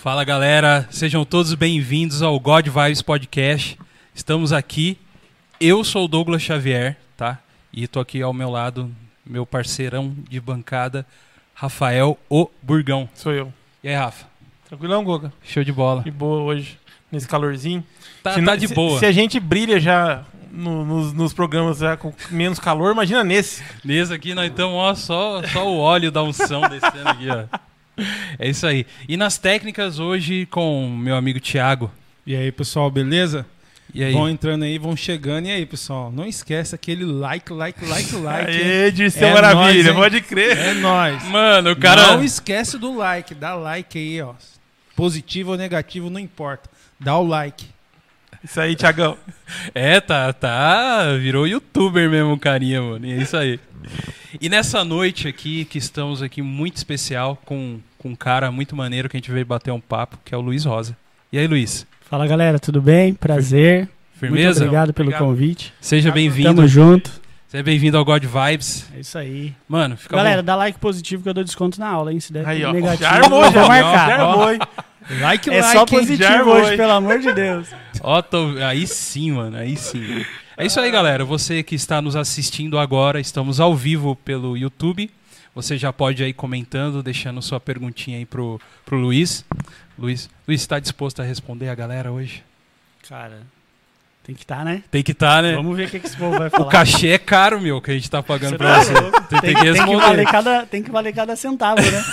Fala galera, sejam todos bem-vindos ao God Vibes Podcast. Estamos aqui, eu sou o Douglas Xavier, tá? E tô aqui ao meu lado, meu parceirão de bancada, Rafael o Burgão. Sou eu. E aí, Rafa? Tranquilão, Goga? Show de bola. De boa hoje, nesse calorzinho. Tá de boa. Se a gente brilha já nos programas já com menos calor, imagina nesse. Nesse aqui nós estamos, ó, só o óleo da unção descendo aqui, ó. É isso aí. E nas técnicas hoje com meu amigo Thiago. E aí, pessoal, beleza? E aí? Vão entrando aí, vão chegando. E aí, pessoal, não esquece aquele like. Aê, Dirceu Maravilha, nóis, pode crer. É nóis. Mano, o cara... Não esquece do like, dá like aí, ó. Positivo ou negativo, não importa. Dá o like. Isso aí, Thiagão. Virou youtuber mesmo, carinha, mano. E é isso aí. E nessa noite aqui, que estamos aqui muito especial, com um cara muito maneiro que a gente veio bater um papo, que é o Luiz Rosa. E aí, Luiz? Fala, galera, tudo bem? Prazer. Firmeza? Muito obrigado pelo convite. Seja bem-vindo. Tamo junto. Seja bem-vindo ao God Vibes. É isso aí. Mano, fica galera, bom. dá like positivo que eu dou desconto na aula, hein? Se der Aí, ó. negativo, Já armou, eu vou marcar. Já armou, hein? É só positivo hoje, pelo amor de Deus. Ó, aí sim, mano, aí sim. É isso aí, galera. Você que está nos assistindo agora, estamos ao vivo pelo YouTube. Você já pode ir aí comentando, deixando sua perguntinha aí pro Luiz. Luiz, está disposto a responder a galera hoje? Cara, tem que estar, né? Tem que estar, né? Vamos ver o que esse povo vai falar. O cachê é caro, meu, que a gente tá pagando pra você. Tem que responder. Tem que valer cada centavo, né?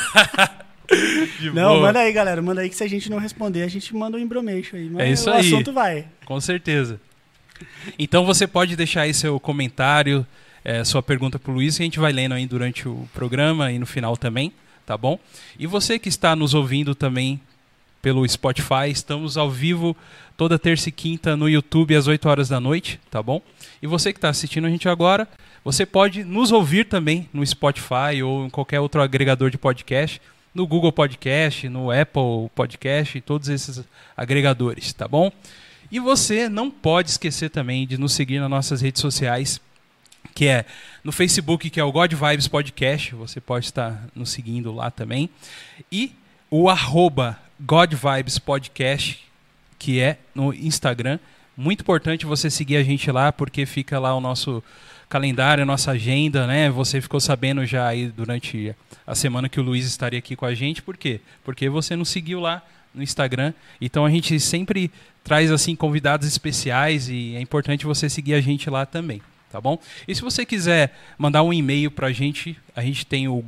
Não, boa. manda aí, galera. Manda aí que se a gente não responder, a gente manda um embromeixo aí. Mas é isso o aí. assunto vai. Com certeza. Então você pode deixar aí seu comentário, sua pergunta pro Luiz, que a gente vai lendo aí durante o programa e no final também, tá bom? E você que está nos ouvindo também pelo Spotify, estamos ao vivo toda terça e quinta no YouTube às 8 horas da noite, tá bom? E você que está assistindo a gente agora, você pode nos ouvir também no Spotify ou em qualquer outro agregador de podcast, no Google Podcast, no Apple Podcast, todos esses agregadores, tá bom? E você não pode esquecer também de nos seguir nas nossas redes sociais, que é no Facebook, que é o God Vibes Podcast, você pode estar nos seguindo lá também, e o @God Vibes Podcast, que é no Instagram. Muito importante você seguir a gente lá, porque fica lá o nosso calendário, a nossa agenda, né? Você ficou sabendo já aí durante a semana que o Luiz estaria aqui com a gente. Por quê? Porque você nos seguiu lá no Instagram. Então a gente sempre traz assim convidados especiais e é importante você seguir a gente lá também, tá bom? E se você quiser mandar um e-mail pra gente, a gente tem o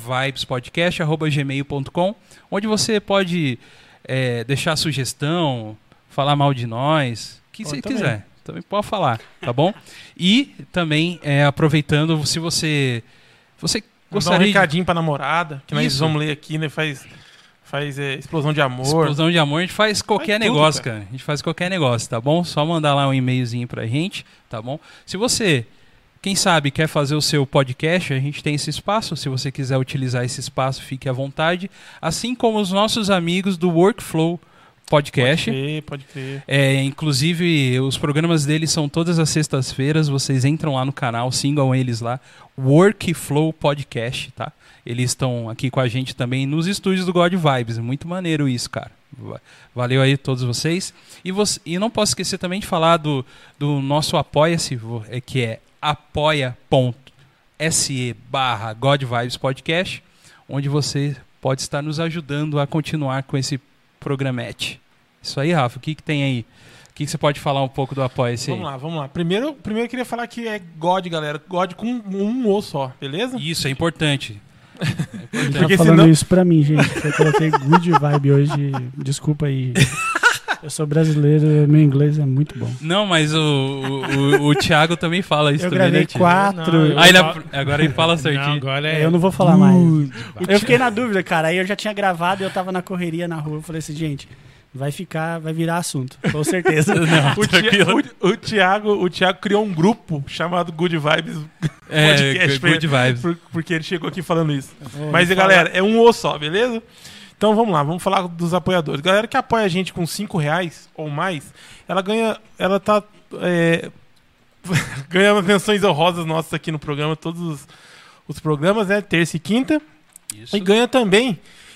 godvibespodcast@gmail.com, onde você pode deixar sugestão, falar mal de nós, o que você quiser. Também pode falar, tá bom? E também, aproveitando, se você gostaria... Dá um recadinho pra namorada, que nós Isso. vamos ler aqui, né? Faz explosão de amor. Explosão de amor, a gente faz qualquer tudo, negócio, cara. cara. A gente faz qualquer negócio, tá bom? Só mandar lá um e-mailzinho pra gente, tá bom? Se você, quem sabe, quer fazer o seu podcast, a gente tem esse espaço. Se você quiser utilizar esse espaço, fique à vontade. Assim como os nossos amigos do Workflow Podcast. Pode crer. Inclusive, os programas deles são todas as sextas-feiras. Vocês entram lá no canal, sigam eles lá. Workflow Podcast, tá? Eles estão aqui com a gente também nos estúdios do God Vibes. Muito maneiro isso, cara. Valeu aí a todos vocês. E não posso esquecer também de falar do nosso Apoia-se, que é apoia.se/God Vibes Podcast, onde você pode estar nos ajudando a continuar com esse programete. Isso aí, Rafa, o que tem aí? O que você pode falar um pouco do Apoia-se aí? Vamos lá. Primeiro eu queria falar que é God, galera. God com um O só, beleza? Isso, é importante. Porque Tá falando senão- isso pra mim, gente. Eu coloquei good vibe hoje. Desculpa aí. Eu sou brasileiro, meu inglês é muito bom. Não, mas o Thiago também fala isso Eu também, gravei né, Thiago? 4. Não, Aí agora ele fala certinho. Não, agora Eu não vou falar mais. Good. Eu fiquei na dúvida, cara. Aí eu já tinha gravado e eu tava na correria na rua. Eu falei assim, gente, vai virar assunto. Com certeza. Não, tranquilo. O Thiago criou um grupo chamado Good Vibes Good Vibes. porque ele chegou aqui falando isso. Mas, galera, é um O só, beleza? Então vamos lá, vamos falar dos apoiadores. Galera que apoia a gente com R$5 ou mais, ela tá ganhando menções honrosas nossas aqui no programa, todos os programas, né? Terça e quinta. Isso. E ganha também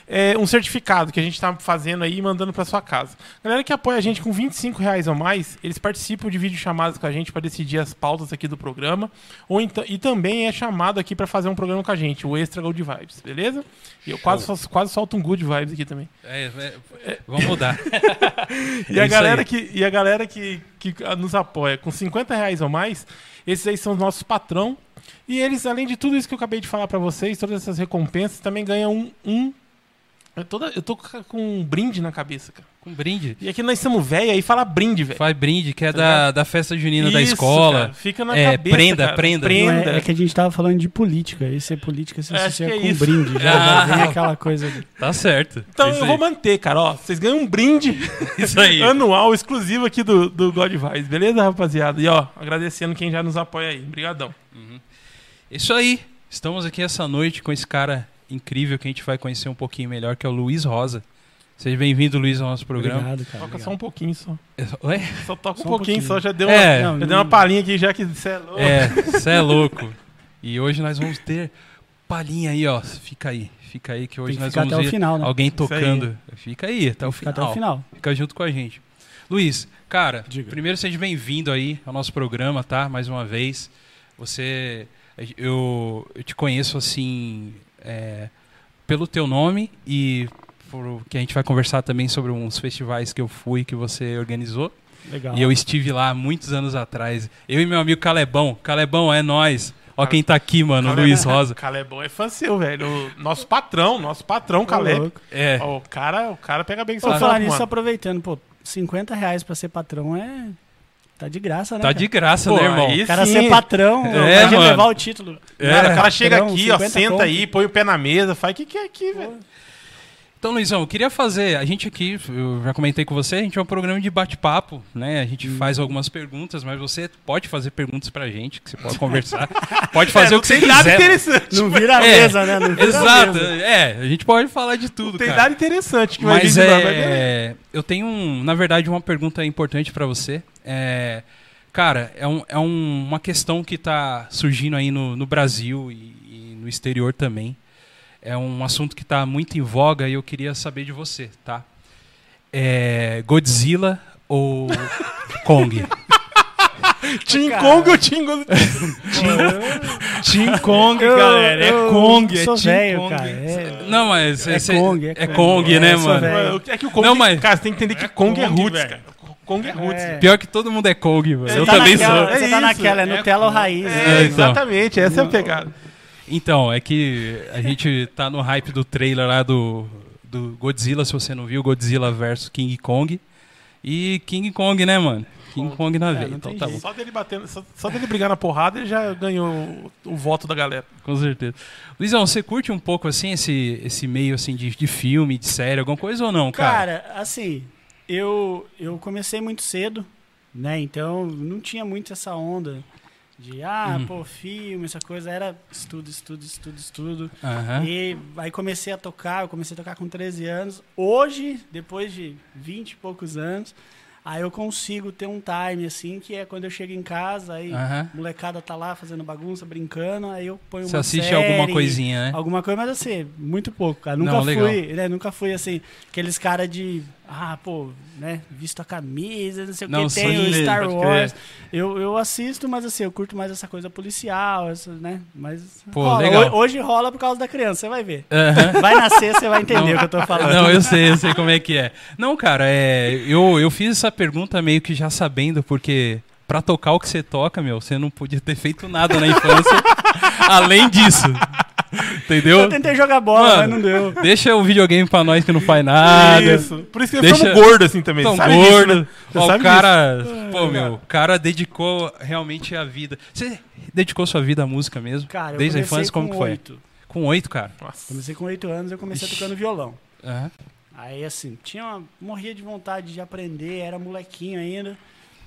um certificado que a gente tá fazendo aí e mandando pra sua casa. Galera que apoia a gente com R$25 ou mais, eles participam de videochamadas com a gente pra decidir as pautas aqui do programa. E também é chamado aqui pra fazer um programa com a gente, o Extra Good Vibes, beleza? E eu quase solto um Good Vibes aqui também. Vamos mudar. E a galera que nos apoia com R$50 ou mais, esses aí são os nossos patrão. E eles, além de tudo isso que eu acabei de falar pra vocês, todas essas recompensas, também ganham eu tô com um brinde na cabeça, cara. Com brinde? E aqui nós somos velho, aí fala brinde, velho. Faz brinde, que é da festa junina da Isso, escola. Cara, fica na cabeça, prenda, cara. prenda. Não, é que a gente tava falando de política. Isso é política, se Acho você que é com isso. brinde. Já vem aquela coisa ali. Tá certo. Então Isso eu aí. vou manter, cara. Ó, vocês ganham um brinde Isso aí. anual exclusivo aqui do God Vibes, beleza, rapaziada? E ó, agradecendo quem já nos apoia aí. Obrigadão. Isso aí. Estamos aqui essa noite com esse cara incrível que a gente vai conhecer um pouquinho melhor, que é o Luiz Rosa. Seja bem-vindo, Luiz, ao nosso programa. Obrigado, cara. Toca só um pouquinho só. Ué? Só toca Só um um pouquinho, pouquinho. só. Já deu, É. uma palhinha aqui, já que você é louco. Você é louco. E hoje nós vamos ter palhinha aí, ó. Fica aí que hoje Tem que nós ficar vamos até o ver final, né? alguém Isso aí. tocando. Fica aí, até o Fica final. até o final. Fica junto com a gente. Luiz, cara, Diga. primeiro seja bem-vindo aí ao nosso programa, tá? Mais uma vez. Eu te conheço assim pelo teu nome e que a gente vai conversar também sobre uns festivais que eu fui, que você organizou. Legal. E eu estive lá muitos anos atrás. Eu e meu amigo Calebão. Calebão, é nóis. Ó quem tá aqui, mano, o Luiz Rosa. Calebão é fã seu, velho. O nosso patrão, Caleb. louco. É. Ó, o cara pega bem Vou seu falar trampo, nisso, mano. aproveitando, pô, R$50 pra ser patrão tá de graça, né? Tá cara? de graça, Pô, né, irmão? aí O cara sim. ser patrão, É, pode mano. levar o título. Cara, o cara chega Patrão, aqui, ó, 50 senta conto. aí, põe o pé na mesa, faz o que é aqui, velho. Então, Luizão, eu queria fazer, a gente aqui, eu já comentei com você, a gente é um programa de bate-papo, né? A gente faz algumas perguntas, mas você pode fazer perguntas pra gente, que você pode conversar. Pode fazer o que você Tem nada quiser. interessante. Não vira a mesa, né? Não vira a Exato, mesa. a gente pode falar de tudo, Tem cara. nada interessante que vai Mas vir de lá, mas beleza. eu tenho, na verdade, uma pergunta importante pra você. Cara, uma questão que tá surgindo aí no Brasil e no exterior também. É um assunto que está muito em voga e eu queria saber de você, tá? Godzilla ou Kong? Team Kong ou Team Godzilla? Team Kong, galera. É Kong, sou é Team velho, Kong. cara. Não, mas... É Kong, é Kong, né, eu sou mano? velho. É que o Kong, Não, mas- cara, você tem que entender que Kong é Kong, roots, velho. cara. Kong é roots. É. Pior que todo mundo é Kong, mano. Você Eu tá também naquela- sou. é Você tá isso, naquela, é é Nutella ou Kong. raiz. É, né? então. exatamente, essa é a pegada. Então, é que a gente tá no hype do trailer lá do Godzilla, se você não viu, Godzilla versus King Kong. E King Kong, né, mano? King Kong na veia. não Então tem tá jeito. bom, Só dele batendo, só dele brigar na porrada, ele já ganhou o voto da galera. com certeza. Luizão, você curte um pouco, assim, esse meio, assim, de filme, de série, alguma coisa ou não, cara? Cara, assim, eu comecei muito cedo, né? Então não tinha muito essa onda de, pô, filme, essa coisa. Era estudo. Aham. E aí comecei a tocar com 13 anos. Hoje, depois de 20 e poucos anos, aí eu consigo ter um time, assim, que é quando eu chego em casa, aí Aham. a molecada tá lá fazendo bagunça, brincando, aí eu ponho Você uma assiste série, alguma coisinha, né? alguma coisa, mas assim, muito pouco, cara. Não, Nunca legal. fui, né? Nunca fui, assim, aqueles caras de, pô, né, visto a camisa, não sei o Não, que, tem o sim, Star pode Wars. Eu assisto, mas assim, eu curto mais essa coisa policial, né? Mas Pô, rola. legal. Hoje rola por causa da criança, você vai ver. Aham. Vai nascer, você vai entender Não. o que eu tô falando. Não, eu sei como é que é. Não, cara, eu fiz essa pergunta meio que já sabendo, porque pra tocar o que você toca, meu, você não podia ter feito nada na infância além disso. Entendeu? Eu tentei jogar bola, mas Mano, não deu. Deixa o videogame pra nós que não faz nada. Isso. Por isso que eles Deixa- são gordos assim também. Tão Sabe disso, gordo. né? Você Ó, sabe o cara, pô, meu, o cara dedicou realmente a vida. Você dedicou sua vida à música mesmo? Cara, eu Desde a comecei infância, como com que foi? 8. Com 8, cara. disso? Nossa. Comecei com 8 anos, eu comecei tocando violão. Aham. Aí, assim, morria de vontade de aprender, era molequinho ainda.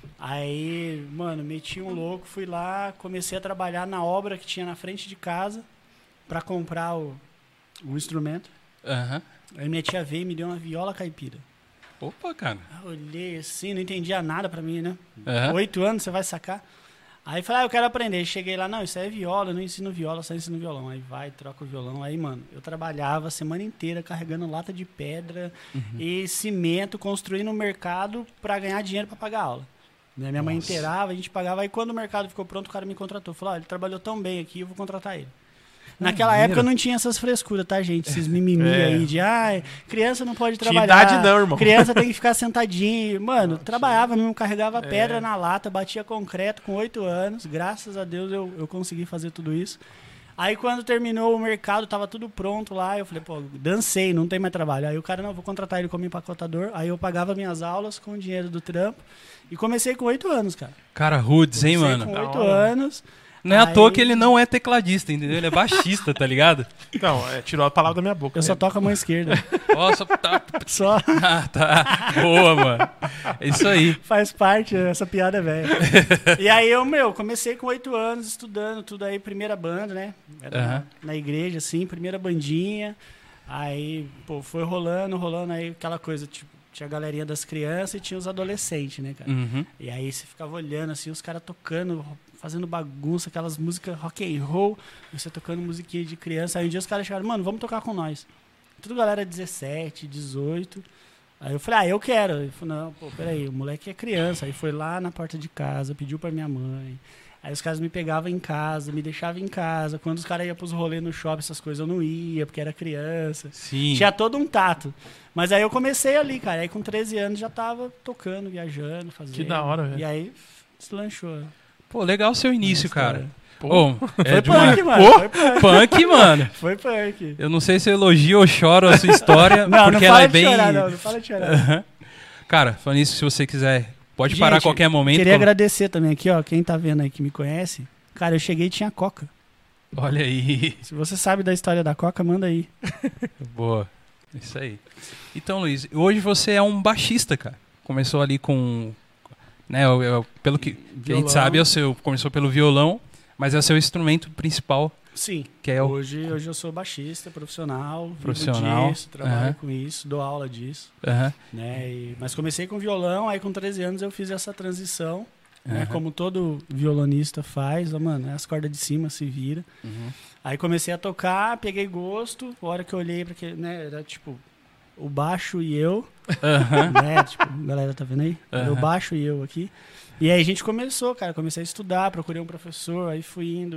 Aí, mano, meti um louco, fui lá, comecei a trabalhar na obra que tinha na frente de casa pra comprar o instrumento. Aham. Aí minha tia veio e me deu uma viola caipira. Opa, cara. Eu olhei assim, não entendia nada pra mim, né? Aham. 8 anos, você vai sacar. Aí falei, eu quero aprender. Cheguei lá, não, isso aí é viola, eu não ensino viola, só ensino violão. Aí vai, troca o violão. Aí, mano, eu trabalhava a semana inteira carregando lata de pedra e cimento, construindo um mercado pra ganhar dinheiro pra pagar aula. Né? Minha mãe inteirava, a gente pagava. Aí quando o mercado ficou pronto, o cara me contratou. Falou, ele trabalhou tão bem aqui, eu vou contratar ele. Naquela época não tinha essas frescuras, tá, gente? Esses mimimi aí de, criança não pode trabalhar. Idade não, irmão. Criança tem que ficar sentadinho. Mano, trabalhava mesmo, carregava pedra na lata, batia concreto com 8 anos. Graças a Deus eu consegui fazer tudo isso. Aí quando terminou o mercado, tava tudo pronto lá. Eu falei, pô, dancei, não tem mais trabalho. Aí o cara, não, vou contratar ele como empacotador. Aí eu pagava minhas aulas com o dinheiro do trampo. E comecei com 8 anos, cara. Cara, rudes, hein, mano? Com 8 anos. Não é à toa que ele não é tecladista, entendeu? Ele é baixista, tá ligado? Não, tirou a palavra da minha boca. Eu só toco a mão esquerda. Ó, só tá... Só Ah, tá. Boa, mano. É isso aí. faz parte, essa piada é velha. E aí eu, comecei com 8 anos estudando tudo aí, primeira banda, né? Era na igreja, assim, primeira bandinha. Aí, pô, foi rolando, aí aquela coisa, tipo, tinha a galerinha das crianças e tinha os adolescentes, né, cara? E aí você ficava olhando, assim, os caras tocando, fazendo bagunça, aquelas músicas rock and roll, você tocando musiquinha de criança. Aí um dia os caras chegaram, mano, vamos tocar com nós. Tudo galera 17, 18. Aí eu falei, eu quero. Ele falou, não, pô, peraí, o moleque é criança. Aí foi lá na porta de casa, pediu pra minha mãe. Aí os caras me pegavam em casa, me deixavam em casa. Quando os caras iam pros rolês no shopping, essas coisas, eu não ia, porque era criança. Sim. Tinha todo um tato. Mas aí eu comecei ali, cara. Aí com 13 anos já tava tocando, viajando, fazendo. Que da hora, velho. E aí deslanchou. Pô, legal o seu início, cara. Pô. É Foi de uma... punk, mano. Foi punk. Punk, mano. Foi punk. Eu não sei se eu elogio ou choro a sua história, Não, porque não ela fala é de bem... chorar, não fala de chorar. Cara, falando isso, se você quiser, pode Gente, parar a qualquer momento. Queria agradecer também aqui, ó, quem tá vendo aí que me conhece. Cara, eu cheguei e tinha Coca. Olha aí. Se você sabe da história da Coca, manda aí. Boa. Isso aí. Então, Luiz, hoje você é um baixista, cara. Começou ali com... Né, pelo que a gente sabe, começou pelo violão, mas é o seu instrumento principal. Sim. Que é o... Hoje eu sou baixista profissional. Profissional. Vivo disso, trabalho com isso, dou aula disso. Né? Mas comecei com violão, aí com 13 anos eu fiz essa transição. Né? Como todo violonista faz, mano, as cordas de cima se vira. Aí comecei a tocar, peguei gosto. A hora que eu olhei, porque né, era tipo o baixo e eu. Né? Tipo, a galera tá vendo aí? Era o baixo e eu aqui. E aí a gente começou, cara. Comecei a estudar, procurei um professor, aí fui indo,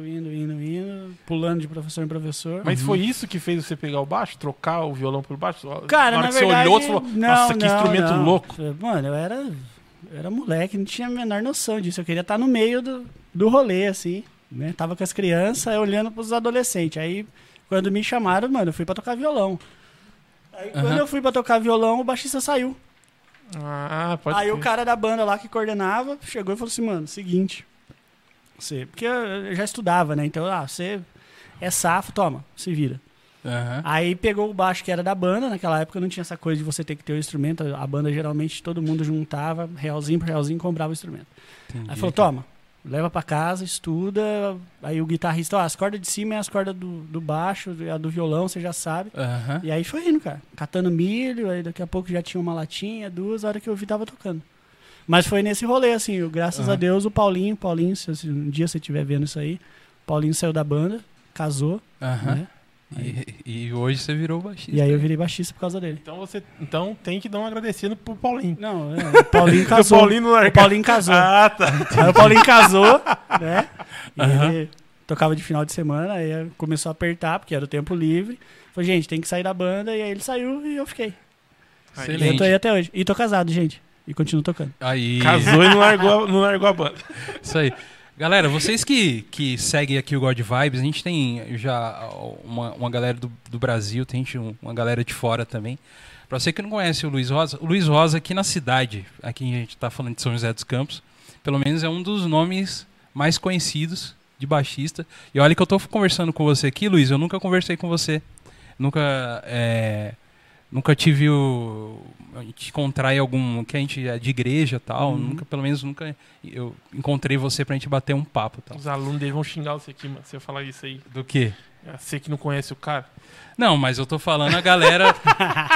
pulando de professor em professor. Mas foi isso que fez você pegar o baixo? Trocar o violão pelo baixo? Cara, na hora que verdade... você olhou, você falou, nossa, que instrumento louco. Mano, eu era moleque, não tinha a menor noção disso. Eu queria estar no meio do rolê, assim. Né? Tava com as crianças, olhando pros adolescentes. Aí, quando me chamaram, mano, eu fui pra tocar violão. Aí, quando eu fui pra tocar violão, o baixista saiu. Aí o cara da banda lá que coordenava chegou e falou assim, mano, seguinte, porque eu já estudava, né? Então, você é safo, toma, se vira. Aí pegou o baixo que era da banda, naquela época não tinha essa coisa de você ter que ter o instrumento, a banda geralmente todo mundo juntava, realzinho por realzinho, comprava o instrumento. Entendi. Aí falou, toma, leva pra casa, estuda, aí o guitarrista, as cordas de cima é as cordas do baixo, a do violão, você já sabe. E aí foi indo, cara, catando milho, aí daqui a pouco já tinha uma latinha, 2, a hora que eu vi tava tocando. Mas foi nesse rolê, assim, graças a Deus, o Paulinho, se um dia você estiver vendo isso aí, o Paulinho saiu da banda, casou, né? E hoje você virou baixista. E aí eu virei baixista por causa dele. Então você tem que dar um agradecendo pro Paulinho. Não, o Paulinho casou. O Paulinho casou. Tá. Aí o Paulinho casou, né? E ele tocava de final de semana, aí começou a apertar, porque era o tempo livre. Falei, gente, tem que sair da banda. E aí ele saiu e eu fiquei. Excelente. E eu tô aí até hoje. E tô casado, gente. E continuo tocando. Aí. Casou e não largou a banda. Isso aí. Galera, vocês que seguem aqui o God Vibes, a gente tem já uma galera do Brasil, tem uma galera de fora também. Pra você que não conhece o Luiz Rosa aqui na cidade, aqui a gente tá falando de São José dos Campos, pelo menos é um dos nomes mais conhecidos de baixista. E olha que eu tô conversando com você aqui, Luiz, eu nunca conversei com você. Nunca tive a gente encontrar em algum que a gente é de igreja e tal, pelo menos nunca eu encontrei você pra gente bater um papo, tal. Os alunos deles vão xingar você aqui, mano, se eu falar isso aí. Do quê? Você que não conhece o cara. Não, mas eu tô falando a galera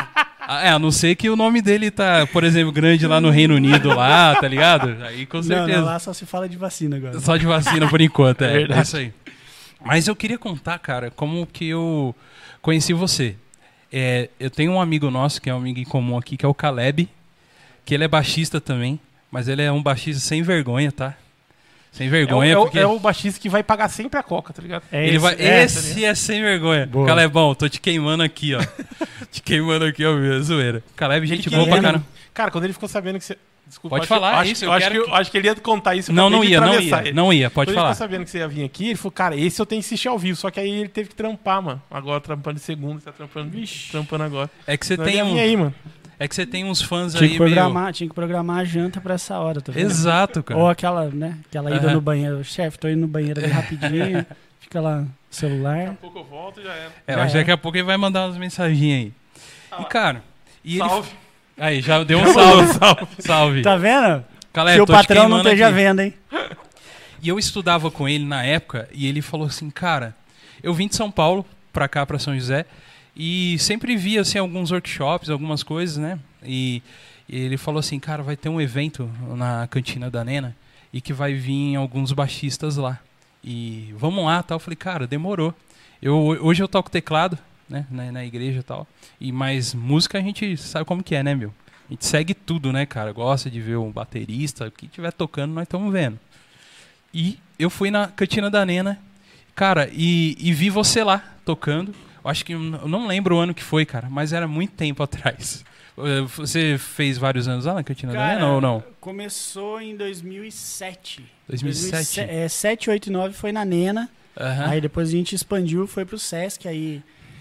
A não ser que o nome dele tá, por exemplo, grande lá no Reino Unido, lá, tá ligado? Aí com certeza. Não, lá só se fala de vacina agora. Só de vacina por enquanto, É verdade. é isso aí. Mas eu queria contar, cara, como que eu conheci você. Eu tenho um amigo nosso, que é um amigo em comum aqui, que é o Caleb, que ele é baixista também, mas ele é um baixista sem vergonha, tá? Sem vergonha, porque... É o baixista que vai pagar sempre a coca, tá ligado? Esse é sem vergonha. Boa. Calebão, tô te queimando aqui, ó. Te queimando aqui, ó, meu, zoeira. Caleb, gente Ele boa pra queria- caramba. Cara, quando ele ficou sabendo que você... Desculpa, Pode acho falar, que- isso, eu eu acho quero que, eu acho que ele ia contar isso. eu Não, acabei não de ia, atravessar ele. não ia, pode Quando falar. ele ficou sabendo que você ia vir aqui, ele falou, cara, esse eu tenho que assistir ao vivo. Só que aí ele teve que trampar, mano. Agora trampando de segunda, tá trampando agora. É que você Senão tem ele ia vir aí, mano. É que você tem uns fãs Tinha aí que, tinha que programar a janta pra essa hora, tá vendo? Exato, cara. Ou aquela, né? Aquela ida Aham. no banheiro. Chefe, tô indo no banheiro ali rapidinho. Fica lá no celular. Daqui a pouco eu volto e já era. Eu acho que daqui a pouco ele vai mandar umas mensaginhas aí. E, cara... Salve. Aí, já deu um salve. Salve. Tá vendo? Caleb, Se o tô te patrão não queimando esteja aqui. vendo, hein? E eu estudava com ele na época e ele falou assim, cara, eu vim de São Paulo pra cá, pra São José, e sempre via assim, alguns workshops, algumas coisas, né? E ele falou assim, cara, vai ter um evento na cantina da Nena e que vai vir alguns baixistas lá. E vamos lá, tal. Eu falei, cara, demorou. Hoje eu toco teclado, né, na igreja e tal. Mas música a gente sabe como que é, né, meu? A gente segue tudo, né, cara? Gosta de ver um baterista, o que estiver tocando, nós estamos vendo. E eu fui na cantina da Nena, cara, e vi você lá tocando. Eu acho que eu não lembro o ano que foi, cara, mas era muito tempo atrás. Você fez vários anos lá na cantina da Nena ou não? Começou em 2007. 2007? 7, 8 e 9 foi na Nena. Aham. Aí depois a gente expandiu, foi pro Sesc. Aí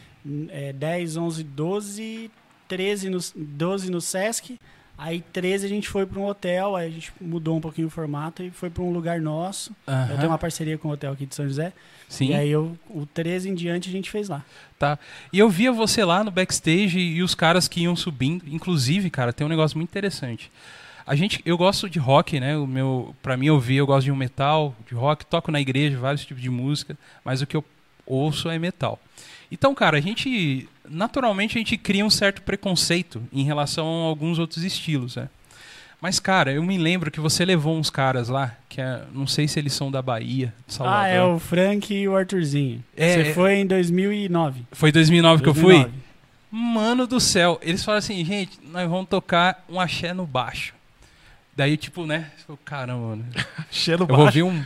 10, 11, 12, 13 12 no Sesc. Aí 13 a gente foi para um hotel, aí a gente mudou um pouquinho o formato e foi para um lugar nosso. Aham. Eu tenho uma parceria com o hotel aqui de São José. Sim. E aí o 13 em diante a gente fez lá. Tá. E eu via você lá no backstage e os caras que iam subindo. Inclusive, cara, tem um negócio muito interessante. Eu gosto de rock, né? Pra mim ouvir, eu gosto de um metal, de rock, toco na igreja, vários tipos de música, mas o que eu ouço é metal. Então, cara, naturalmente a gente cria um certo preconceito em relação a alguns outros estilos, né? Mas, cara, eu me lembro que você levou uns caras lá, não sei se eles são da Bahia, de Salvador. É o Frank e o Arthurzinho. É, Você foi em 2009. Foi em 2009 que eu fui? 2009. Mano do céu, eles falaram assim, gente, nós vamos tocar um axé no baixo. Daí, tipo, né? Caramba, mano. Cheiro Eu vou baixo. ouvir um...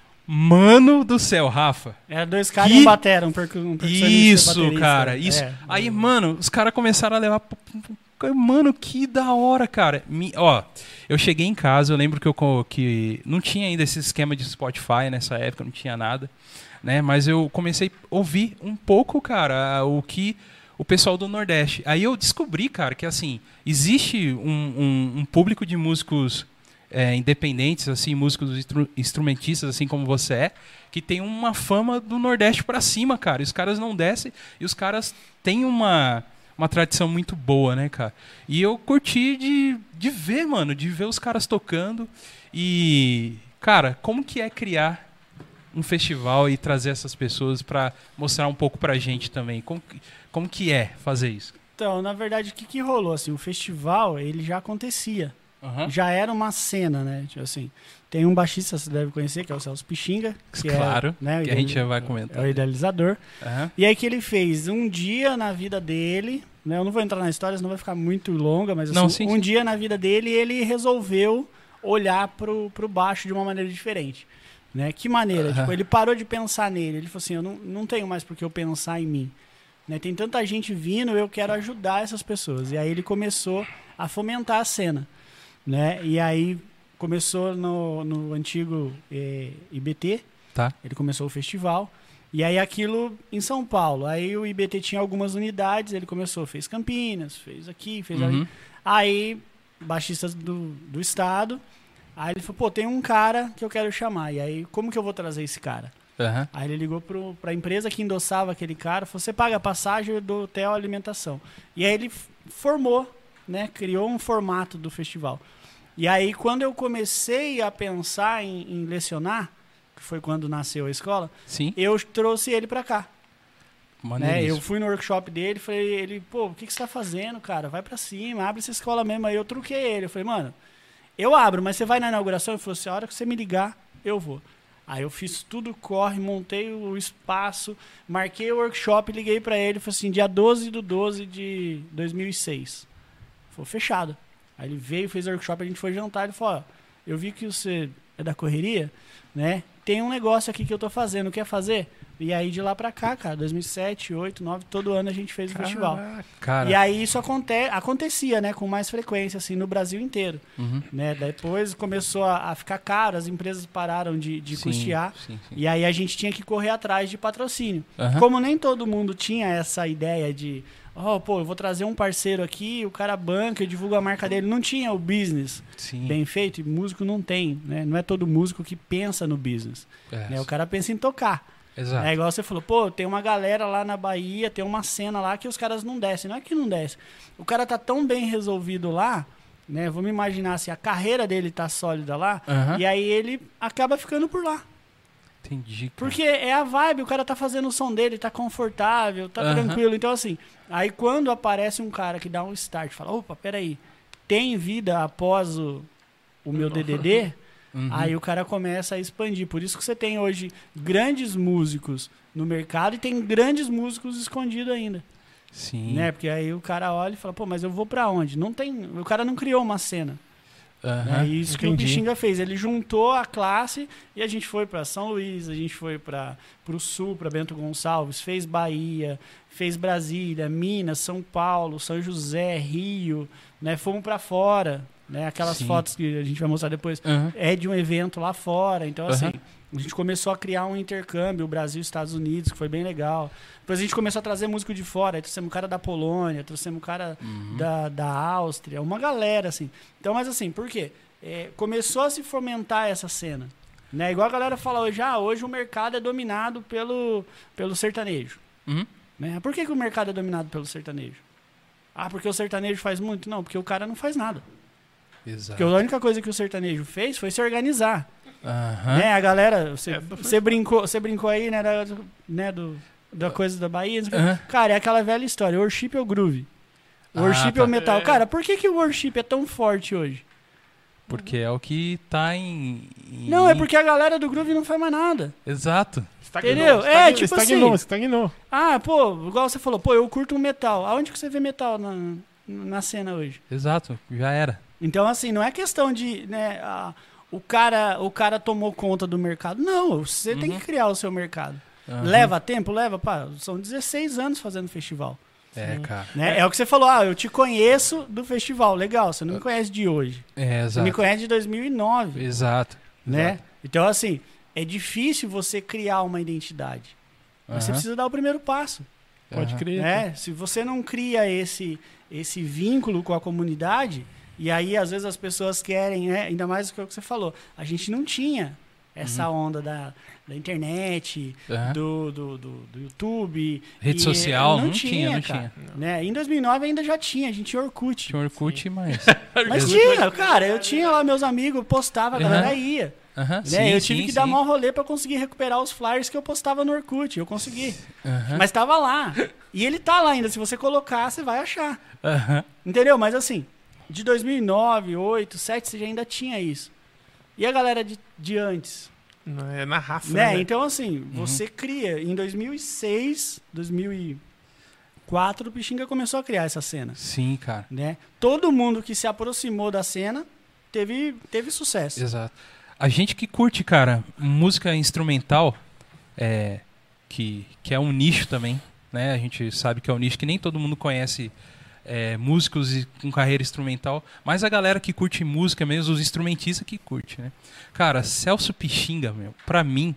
Mano do céu, Rafa. Era 2 caras Que- e um batera, um percussionista, Isso, baterista. cara, isso. É. Aí, mano, os caras começaram a levar... Mano, que da hora, cara. Ó, eu cheguei em casa, eu lembro que não tinha ainda esse esquema de Spotify nessa época, não tinha nada, né? Mas eu comecei a ouvir um pouco, cara, o que o pessoal do Nordeste. Aí eu descobri, cara, que assim, existe um público de músicos independentes, assim, músicos instrumentistas, assim como você é, que tem uma fama do Nordeste pra cima, cara. E os caras não descem e os caras têm uma tradição muito boa, né, cara? E eu curti de ver, mano, de ver os caras tocando. E, cara, como que é criar um festival e trazer essas pessoas pra mostrar um pouco pra gente também? Como que é fazer isso? Então, na verdade, o que rolou? Assim, o festival, ele já acontecia. Aham. Já era uma cena, né? Tipo assim, tem um baixista, você deve conhecer, que é o Celso Pixinga. Que Claro, é, né, que a gente já vai comentar. É o idealizador. Aham. E aí que ele fez um dia na vida dele, né? Eu não vou entrar na história, senão vai ficar muito longa, mas assim, Não, sim, um sim. dia na vida dele, ele resolveu olhar pro baixo de uma maneira diferente. Né? Que maneira? Aham. Tipo, ele parou de pensar nele. Ele falou assim, eu não tenho mais por que eu pensar em mim. Né? Tem tanta gente vindo, eu quero ajudar essas pessoas. E aí ele começou a fomentar a cena. Né? E aí começou no antigo IBT, Tá. ele começou o festival, e aí aquilo em São Paulo. Aí o IBT tinha algumas unidades, ele começou, fez Campinas, fez aqui, fez Uhum. ali. Aí, baixistas do estado, aí ele falou, pô, tem um cara que eu quero chamar, e aí como que eu vou trazer esse cara? Aham. Aí ele ligou pra empresa que endossava aquele cara, falou, você paga a passagem do hotel, alimentação. E aí ele formou, né, criou um formato do festival. E aí quando eu comecei a pensar em lecionar, que foi quando nasceu a escola, Sim. eu trouxe ele pra cá. Né? Maneiríssimo. Eu fui no workshop dele, falei, ele, pô, o que você tá fazendo, cara? Vai pra cima, abre essa escola mesmo. Aí eu truquei ele. Eu falei, mano, eu abro, mas você vai na inauguração? Ele falou assim, a hora que você me ligar, eu vou. Aí eu fiz tudo, corre, montei o espaço, marquei o workshop, liguei pra ele, falei assim, dia 12/12 de 2006. Foi fechado. Aí ele veio, fez o workshop, a gente foi jantar, ele falou, ó, eu vi que você é da correria, né? Tem um negócio aqui que eu tô fazendo, quer fazer? E aí de lá pra cá, cara, 2007, 2008, 2009, todo ano a gente fez o festival. Cara, E aí isso acontecia, né, com mais frequência, assim, no Brasil inteiro. uhum. Né? Depois começou a ficar caro, as empresas pararam de Sim, custear. sim, sim. E aí a gente tinha que correr atrás de patrocínio. Aham. Como nem todo mundo tinha essa ideia de, pô, eu vou trazer um parceiro aqui, o cara banca, eu divulgo a marca dele. Não tinha o business Sim. bem feito, e músico não tem, né? Não é todo músico que pensa no business. É, Né? O cara pensa em tocar. Exato. É igual você falou, pô, tem uma galera lá na Bahia, tem uma cena lá que os caras não descem. Não é que não desce. O cara tá tão bem resolvido lá, né? Vamos imaginar assim, a carreira dele tá sólida lá, Aham. e aí ele acaba ficando por lá. Entendi. Cara. Porque é a vibe, o cara tá fazendo o som dele, tá confortável, tá Aham. tranquilo. Então, assim, aí quando aparece um cara que dá um start, fala, opa, peraí, tem vida após o meu DDD? Uhum. Aí o cara começa a expandir. Por isso que você tem hoje grandes músicos no mercado e tem grandes músicos escondidos ainda. Sim. Né? Porque aí o cara olha e fala, pô, mas eu vou pra onde? Não tem. O cara não criou uma cena. Aham. É isso que o entendi. Pixinga fez. Ele juntou a classe e a gente foi pra São Luís, a gente foi pro Sul, pra Bento Gonçalves, fez Bahia, fez Brasília, Minas, São Paulo, São José, Rio, né? Fomos pra fora, né? Aquelas Sim. fotos que a gente vai mostrar depois Aham. é de um evento lá fora. Então, Aham. assim, a gente começou a criar um intercâmbio, Brasil e Estados Unidos, que foi bem legal. Depois a gente começou a trazer músico de fora. Aí trouxemos um cara da Polônia, trouxemos um cara da Áustria, uma galera, assim. Então, mas assim, por quê? Começou a se fomentar essa cena. Né? Igual a galera fala hoje, hoje o mercado é dominado pelo sertanejo. Uhum. Né? Por que o mercado é dominado pelo sertanejo? Porque o sertanejo faz muito? Não, porque o cara não faz nada. Exato. Porque a única coisa que o sertanejo fez foi se organizar. Aham. Né? A galera, você brincou aí, né, da coisa da Bahia. Aham. Cara, é aquela velha história, worship ou groove? Worship tá. ou metal? Cara, por que o worship é tão forte hoje? Porque é o que tá em... Não, é porque a galera do groove não faz mais nada. Exato. Entendeu? Tipo Estagnou, assim. estagnou. Pô, igual você falou, pô, eu curto um metal. Aonde que você vê metal na cena hoje? Exato. Já era. Então, assim, não é questão de, né, o cara tomou conta do mercado. Não, você tem que criar o seu mercado. Aham. Leva tempo? Leva, pá. São 16 anos fazendo festival. É, cara. Né? É o que você falou, eu te conheço do festival. Legal, você não me conhece de hoje. É, Você exato. me conhece de 2009. Exato. Né? Exato. Então, assim, é difícil você criar uma identidade. Mas você Aham. precisa dar o primeiro passo. Pode Aham. crer. Né? Se você não cria esse vínculo com a comunidade, e aí às vezes as pessoas querem, né? Ainda mais o que você falou, a gente não tinha essa onda da internet, Aham. do YouTube. Rede e social, não tinha, tinha. cara. Né? Em 2009 ainda já tinha, a gente tinha Orkut. Tinha Orkut, mas... Mas tinha, cara, eu tinha lá meus amigos, postava, a galera Aham. ia. Aham. Né? Eu tive que dar mó rolê pra conseguir recuperar os flyers que eu postava no Orkut. Eu consegui. Aham. Mas tava lá. E ele tá lá ainda. Se você colocar, você vai achar. Aham. Entendeu? Mas assim, de 2009, 2008, 2007, você já ainda tinha isso. E a galera de antes? É na raça, Né? né? Então, assim, você cria. Em 2006, 2004, o Pixinga começou a criar essa cena. Sim, cara. Né? Todo mundo que se aproximou da cena teve sucesso. Exato. A gente que curte, cara, música instrumental, que é um nicho também, né? A gente sabe que é um nicho que nem todo mundo conhece músicos com carreira instrumental, mas a galera que curte música mesmo, os instrumentistas que curte, né? Cara, Celso Pixinga, meu, pra mim,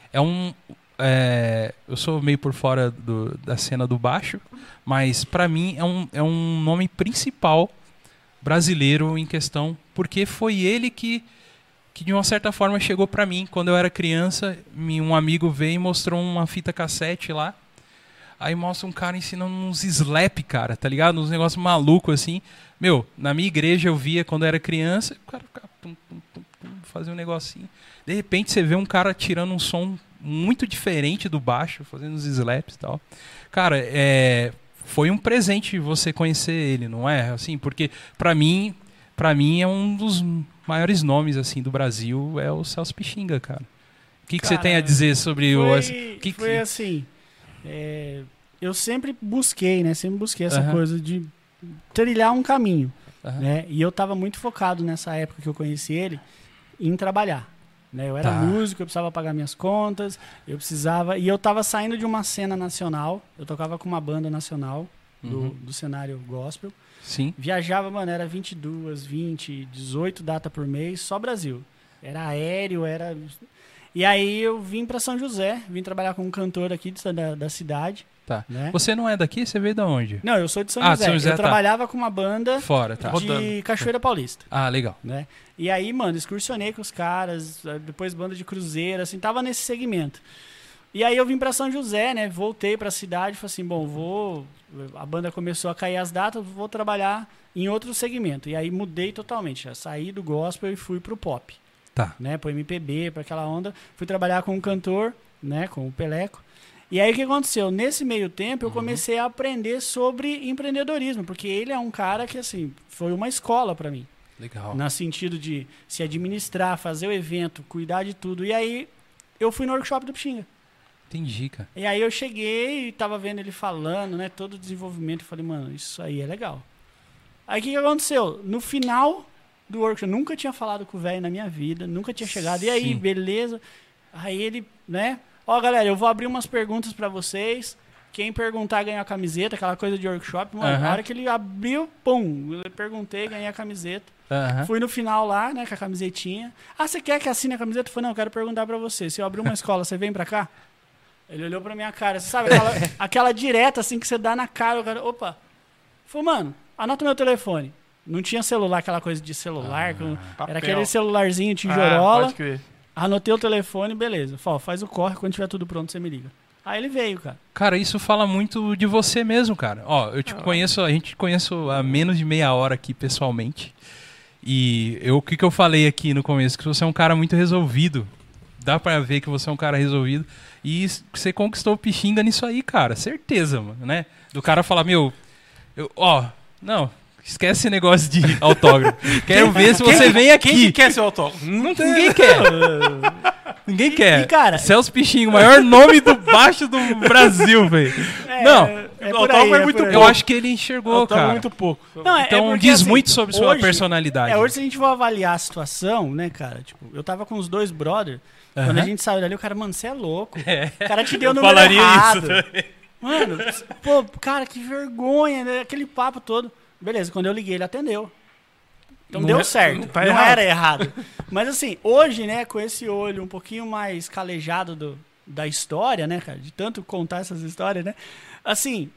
eu sou meio por fora da cena do baixo, mas pra mim é um nome principal brasileiro em questão, porque foi ele que de uma certa forma chegou pra mim quando eu era criança. Um amigo veio e mostrou uma fita cassete lá. Aí mostra um cara ensinando uns slap, cara, tá ligado? Uns negócios malucos assim. Meu, na minha igreja eu via quando eu era criança, o cara ficava fazia um negocinho. De repente você vê um cara tirando um som muito diferente do baixo, fazendo os slaps e tal. Cara, foi um presente você conhecer ele, não é? Assim, porque pra mim é um dos maiores nomes assim do Brasil, é o Celso Pixinga, cara. O que você tem a dizer sobre Foi assim, eu sempre busquei, né? Sempre busquei essa coisa de trilhar um caminho, né? E eu tava muito focado nessa época que eu conheci ele em trabalhar, né? Eu era músico, eu precisava pagar minhas contas, e eu tava saindo de uma cena nacional, eu tocava com uma banda nacional do cenário gospel. Sim. Viajava, mano, era 22, 20, 18 datas por mês, só Brasil. Era aéreo, era... E aí eu vim pra São José, vim trabalhar com um cantor aqui da cidade. Tá. Né? Você não é daqui? Você veio de onde? Não, eu sou de São José. São José. Eu trabalhava com uma banda fora, tá. de Cachoeira Paulista. Ah, legal. Né? E aí, mano, excursionei com os caras, depois banda de cruzeiro, assim, tava nesse segmento. E aí eu vim pra São José, né? Voltei pra cidade, falei assim, bom, a banda começou a cair as datas, vou trabalhar em outro segmento. E aí mudei totalmente, já saí do gospel e fui pro pop. Tá. Né? Pro MPB, pra aquela onda. Fui trabalhar com um cantor, né? Com o Peleco. E aí o que aconteceu? Nesse meio tempo eu comecei a aprender sobre empreendedorismo, porque ele é um cara que, assim, foi uma escola pra mim. Legal. No sentido de se administrar, fazer o evento, cuidar de tudo. E aí eu fui no workshop do Pixinga. Entendi, cara. E aí eu cheguei e tava vendo ele falando, né? Todo o desenvolvimento. Eu falei, mano, isso aí é legal. Aí o que aconteceu? No final do workshop, eu nunca tinha falado com o velho na minha vida, nunca tinha chegado. E aí, Sim. beleza? Aí ele, né? Ó, galera, eu vou abrir umas perguntas pra vocês. Quem perguntar ganha a camiseta, aquela coisa de workshop. Mano, na hora que ele abriu, pum, eu perguntei, ganhei a camiseta. Fui no final lá, né, com a camisetinha. Ah, você quer que assine a camiseta? Eu falei, não, eu quero perguntar pra você. Se eu abrir uma escola, você vem pra cá? Ele olhou pra minha cara, você sabe, aquela direta assim que você dá na cara, o cara, opa. Falei, mano, anota meu telefone. Não tinha celular, aquela coisa de celular, era aquele celularzinho tijorola. Pode crer. Anotei o telefone, beleza. Falei, faz o corre, quando tiver tudo pronto, você me liga. Aí ele veio, cara. Cara, isso fala muito de você mesmo, cara. Ó, eu te conheço, a gente conhece há menos de meia hora aqui pessoalmente. E o que eu falei aqui no começo, que você é um cara muito resolvido. Dá pra ver que você é um cara resolvido. E você conquistou o Pixinga nisso aí, cara. Certeza, mano, né? Do cara falar, não, esquece esse negócio de autógrafo. Quero ver se você vem aqui. Quem que quer seu autógrafo? Ninguém quer. Ninguém quer. E, cara, Celso Pixinga, o maior nome do baixo do Brasil, velho. Não, é o por autógrafo aí, é muito por aí. eu acho que ele enxergou, Autógrafo cara. muito pouco. Não, Então porque, diz assim, muito sobre sua hoje- personalidade. Hoje, se a gente for avaliar a situação, né, cara? Tipo, eu tava com os dois brothers. Quando a gente saiu dali, o cara, mano, você é louco. O cara te deu o número falaria errado. isso também. Mano, pô, cara, que vergonha, né? Aquele papo todo. Beleza, quando eu liguei, ele atendeu. Então Não deu é- certo. não tá não errado. era errado. Mas assim, hoje, né, com esse olho um pouquinho mais calejado da história, né, cara? De tanto contar essas histórias, né? Assim,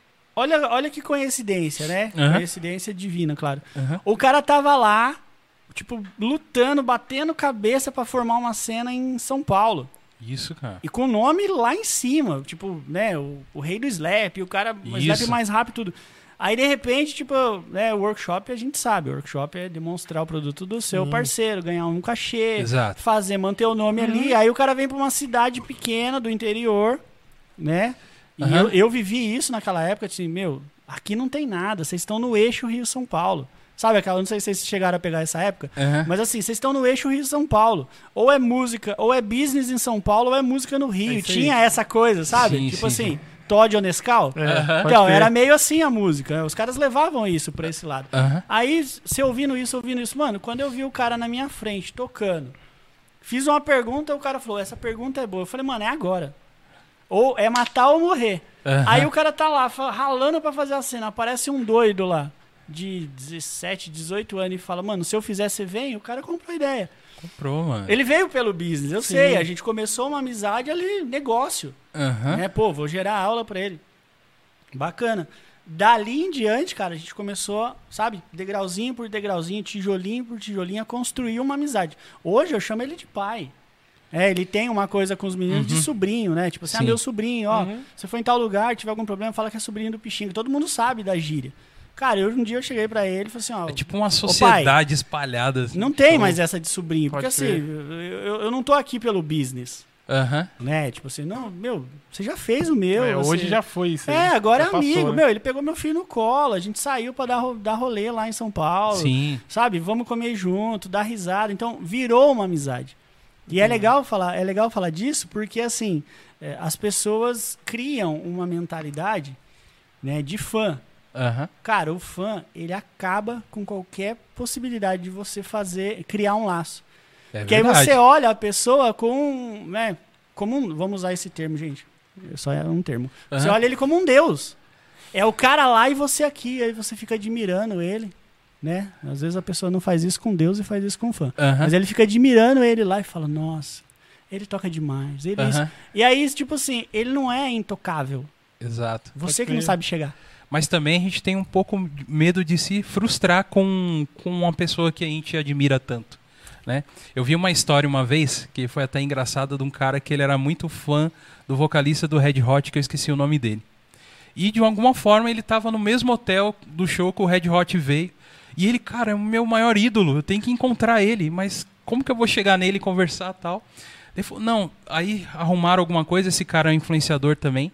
olha que coincidência, né? Coincidência divina, claro. O cara tava lá, tipo, lutando, batendo cabeça pra formar uma cena em São Paulo. Isso, cara. E com o nome lá em cima, tipo, né, o rei do slap, o cara, o slap Isso. mais rápido, tudo. Aí, de repente, tipo, né, o workshop a gente sabe, o workshop é demonstrar o produto do seu parceiro, ganhar um cachê, Exato. manter o nome ali. Aí o cara vem pra uma cidade pequena do interior, né? E eu vivi isso naquela época, assim, aqui não tem nada, vocês estão no eixo Rio-São Paulo. Sabe aquela, não sei se vocês chegaram a pegar essa época, mas assim, vocês estão no eixo Rio-São Paulo. Ou é música, ou é business em São Paulo, ou é música no Rio. isso aí. Tinha essa coisa, sabe? Sim, tipo sim, assim, Todd ou Nescau. Pode Então, crer. era meio assim a música. Os caras levavam isso pra esse lado. Aí, você ouvindo isso, mano, quando eu vi o cara na minha frente, tocando, fiz uma pergunta, o cara falou, essa pergunta é boa. Eu falei, mano, é agora. Ou é matar ou morrer. Aí o cara tá lá, ralando pra fazer a cena, aparece um doido lá, de 17, 18 anos, e fala, mano, se eu fizer, você vem? O cara comprou a ideia. Comprou, mano. Ele veio pelo business, eu sei, a gente começou uma amizade ali, negócio. Né? Pô, vou gerar aula pra ele. Bacana. Dali em diante, cara, a gente começou, sabe, degrauzinho por degrauzinho, tijolinho por tijolinho, a construir uma amizade. Hoje eu chamo ele de pai. Ele tem uma coisa com os meninos de sobrinho, né? Tipo assim, Sim. meu sobrinho, ó, você foi em tal lugar, tiver algum problema, fala que é sobrinho do Pixinga. Todo mundo sabe da gíria. Cara, um dia eu cheguei pra ele e falei assim, ó... É tipo uma sociedade espalhada. Assim. Não tem mais essa de sobrinho, Pode porque assim, eu não tô aqui pelo business. Aham. Né? Tipo assim, não, meu, você já fez o meu. Hoje você- já foi isso aí. agora Já é amigo. passou, né? Meu, ele pegou meu filho no colo, a gente saiu pra dar rolê lá em São Paulo. Sim. Sabe? Vamos comer junto, dar risada. Então, virou uma amizade. E é legal falar disso porque, assim, as pessoas criam uma mentalidade, né, de fã. Aham. Cara, o fã, ele acaba com qualquer possibilidade de você criar um laço. É Porque aí verdade. você olha a pessoa com, né, vamos usar esse termo, gente. Só é um termo. Você Aham. olha ele como um deus. É o cara lá e você aqui, aí você fica admirando ele, né? Às vezes a pessoa não faz isso com Deus e faz isso com fã. Aham. Mas ele fica admirando ele lá e fala, nossa, ele toca demais. Ele isso. Aham. E aí, tipo assim, ele não é intocável. Exato. Você Pode que não crer. sabe chegar. Mas também a gente tem um pouco de medo de se frustrar com uma pessoa que a gente admira tanto, né? Eu vi uma história uma vez, que foi até engraçada, de um cara que ele era muito fã do vocalista do Red Hot, que eu esqueci o nome dele. E de alguma forma ele estava no mesmo hotel do show que o Red Hot veio. E ele, cara, é o meu maior ídolo, eu tenho que encontrar ele, mas como que eu vou chegar nele e conversar e tal? Ele falou, não, aí arrumaram alguma coisa, esse cara é um influenciador também,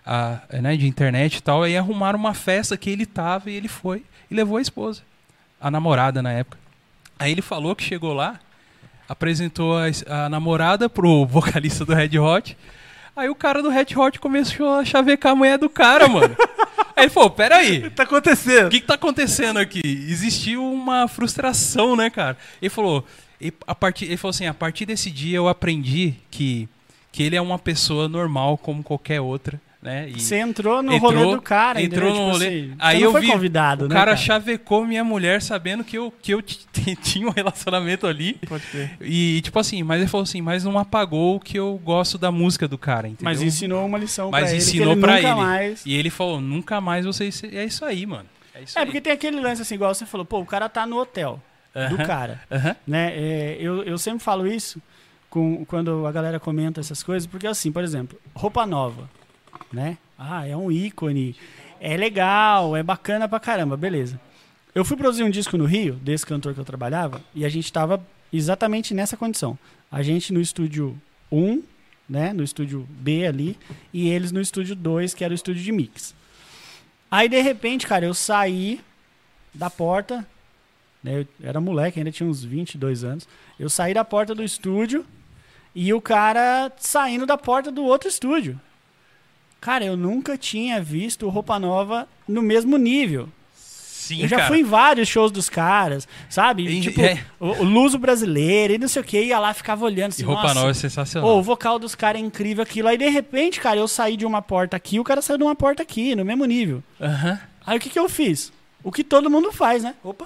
né, de internet e tal, aí arrumaram uma festa que ele tava e ele foi e levou a esposa, a namorada na época. Aí ele falou que chegou lá, apresentou a namorada pro vocalista do Red Hot, aí o cara do Red Hot começou a chavecar a mulher do cara, mano. Aí ele falou, peraí, O que tá acontecendo? o que tá acontecendo aqui? Existiu uma frustração, né, cara? Ele falou assim, a partir desse dia eu aprendi que ele é uma pessoa normal como qualquer outra, né? E Você entrou no rolê do cara, entrou entendeu? no Tipo rolê. assim, Aí você não eu foi vi convidado, o né, cara chavecou minha mulher sabendo que eu tinha um relacionamento ali. Pode crer. E tipo assim, mas ele falou assim, mas não apagou que eu gosto da música do cara, entendeu? Mas ensinou uma lição pra Mas ele, ensinou que ele pra nunca ele. mais... E ele falou, nunca mais você... É isso aí, mano. É isso aí. porque tem aquele lance assim, igual você falou, pô, o cara tá no hotel do Aham. cara, Aham. né? Eu sempre falo isso quando a galera comenta essas coisas, porque assim, por exemplo, roupa nova, né? Ah, é um ícone, é legal, é bacana pra caramba, beleza. Eu fui produzir um disco no Rio, desse cantor que eu trabalhava, e a gente tava exatamente nessa condição. A gente no estúdio 1, né? No estúdio B ali, e eles no estúdio 2, que era o estúdio de mix. Aí, de repente, cara, eu saí da porta, né? Eu era moleque, ainda tinha uns 22 anos. Eu saí da porta do estúdio e o cara saindo da porta do outro estúdio. Cara, eu nunca tinha visto Roupa Nova no mesmo nível. Sim, Eu já cara. fui em vários shows dos caras, sabe? E- Tipo, é. o Luso Brasileiro e não sei o que, ia lá, ficava olhando assim, E Roupa nossa, Nova é sensacional. o vocal dos caras é incrível aquilo. Aí, de repente, cara, eu saí de uma porta aqui, o cara saiu de uma porta aqui, no mesmo nível. Aham. Aí, o que eu fiz? O que todo mundo faz, né? Opa.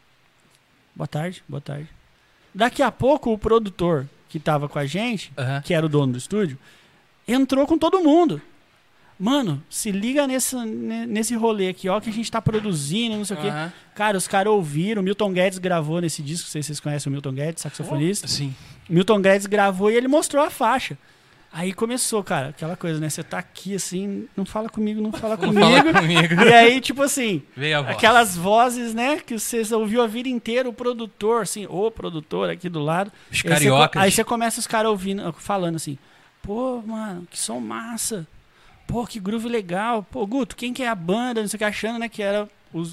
Boa tarde, boa tarde. Daqui a pouco, o produtor que tava com a gente, Aham. que era o dono do estúdio, entrou com todo mundo. Mano, se liga nesse rolê aqui, ó, que a gente tá produzindo, não sei o quê. Aham. Cara, os caras ouviram, o Milton Guedes gravou nesse disco, não sei se vocês conhecem o Milton Guedes, saxofonista. Sim. Milton Guedes gravou e ele mostrou a faixa. Aí começou, cara, aquela coisa, né? Você tá aqui assim, não fala comigo, não fala Não comigo. fala comigo. E aí, tipo assim, Veio a voz. aquelas vozes, né, que você ouviu a vida inteira, o produtor, assim, o produtor aqui do lado. Os Aí você cariocas. Aí você começa os caras ouvindo, falando assim, pô, mano, que som massa. Pô, que groove legal. Pô, Guto, quem que é a banda? Não sei o que, achando, né, que era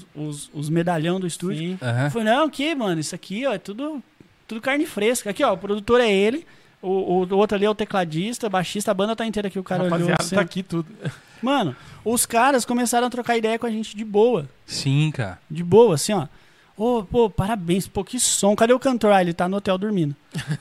os medalhão do estúdio. Sim. Aham. Eu falei, não, que, mano, isso aqui, ó, é tudo carne fresca. Aqui, ó, o produtor é ele, o outro ali é o tecladista, baixista, a banda tá inteira aqui, o cara olhou Rapaziada, assim. tá aqui tudo. Mano, os caras começaram a trocar ideia com a gente de boa. Sim, cara. De boa, assim, ó. Ô, pô, parabéns, pô, que som. Cadê o cantor? Ah, ele tá no hotel dormindo.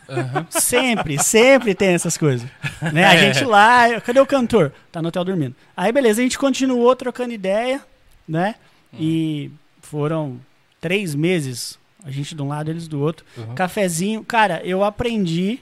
Sempre tem essas coisas. Né? A gente lá, cadê o cantor? Tá no hotel dormindo. Aí, beleza, a gente continuou trocando ideia, né? E foram 3 meses, a gente de um lado, eles do outro. Uhum. Cafezinho. Cara, eu aprendi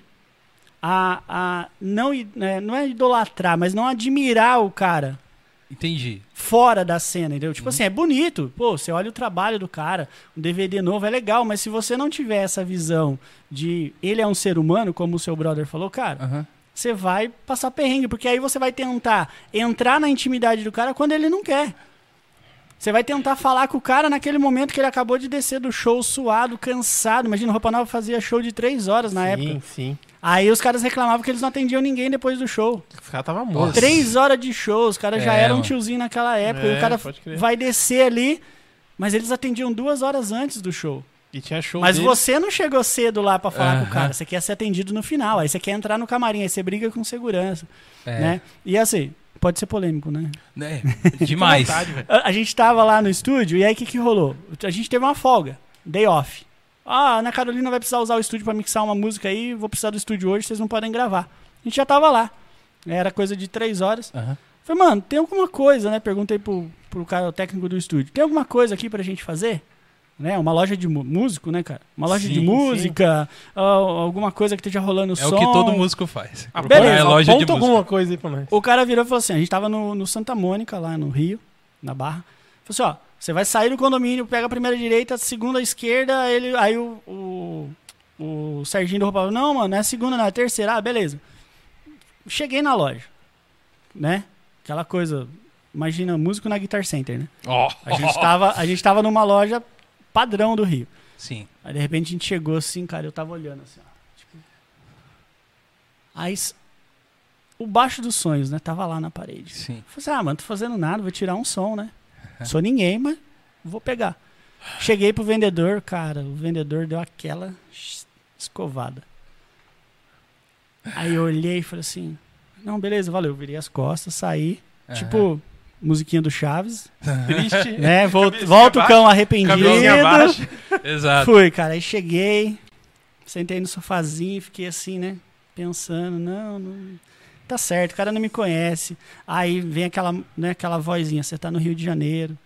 a não é idolatrar, mas não admirar o cara Entendi. fora da cena, entendeu? Tipo assim, é bonito. Pô, você olha o trabalho do cara, um DVD novo é legal, mas se você não tiver essa visão de ele é um ser humano, como o seu brother falou, cara, Aham. você vai passar perrengue, porque aí você vai tentar entrar na intimidade do cara quando ele não quer. Você vai tentar falar com o cara naquele momento que ele acabou de descer do show suado, cansado. Imagina, o Roupa Nova fazia show de 3 horas na época. Sim. Aí os caras reclamavam que eles não atendiam ninguém depois do show. Os caras estavam mortos. 3 horas de show, os caras já eram um mano. tiozinho naquela época. E É, o cara pode crer. vai descer ali, mas eles atendiam 2 horas antes do show. E tinha show Mas deles. você não chegou cedo lá pra falar com o Aham. cara. Você quer ser atendido no final. Aí você quer entrar no camarim, aí você briga com segurança. É. Né? E assim, pode ser polêmico, né? É, demais. Vontade, velho. A gente tava lá no estúdio e aí o que rolou? A gente teve uma folga, day off. Ah, a Ana Carolina vai precisar usar o estúdio pra mixar uma música aí, vou precisar do estúdio hoje, vocês não podem gravar. A gente já tava lá. Era coisa de 3 horas. Aham. Falei, mano, tem alguma coisa, né? Perguntei pro cara, o técnico do estúdio. Tem alguma coisa aqui pra gente fazer? Né? Uma loja de músico, né, cara? Uma loja de Sim, música, alguma coisa que esteja rolando É som. o que todo músico faz. Beleza, É loja de Aponta música. alguma coisa aí pra nós. O cara virou e falou assim: a gente tava no Santa Mônica, lá no Rio, na Barra. Falou assim: ó, você vai sair do condomínio, pega a primeira direita, a segunda esquerda, aí o Serginho do Roupa, não, mano, não é a segunda, não, é a terceira. Ah, beleza. Cheguei na loja, né? Aquela coisa, imagina, músico na Guitar Center, né? Ó. A gente tava numa loja padrão do Rio. Sim. Aí de repente a gente chegou assim, cara, eu tava olhando assim, ó. Tipo... Aí o baixo dos sonhos, né? Tava lá na parede. Sim. Eu falei assim, mano, tô fazendo nada, vou tirar um som, né? Sou ninguém, mas vou pegar. Cheguei pro vendedor, cara, o vendedor deu aquela escovada. Aí eu olhei e falei assim, não, beleza, valeu. Virei as costas, saí, tipo, musiquinha do Chaves, Triste. né? Cabecinha Volta o abaixo, cão arrependido. cabecinha abaixo. Exato. Fui, cara. Aí cheguei, sentei no sofazinho, fiquei assim, né? Pensando, não tá certo, o cara não me conhece. Aí vem aquela vozinha, você tá no Rio de Janeiro,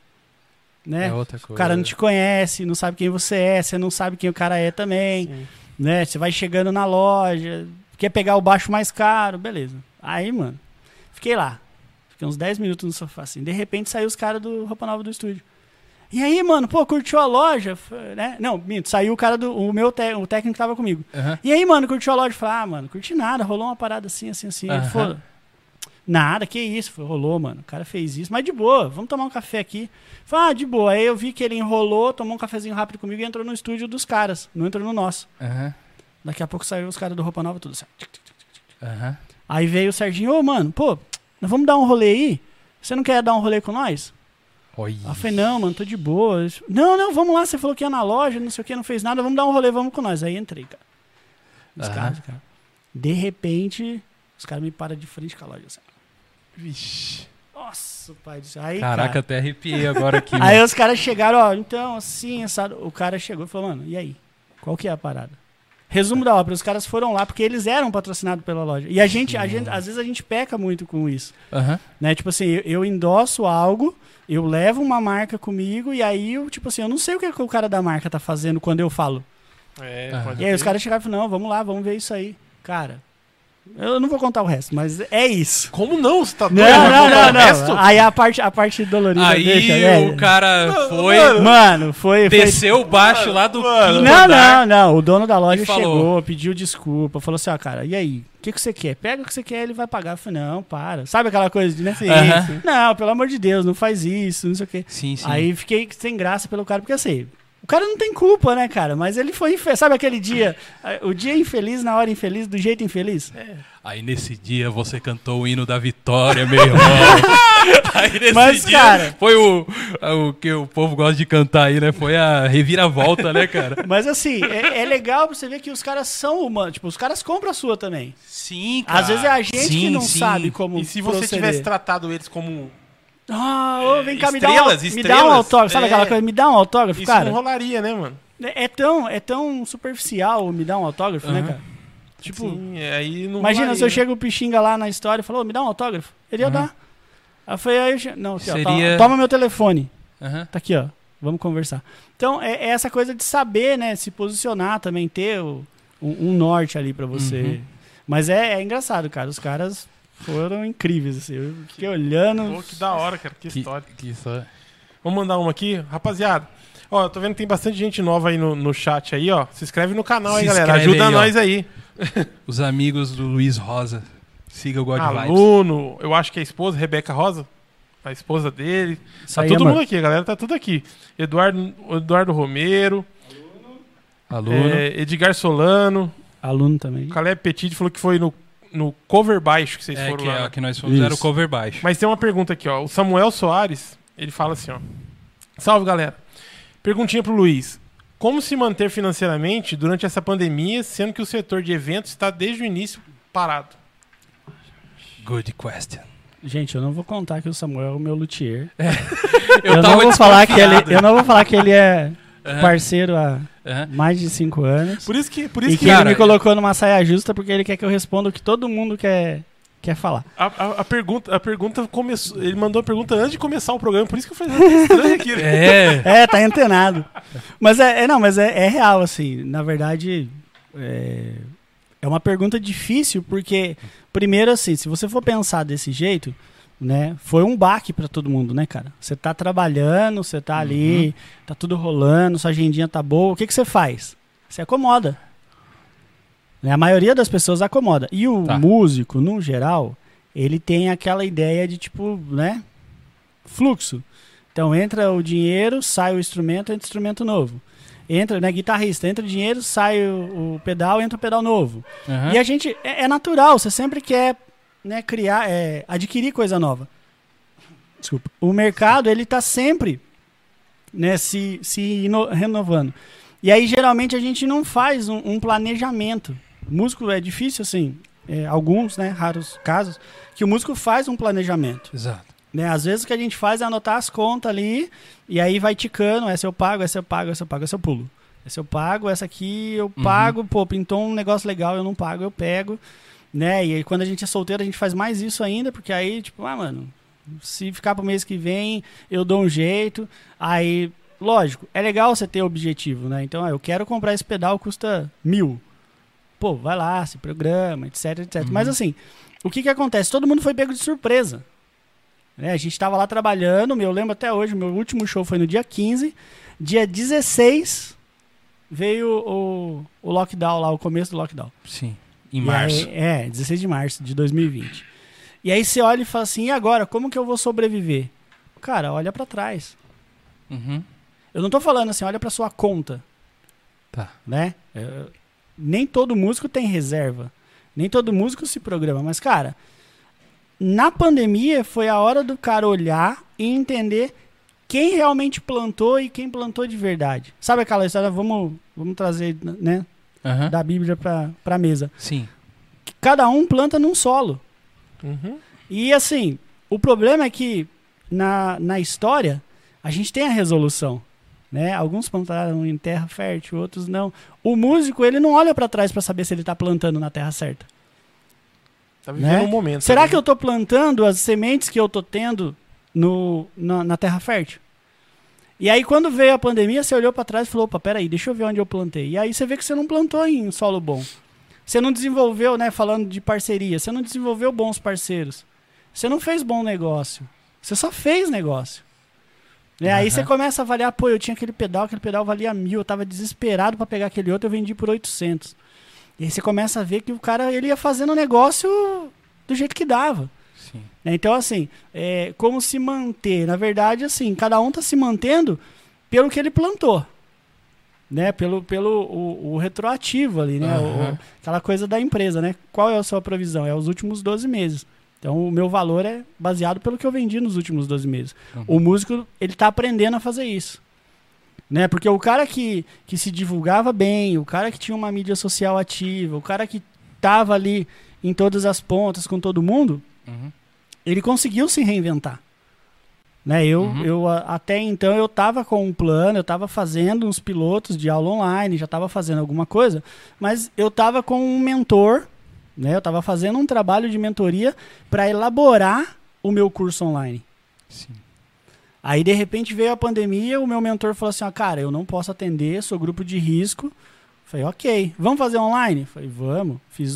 né? É outra O coisa. cara não te conhece, não sabe quem você é, você não sabe quem o cara é também, Sim. né? Você vai chegando na loja, quer pegar o baixo mais caro, beleza. Aí, mano, fiquei lá. Fiquei uns 10 minutos no sofá, assim. De repente saiu os caras do Roupa Nova do estúdio. E aí, mano, pô, curtiu a loja? Né? Não, minto, saiu o cara o técnico que tava comigo. Aham. E aí, mano, curtiu a loja? Falei, mano, curti nada, rolou uma parada assim. Ele Aham. falou, nada, que isso? Falei, rolou, mano, o cara fez isso, mas de boa, vamos tomar um café aqui. Falei, de boa. Aí eu vi que ele enrolou, tomou um cafezinho rápido comigo e entrou no estúdio dos caras, não entrou no nosso. Aham. Daqui a pouco saiu os caras do Roupa Nova, tudo certo. Aham. Aí veio o Serginho, ô, mano, pô, nós vamos dar um rolê aí? Você não quer dar um rolê com nós? Oi. Aí eu falei, não, mano, tô de boa. Não, vamos lá, você falou que ia na loja, não sei o que, não fez nada, vamos dar um rolê, vamos com nós. Aí entrei, cara. Os Aham. caras, cara. De repente, os caras me param de frente com a loja. Assim. Vixe. Nossa, pai do céu. Aí, Caraca, cara, até arrepiei agora aqui. aí mano. os caras chegaram, ó, então, assim, o cara chegou e falou, mano, e aí? Qual que é a parada? Resumo da obra, os caras foram lá porque eles eram patrocinados pela loja. E às vezes a gente peca muito com isso. Aham. Né? Tipo assim, eu endosso algo, eu levo uma marca comigo e aí, tipo assim, eu não sei o que o cara da marca tá fazendo quando eu falo. É, Ah. pode E aí os crer. caras chegaram e falaram, não, vamos lá, vamos ver isso aí. Cara, eu não vou contar o resto, mas é isso. Como não? Você tá Não, doido? Vai contar o não. resto? Aí a parte dolorida Aí deixa. o cara foi, Mano, foi... desceu o baixo lá do Mano. quinto Não, andar. não. O dono da loja E falou. chegou, pediu desculpa, falou assim, ó, cara, e aí? O que você quer? Pega o que você quer, ele vai pagar. Eu falei, não, para. Sabe aquela coisa de, né? Aham. Sim. Não, pelo amor de Deus, não faz isso, não sei o quê. Sim, sim. Aí fiquei sem graça pelo cara, porque assim, o cara não tem culpa, né, cara? Mas ele foi infeliz. Sabe aquele dia, o dia infeliz na hora infeliz, do jeito infeliz? Aí nesse dia você cantou o hino da vitória, meu irmão. Aí nesse Mas, dia cara- foi o que o povo gosta de cantar aí, né? Foi a reviravolta, né, cara? Mas assim, é legal pra você ver que os caras são humanos. Tipo, os caras compram a sua também. Sim, cara. Às vezes é a gente que Sim, não sim. sabe como E se você proceder. tivesse tratado eles como... Ô, vem cá, me dá Estrelas, um autógrafo. Sabe é. aquela coisa? Me dá um autógrafo, Isso cara. não rolaria, né, mano? É tão superficial o me dar um autógrafo, né, Aham. cara? Tipo, Sim, aí não imagina rolaria, se eu né? chego o Pixinga lá na história e falou, me dá um autógrafo. Ele ia Aham. dar. Aí eu falei, não, aqui, ó, Seria- toma meu telefone. Aham. Tá aqui, ó. Vamos conversar. Então, é essa coisa de saber, né? Se posicionar também, ter um norte ali pra você. Uhum. Mas é engraçado, cara. Os caras foram incríveis, assim. Eu fiquei olhando. Pô, que da hora, cara. Que história. Que só... Vamos mandar uma aqui. Rapaziada, ó, eu tô vendo que tem bastante gente nova aí no chat aí, ó. Se inscreve no canal aí, Se galera. inscreve Ajuda aí, ó. nós aí. Os amigos do Luiz Rosa. Siga o God Vibes. Aluno, eu acho que é a esposa, Rebeca Rosa. A esposa dele. Isso Tá aí, todo mano. mundo aqui, a galera tá tudo aqui. Eduardo Romero, Aluno. Edgar Solano. Aluno também. Caleb Petit falou que foi no cover baixo que vocês foram que, lá. que nós fomos era o Isso. cover baixo. Mas tem uma pergunta aqui, ó. O Samuel Soares, ele fala assim, ó. Salve, galera. Perguntinha pro Luiz. Como se manter financeiramente durante essa pandemia, sendo que o setor de eventos está desde o início parado? Good question. Gente, eu não vou contar que o Samuel é o meu luthier. Eu não tava vou falar que ele, desconfiado. eu não vou falar que ele é Aham, parceiro há aham. mais de 5 anos. Por isso que E que cara, ele me colocou numa saia justa porque ele quer que eu responda o que todo mundo quer falar. a pergunta começou. Ele mandou a pergunta antes de começar o programa, por isso que eu falei, "Ah, estranho aqui." É, Tá antenado. Mas é real, assim. Na verdade, é uma pergunta difícil porque, primeiro, assim, se você for pensar desse jeito, né, foi um baque pra todo mundo, né, cara? Você tá trabalhando, você tá ali, tá tudo rolando, sua agendinha tá boa, o que você faz? Você acomoda. Né? A maioria das pessoas acomoda. E o Tá. músico, no geral, ele tem aquela ideia de, tipo, né, fluxo. Então entra o dinheiro, sai o instrumento, entra o instrumento novo. Entra, né, guitarrista, entra o dinheiro, sai o pedal, entra o pedal novo. aham. E a gente, é natural, você sempre quer, né, criar, adquirir coisa nova. Desculpa. O mercado, ele tá sempre, né, renovando. E aí, geralmente, a gente não faz um planejamento. Músico é difícil, assim, alguns, né, raros casos, que o músico faz um planejamento. Exato. Né? Às vezes o que a gente faz é anotar as contas ali, e aí vai ticando, essa eu pago, essa eu pago, essa eu pago, essa eu pulo. Essa eu pago, essa aqui eu pago, pô, pintou um negócio legal, eu não pago, eu pego. Né? E aí quando a gente é solteiro, a gente faz mais isso ainda, porque aí, tipo, mano, se ficar pro mês que vem, eu dou um jeito. Aí, lógico, é legal você ter objetivo, né? Então, eu quero comprar esse pedal, custa 1.000. Pô, vai lá, se programa, etc, etc. Mas assim, o que acontece? Todo mundo foi pego de surpresa. Né? A gente tava lá trabalhando, eu lembro até hoje, meu último show foi no dia 15. Dia 16 veio o lockdown lá, o começo do lockdown. Sim. Em março. 16 de março de 2020. E aí você olha e fala assim, e agora? Como que eu vou sobreviver? Cara, olha pra trás. Uhum. Eu não tô falando assim, olha pra sua conta. Tá. Né? Nem todo músico tem reserva. Nem todo músico se programa. Mas, cara, na pandemia foi a hora do cara olhar e entender quem realmente plantou e quem plantou de verdade. Sabe aquela história, vamos trazer, né, Aham. da Bíblia pra mesa. Sim. Cada um planta num solo. Uhum. E assim, o problema é que na história a gente tem a resolução, né? Alguns plantaram em terra fértil, outros não. O músico, ele não olha pra trás pra saber se ele tá plantando na terra certa. Tá vivendo Né? um momento. Será também. que eu tô plantando as sementes que eu tô tendo na terra fértil? E aí quando veio a pandemia, você olhou pra trás e falou, opa, peraí, deixa eu ver onde eu plantei. E aí você vê que você não plantou em solo bom. Você não desenvolveu, né, falando de parceria, você não desenvolveu bons parceiros. Você não fez bom negócio. Você só fez negócio. Né? Aí você começa a avaliar, pô, eu tinha aquele pedal valia 1.000, eu tava desesperado pra pegar aquele outro, eu vendi por 800. E aí você começa a ver que o cara, ele ia fazendo negócio do jeito que dava. Sim. Então, assim, como se manter? Na verdade, assim, cada um tá se mantendo pelo que ele plantou. Né? Pelo o retroativo ali, né? Aham. Aquela coisa da empresa, né? Qual é a sua provisão? É os últimos 12 meses. Então, o meu valor é baseado pelo que eu vendi nos últimos 12 meses. O músico, ele tá aprendendo a fazer isso. Né? Porque o cara que se divulgava bem, o cara que tinha uma mídia social ativa, o cara que tava ali em todas as pontas com todo mundo, ele conseguiu se reinventar. Né? Eu até então eu estava com um plano, eu estava fazendo uns pilotos de aula online, já estava fazendo alguma coisa, mas eu estava com um mentor, né? Eu estava fazendo um trabalho de mentoria para elaborar o meu curso online. Sim. Aí de repente veio a pandemia, o meu mentor falou assim, cara, eu não posso atender, sou grupo de risco. Falei, ok, vamos fazer online? Falei, vamos. Fiz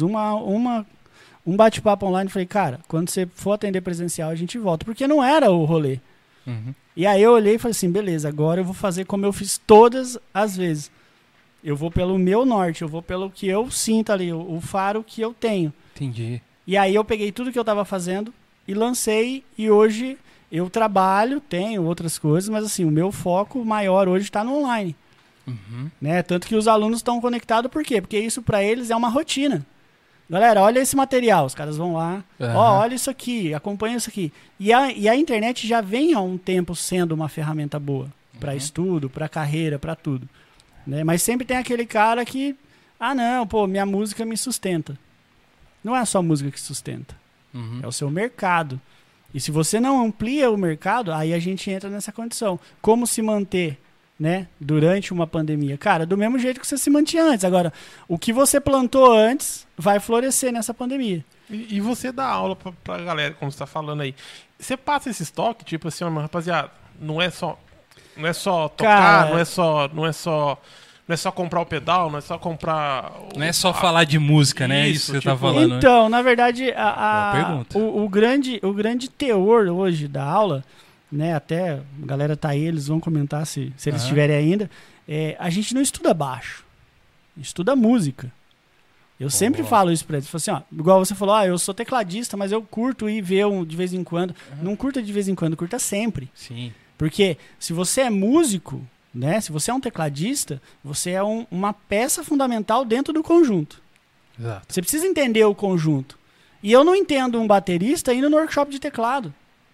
um bate-papo online, falei, cara, quando você for atender presencial a gente volta, porque não era o rolê. E aí eu olhei e falei assim, beleza, agora eu vou fazer como eu fiz todas as vezes. Eu vou pelo meu norte, eu vou pelo que eu sinto ali, o faro que eu tenho. Entendi. E aí eu peguei tudo que eu estava fazendo e lancei, e hoje eu trabalho, tenho outras coisas, mas assim, o meu foco maior hoje está no online. Né? Tanto que os alunos estão conectados, por quê? Porque isso para eles é uma rotina. Galera, olha esse material, os caras vão lá, olha isso aqui, acompanha isso aqui. E a internet já vem há um tempo sendo uma ferramenta boa para estudo, para carreira, para tudo. Né? Mas sempre tem aquele cara que, não, pô, minha música me sustenta. Não é só a música que sustenta, é o seu mercado. E se você não amplia o mercado, aí a gente entra nessa condição. Como se manter, né, durante uma pandemia? Cara, do mesmo jeito que você se mantinha antes. Agora, o que você plantou antes vai florescer nessa pandemia. E você dá aula pra galera, como você tá falando aí. Você passa esse estoque, tipo assim, rapaziada, não é só tocar, Cara, não é só comprar o pedal, não é só comprar... Não é só falar de música, né? Isso que você tá falando. Né? Então, na verdade, Boa pergunta. o grande teor hoje da aula, né, até a galera tá aí, eles vão comentar se eles estiverem ainda, a gente não estuda baixo, a gente estuda música. Eu sempre falo isso pra eles, falo assim, igual você falou, eu sou tecladista, mas eu curto ir ver de vez em quando. Não curta de vez em quando, curta sempre. Sim. Porque se você é músico, né, se você é um tecladista, você é uma peça fundamental dentro do conjunto. Exato. Você precisa entender o conjunto. E eu não entendo um baterista indo no workshop de teclado.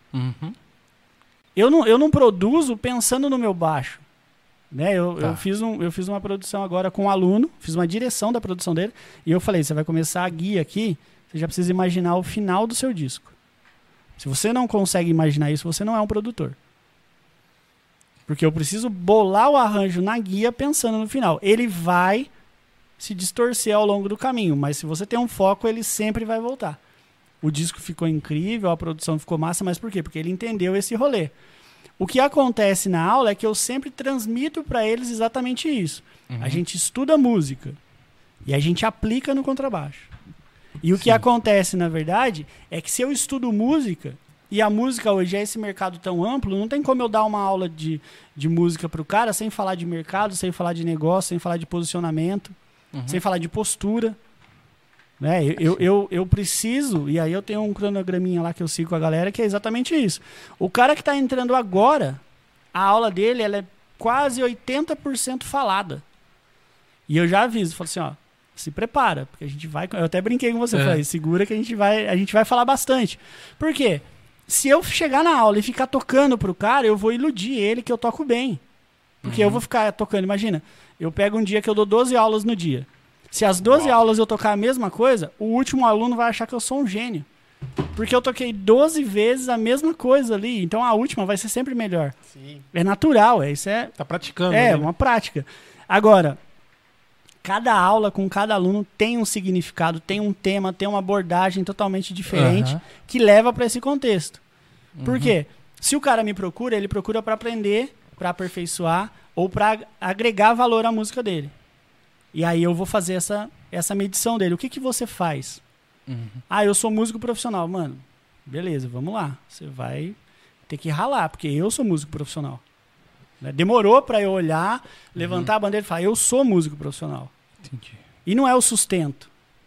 Eu não produzo pensando no meu baixo. Né? Eu fiz uma produção agora com um aluno, fiz uma direção da produção dele, e eu falei, você vai começar a guia aqui, você já precisa imaginar o final do seu disco. Se você não consegue imaginar isso, você não é um produtor. Porque eu preciso bolar o arranjo na guia pensando no final. Ele vai se distorcer ao longo do caminho, mas se você tem um foco, ele sempre vai voltar. O disco ficou incrível, a produção ficou massa, mas por quê? Porque ele entendeu esse rolê. O que acontece na aula é que eu sempre transmito para eles exatamente isso. A gente estuda música e a gente aplica no contrabaixo. E o que acontece, na verdade, é que se eu estudo música, e a música hoje é esse mercado tão amplo, não tem como eu dar uma aula de música pro cara sem falar de mercado, sem falar de negócio, sem falar de posicionamento, sem falar de postura. Né? Eu preciso, e aí eu tenho um cronograminha lá que eu sigo com a galera, que é exatamente isso. O cara que está entrando agora, a aula dele ela é quase 80% falada. E eu já aviso, falo assim, se prepara, porque a gente vai... Eu até brinquei com você, falei, segura que a gente vai falar bastante. Por quê? Se eu chegar na aula e ficar tocando pro cara, eu vou iludir ele que eu toco bem. Porque eu vou ficar tocando, imagina, eu pego um dia que eu dou 12 aulas no dia. Se as 12 aulas eu tocar a mesma coisa, o último aluno vai achar que eu sou um gênio. Porque eu toquei 12 vezes a mesma coisa ali. Então a última vai ser sempre melhor. Sim. É natural, Tá praticando. É né? uma prática. Agora, cada aula com cada aluno tem um significado, tem um tema, tem uma abordagem totalmente diferente que leva para esse contexto. Por quê? Se o cara me procura, ele procura para aprender, para aperfeiçoar ou para agregar valor à música dele. E aí eu vou fazer essa medição dele. O que você faz? Eu sou músico profissional. Mano, beleza, vamos lá. Você vai ter que ralar, porque eu sou músico profissional. Né? Demorou para eu olhar, levantar a bandeira e falar, eu sou músico profissional. Entendi. E não é o sustento.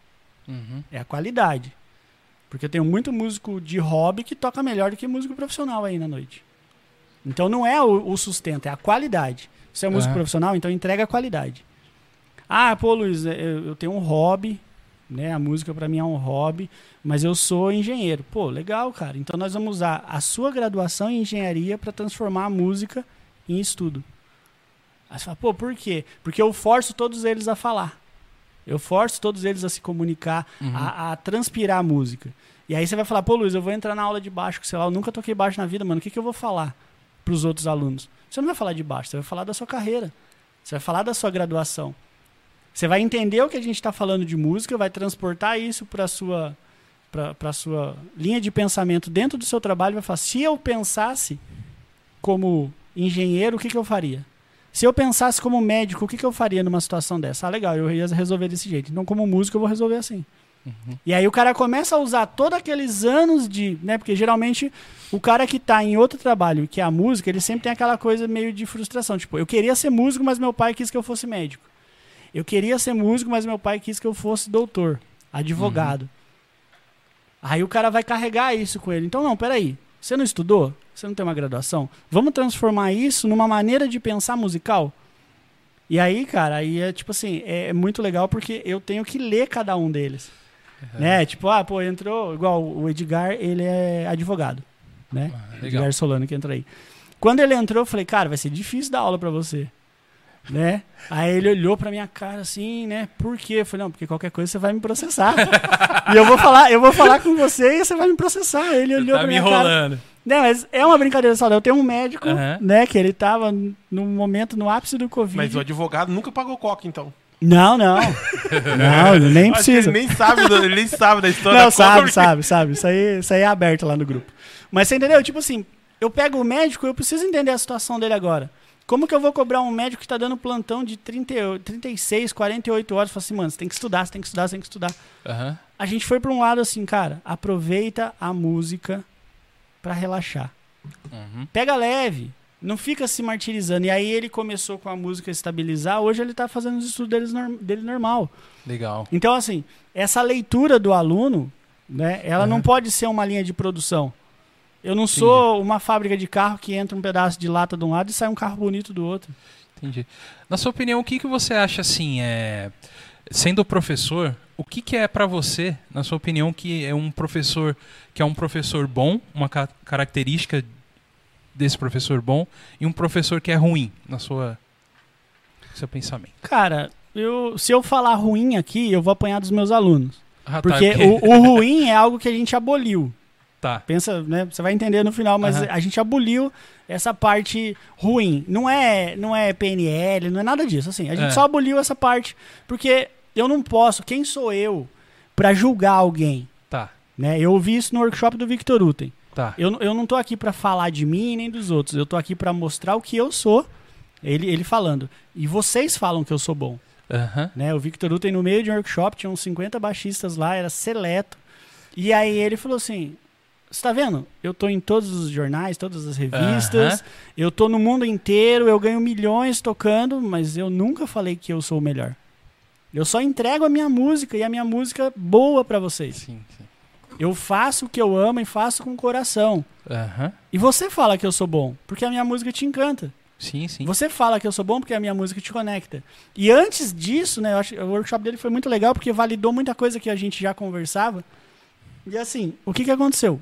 É a qualidade. Porque eu tenho muito músico de hobby que toca melhor do que músico profissional aí na noite. Então não é o sustento, é a qualidade. Você é músico profissional, então entrega a qualidade. Pô, Luiz, eu tenho um hobby, né? A música para mim é um hobby, mas eu sou engenheiro. Pô, legal, cara. Então nós vamos usar a sua graduação em engenharia para transformar a música em estudo. Aí você fala, pô, por quê? Porque eu forço todos eles a falar. Eu forço todos eles a se comunicar, a transpirar a música. E aí você vai falar, pô, Luiz, eu vou entrar na aula de baixo, sei lá, eu nunca toquei baixo na vida, mano. O que eu vou falar pros outros alunos? Você não vai falar de baixo, você vai falar da sua carreira. Você vai falar da sua graduação. Você vai entender o que a gente está falando de música, vai transportar isso para a sua linha de pensamento dentro do seu trabalho e vai falar, se eu pensasse como engenheiro, o que eu faria? Se eu pensasse como médico, o que eu faria numa situação dessa? Legal, eu ia resolver desse jeito. Então, como músico, eu vou resolver assim. E aí o cara começa a usar todos aqueles anos de... né? Porque geralmente o cara que está em outro trabalho, que é a música, ele sempre tem aquela coisa meio de frustração. Tipo, eu queria ser músico, mas meu pai quis que eu fosse médico. Eu queria ser músico, mas meu pai quis que eu fosse doutor, advogado. Aí o cara vai carregar isso com ele. Então, não, peraí. Você não estudou? Você não tem uma graduação? Vamos transformar isso numa maneira de pensar musical? E aí, cara, aí é tipo assim, é muito legal porque eu tenho que ler cada um deles. Né? Tipo, entrou, igual o Edgar, ele é advogado, né? Legal. Edgar Solano que entrou aí. Quando ele entrou, eu falei, cara, vai ser difícil dar aula pra você, né? Aí ele olhou pra minha cara assim, né? Por quê? Eu falei, não, porque qualquer coisa você vai me processar. E eu vou falar com você e você vai me processar. Ele olhou pra minha cara. Tá me enrolando. Não, mas é uma brincadeira saudável. Eu tenho um médico, né, que ele tava no momento, no ápice do Covid. Mas o advogado nunca pagou coca, então. Não. Não, nem precisa. Ele nem sabe da história. Não, sabe. Isso aí é aberto lá no grupo. Mas você entendeu? Tipo assim, eu pego o médico, eu preciso entender a situação dele agora. Como que eu vou cobrar um médico que tá dando plantão de 36, 48 horas? Eu falo assim, mano, você tem que estudar. Uhum. A gente foi pra um lado assim, cara, aproveita a música pra relaxar. Uhum. Pega leve. Não fica se martirizando. E aí ele começou com a música estabilizar. Hoje ele tá fazendo os estudos dele normal. Legal. Então, assim, essa leitura do aluno, né, ela não pode ser uma linha de produção. Eu não sou uma fábrica de carro que entra um pedaço de lata de um lado e sai um carro bonito do outro. Entendi. Na sua opinião, o que você acha, assim, sendo professor, o que é pra você, na sua opinião, que é um professor bom, uma característica desse professor bom, e um professor que é ruim, no seu pensamento? Cara, se eu falar ruim aqui, eu vou apanhar dos meus alunos. Porque tá, o ruim é algo que a gente aboliu. Tá. Pensa, né? Você vai entender no final, mas a gente aboliu essa parte ruim. Não é PNL, não é nada disso. Assim, a gente só aboliu essa parte, porque eu não posso. Quem sou eu pra julgar alguém? Tá. Né? Eu ouvi isso no workshop do Victor Uten. Tá. Eu não tô aqui pra falar de mim nem dos outros. Eu tô aqui pra mostrar o que eu sou. Ele falando. E vocês falam que eu sou bom. Né? O Victor Uten, no meio de um workshop, tinha uns 50 baixistas lá, era seleto. E aí ele falou assim, você tá vendo? Eu tô em todos os jornais, todas as revistas, eu tô no mundo inteiro, eu ganho milhões tocando, mas eu nunca falei que eu sou o melhor. Eu só entrego a minha música, e a minha música boa pra vocês. Sim. Eu faço o que eu amo e faço com o coração. E você fala que eu sou bom, porque a minha música te encanta. Sim. Você fala que eu sou bom porque a minha música te conecta. E antes disso, né, eu acho que o workshop dele foi muito legal porque validou muita coisa que a gente já conversava. E assim, o que aconteceu?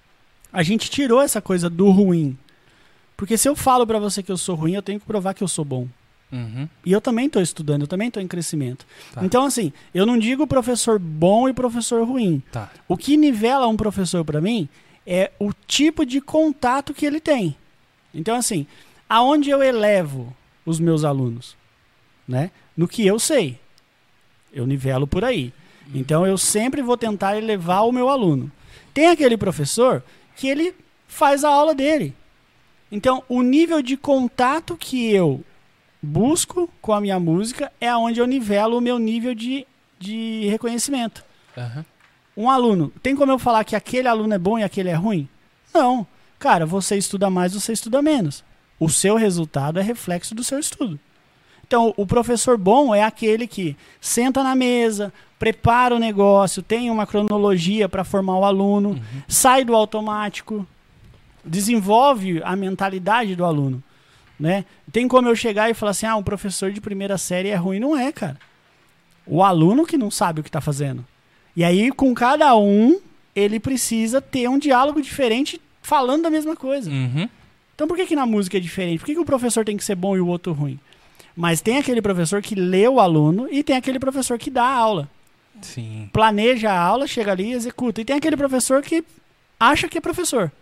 A gente tirou essa coisa do ruim. Porque se eu falo pra você que eu sou ruim, eu tenho que provar que eu sou bom. E eu também tô estudando, eu também tô em crescimento. Tá. Então, assim, eu não digo professor bom e professor ruim. Tá. O que nivela um professor pra mim é o tipo de contato que ele tem. Então, assim, aonde eu elevo os meus alunos? Né? No que eu sei. Eu nivelo por aí. Então, eu sempre vou tentar elevar o meu aluno. Tem aquele professor que ele faz a aula dele. Então, o nível de contato que eu busco com a minha música é onde eu nivelo o meu nível de reconhecimento. Um aluno, tem como eu falar que aquele aluno é bom e aquele é ruim? Não. Cara, você estuda mais, você estuda menos. O seu resultado é reflexo do seu estudo. Então, o professor bom é aquele que senta na mesa, prepara o negócio, tem uma cronologia para formar o aluno, sai do automático, desenvolve a mentalidade do aluno. Né? Tem como eu chegar e falar assim, um professor de primeira série é ruim? Não é, cara. O aluno que não sabe o que está fazendo. E aí, com cada um, ele precisa ter um diálogo diferente falando da mesma coisa. Então, por que na música é diferente? Por que o professor tem que ser bom e o outro ruim? Mas tem aquele professor que lê o aluno e tem aquele professor que dá a aula. Sim. Planeja a aula, chega ali e executa. E tem aquele professor que acha que é professor.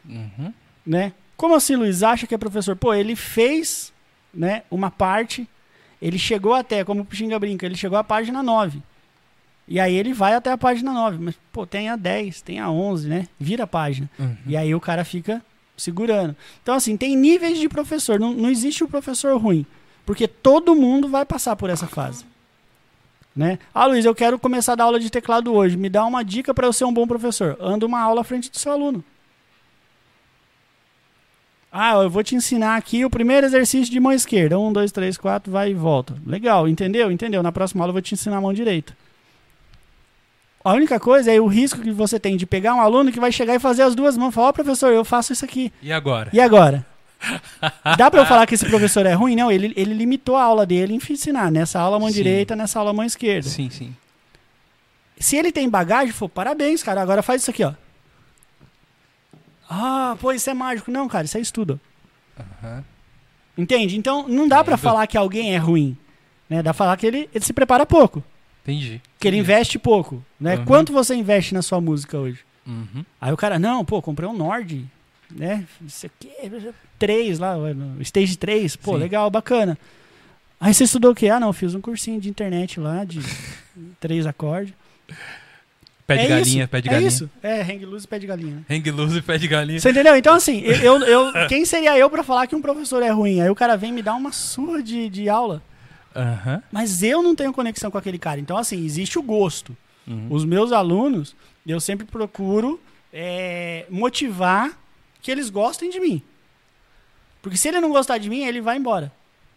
Né? Como assim, Luiz? Acha que é professor? Pô, ele fez, né, uma parte, ele chegou até, como o Pixinga brinca, ele chegou à página 9. E aí ele vai até a página 9. Mas, pô, tem a 10, tem a 11, né? Vira a página. E aí o cara fica segurando. Então, assim, tem níveis de professor. Não existe o professor ruim. Porque todo mundo vai passar por essa fase. Né? Luiz, eu quero começar a dar aula de teclado hoje. Me dá uma dica para eu ser um bom professor. Anda uma aula à frente do seu aluno. Eu vou te ensinar aqui o primeiro exercício de mão esquerda. 1, 2, 3, 4, vai e volta. Legal, entendeu? Entendeu. Na próxima aula eu vou te ensinar a mão direita. A única coisa é o risco que você tem de pegar um aluno que vai chegar e fazer as duas mãos. Falar, professor, eu faço isso aqui. E agora? E agora? Dá pra eu falar que esse professor é ruim? Não, ele limitou a aula dele em ensinar. Nessa aula, mão Sim. direita, nessa aula, mão esquerda. Sim, sim. Se ele tem bagagem, parabéns, cara. Agora faz isso aqui, ó. Ah, pô, isso é mágico. Não, cara, isso é estudo. Aham. Entende? Então, não dá pra falar que alguém é ruim. Né? Dá pra falar que ele se prepara pouco. Entendi. Que ele investe pouco. Né? Uhum. Quanto você investe na sua música hoje? Uhum. Aí o cara, não, pô, comprei um Nord. Né? Isso aqui, 3 lá, no Stage 3. Pô, Sim. legal, bacana. Aí você estudou o quê? Ah, não, fiz um cursinho de internet lá, de 3 acordes. Pé de galinha, isso, pé de é galinha. isso. É, hang loose e pé de galinha. Hang loose e pé de galinha. Você entendeu? Então, assim, quem seria eu pra falar que um professor é ruim? Aí o cara vem me dar uma surra de aula. Aham. Mas eu não tenho conexão com aquele cara. Então, assim, existe o gosto. Uhum. Os meus alunos, eu sempre procuro motivar que eles gostem de mim. Porque se ele não gostar de mim, ele vai embora.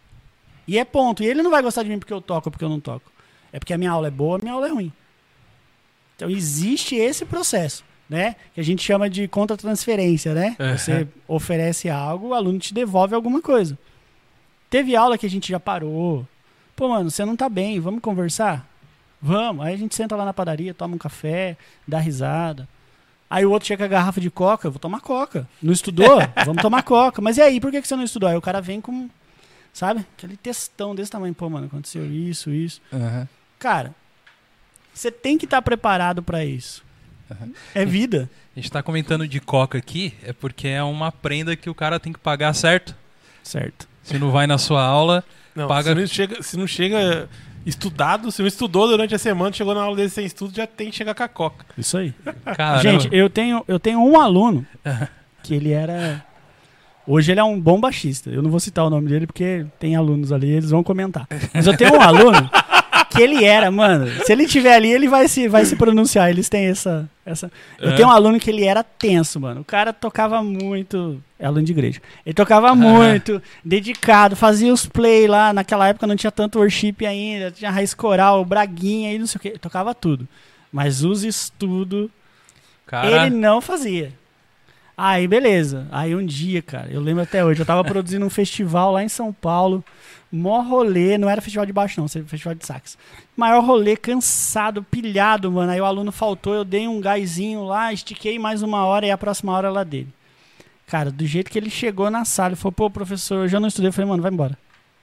E é ponto. E ele não vai gostar de mim porque eu toco ou porque eu não toco. É porque a minha aula é boa, a minha aula é ruim. Então existe esse processo, né? Que a gente chama de contra-transferência, né? Uhum. Você oferece algo, o aluno te devolve alguma coisa. Teve aula que a gente já parou. Pô, mano, você não tá bem, vamos conversar? Vamos. Aí a gente senta lá na padaria, toma um café, dá risada. Aí o outro chega com a garrafa de coca, eu vou tomar coca. Não estudou? Vamos tomar coca. Mas e aí, por que você não estudou? Aí o cara vem com, sabe? Aquele textão desse tamanho. Pô, mano, aconteceu isso. Aham. Cara, você tem que estar preparado pra isso. É vida. A gente tá comentando de coca aqui, é porque é uma prenda que o cara tem que pagar, certo? Certo. Se não vai na sua aula, Não, paga... se não chega estudado, se não estudou durante a semana, chegou na aula dele sem estudo, já tem que chegar com a coca. Isso aí. Caramba. Gente, eu tenho um aluno que ele era... Hoje ele é um bom baixista. Eu não vou citar o nome dele porque tem alunos ali, eles vão comentar. Mas eu tenho um aluno que ele era, mano. Se ele estiver ali, ele vai se pronunciar. Eles têm essa... Eu tenho um aluno que ele era tenso, mano. O cara tocava muito... É aluno de igreja. Ele tocava muito, dedicado, fazia os play lá. Naquela época não tinha tanto worship ainda. Tinha raiz coral, braguinha e não sei o quê. Ele tocava tudo. Mas os estudos, Cara, ele não fazia. Aí, beleza. Aí um dia, cara, eu lembro até hoje, eu tava produzindo um festival lá em São Paulo, mó rolê, não era festival de baixo não, era festival de sax. Maior rolê, cansado, pilhado, mano. Aí o aluno faltou, eu dei um gásinho lá, estiquei mais 1 hora e a próxima hora era dele. Cara, do jeito que ele chegou na sala, ele falou, pô, professor, eu já não estudei. Eu falei, mano, vai embora.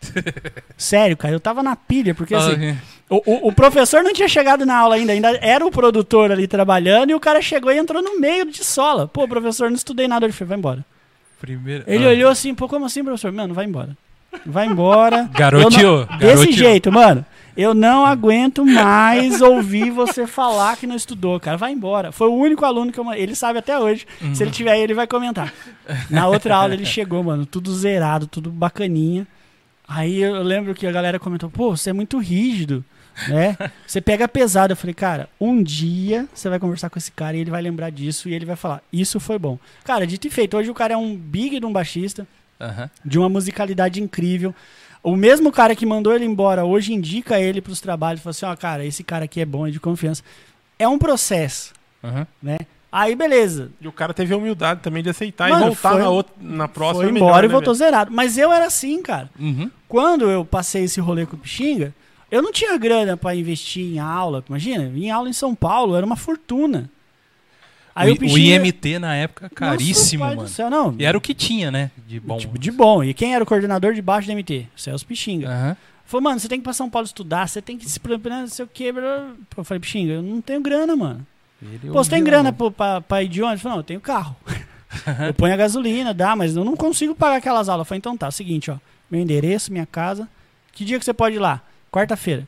Sério, cara, eu tava na pilha, porque assim, o professor não tinha chegado na aula ainda era o produtor ali trabalhando e o cara chegou e entrou no meio de sola. Pô, professor, não estudei nada. Ele falou, vai embora. primeiro... Ele olhou assim, pô, como assim, professor? Mano, vai embora. Vai embora. Garoteou, Desse garoteou. jeito, mano. Eu não aguento mais ouvir você falar que não estudou, cara. Vai embora. Foi o único aluno que ele sabe até hoje. Se ele tiver aí, ele vai comentar. Na outra aula ele chegou, mano, tudo zerado, tudo bacaninha. Aí eu lembro que a galera comentou, pô, você é muito rígido, né? Você pega pesado. Eu falei, cara, um dia você vai conversar com esse cara e ele vai lembrar disso e ele vai falar, isso foi bom. Cara, dito e feito, hoje o cara é um big de um baixista, Aham. de uma musicalidade incrível. O mesmo cara que mandou ele embora hoje indica ele pros trabalhos, fala assim, ó, cara, esse cara aqui é bom, é de confiança. É um processo, Aham. né? Aí, beleza. E o cara teve a humildade também de aceitar Mano, e voltar foi- na próxima. Foi melhor, embora e né, voltou velho? zerado. Mas eu era assim, cara. Uhum. Quando eu passei esse rolê com o Pixinga, eu não tinha grana pra investir em aula. Imagina, em aula em São Paulo era uma fortuna. Aí O IMT na época, caríssimo, Nossa, pai do mano. céu, não. E era o que tinha, né? De bom. Tipo, de bom. E quem era o coordenador de baixo do MT? Celso Pixinga. Aham. Falou, mano, você tem que ir pra São Paulo estudar, você tem que se preparar, não sei o quê. Blá, blá. Pô, eu falei, Pixinga, eu não tenho grana, mano. Ele Pô, você tem ouviu, grana né? pra ir de ônibus? Eu falei, não, eu tenho carro. Eu ponho a gasolina, dá, mas eu não consigo pagar aquelas aulas. Eu falei, então tá, é o seguinte, ó. Meu endereço, minha casa. Que dia que você pode ir lá? Quarta-feira.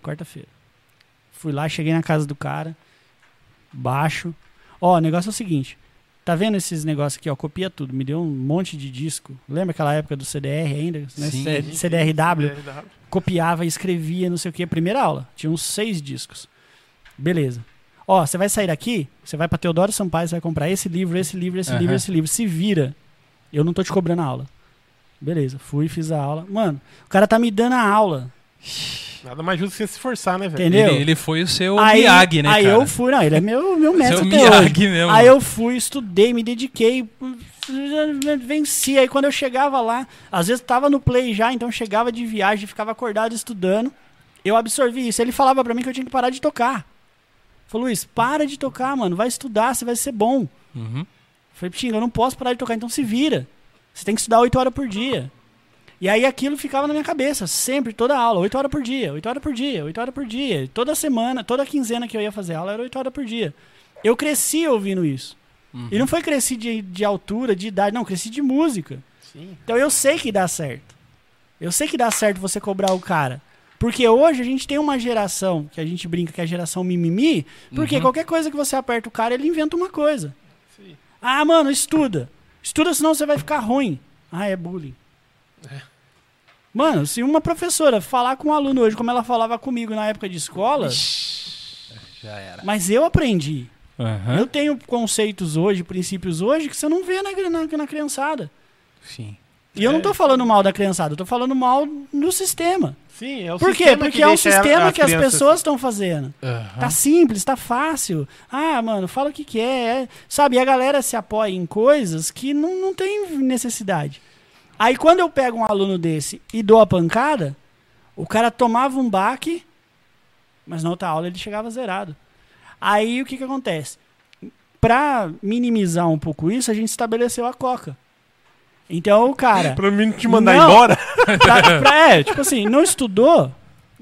Fui lá, cheguei na casa do cara. Baixo. Ó, o negócio é o seguinte. Tá vendo esses negócios aqui, ó? Copia tudo. Me deu um monte de disco. Lembra aquela época do CDR ainda? Né? Sim. CDRW. Copiava, escrevia, não sei o que. Primeira aula. Tinha uns 6 discos. Beleza. Ó, você vai sair daqui, você vai pra Teodoro Sampaio, você vai comprar esse livro, esse livro, esse Aham. livro, esse livro. Se vira. Eu não tô te cobrando a aula. Beleza, fui, fiz a aula. Mano, o cara tá me dando a aula. Nada mais justo que você se esforçar, né, velho? Entendeu? Ele foi o seu Aí, Miyagi, né, aí cara? eu fui, não, ele é meu mestre Seu até Miyagi hoje. mesmo. Aí eu fui, estudei, me dediquei, vencia. Aí quando eu chegava lá, às vezes tava no play já, então chegava de viagem, ficava acordado estudando. Eu absorvi isso. Ele falava pra mim que eu tinha que parar de tocar. Falou, Luiz, para de tocar, mano. Vai estudar, você vai ser bom. Uhum. Falei, Ptinga, eu não posso parar de tocar, então se vira. Você tem que estudar 8 horas por dia. E aí aquilo ficava na minha cabeça, sempre, toda aula, 8 horas por dia, 8 horas por dia, 8 horas por dia. Toda semana, toda quinzena que eu ia fazer aula era 8 horas por dia. Eu cresci ouvindo isso. Uhum. E não foi cresci de altura, de idade, não, cresci de música. Sim. Então eu sei que dá certo. Eu sei que dá certo você cobrar o cara. Porque hoje a gente tem uma geração, que a gente brinca que é a geração mimimi, porque qualquer coisa que você aperta o cara, ele inventa uma coisa. Sim. Ah, mano, estuda. Estuda, senão você vai ficar ruim. Ah, é bullying. Mano, se uma professora falar com um aluno hoje como ela falava comigo na época de escola, Já era. mas eu aprendi. Uhum. Eu tenho conceitos hoje, princípios hoje, que você não vê na criançada. Sim. E eu não tô falando mal da criançada, eu tô falando mal do sistema. Sim, é o Por quê? sistema Porque que é o deixa sistema que as crianças- pessoas estão fazendo. Uhum. Tá simples, tá fácil. Ah, mano, fala o que é. Sabe, e a galera se apoia em coisas que não tem necessidade. Aí quando eu pego um aluno desse e dou a pancada, o cara tomava um baque, mas na outra aula ele chegava zerado. Aí o que acontece? Pra minimizar um pouco isso, a gente estabeleceu a coca. Então o cara... Pra mim te mandar Não. embora? tipo assim, não estudou,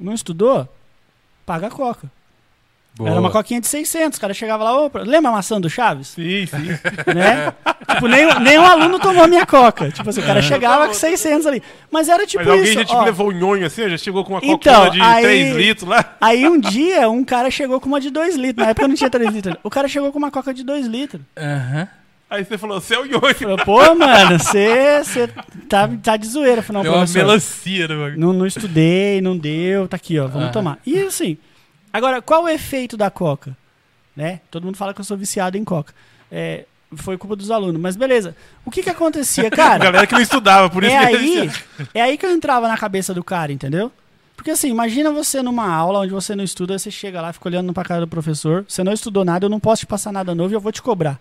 paga a coca. Boa. Era uma coquinha de 600, o cara chegava lá, opa, lembra a maçã do Chaves? Sim, sim. Né? Tipo, nenhum aluno tomou minha coca. Tipo assim, o cara chegava com 600 ali. Mas era tipo Mas alguém isso. já tipo, ó. levou um nhonho assim? Já chegou com uma Então, coquinha de aí- 3 litros lá? Aí um dia, um cara chegou com uma de 2 litros. Na época não tinha 3 litros. O cara chegou com uma coca de 2 litros. Aham. Aí você falou, você é o nhonho. Falou, pô, mano, você tá de zoeira. Eu falei, Deu não, uma professor, melancia no bagulho. não estudei, não deu, tá aqui, ó, vamos Aham. tomar. E assim, agora, qual o efeito da coca? Né? Todo mundo fala que eu sou viciado em coca. Foi culpa dos alunos, mas beleza. O que acontecia, cara? Galera que não estudava, por isso É aí que eu entrava na cabeça do cara, entendeu? Porque assim, imagina você numa aula onde você não estuda, você chega lá, fica olhando pra cara do professor, você não estudou nada, eu não posso te passar nada novo e eu vou te cobrar.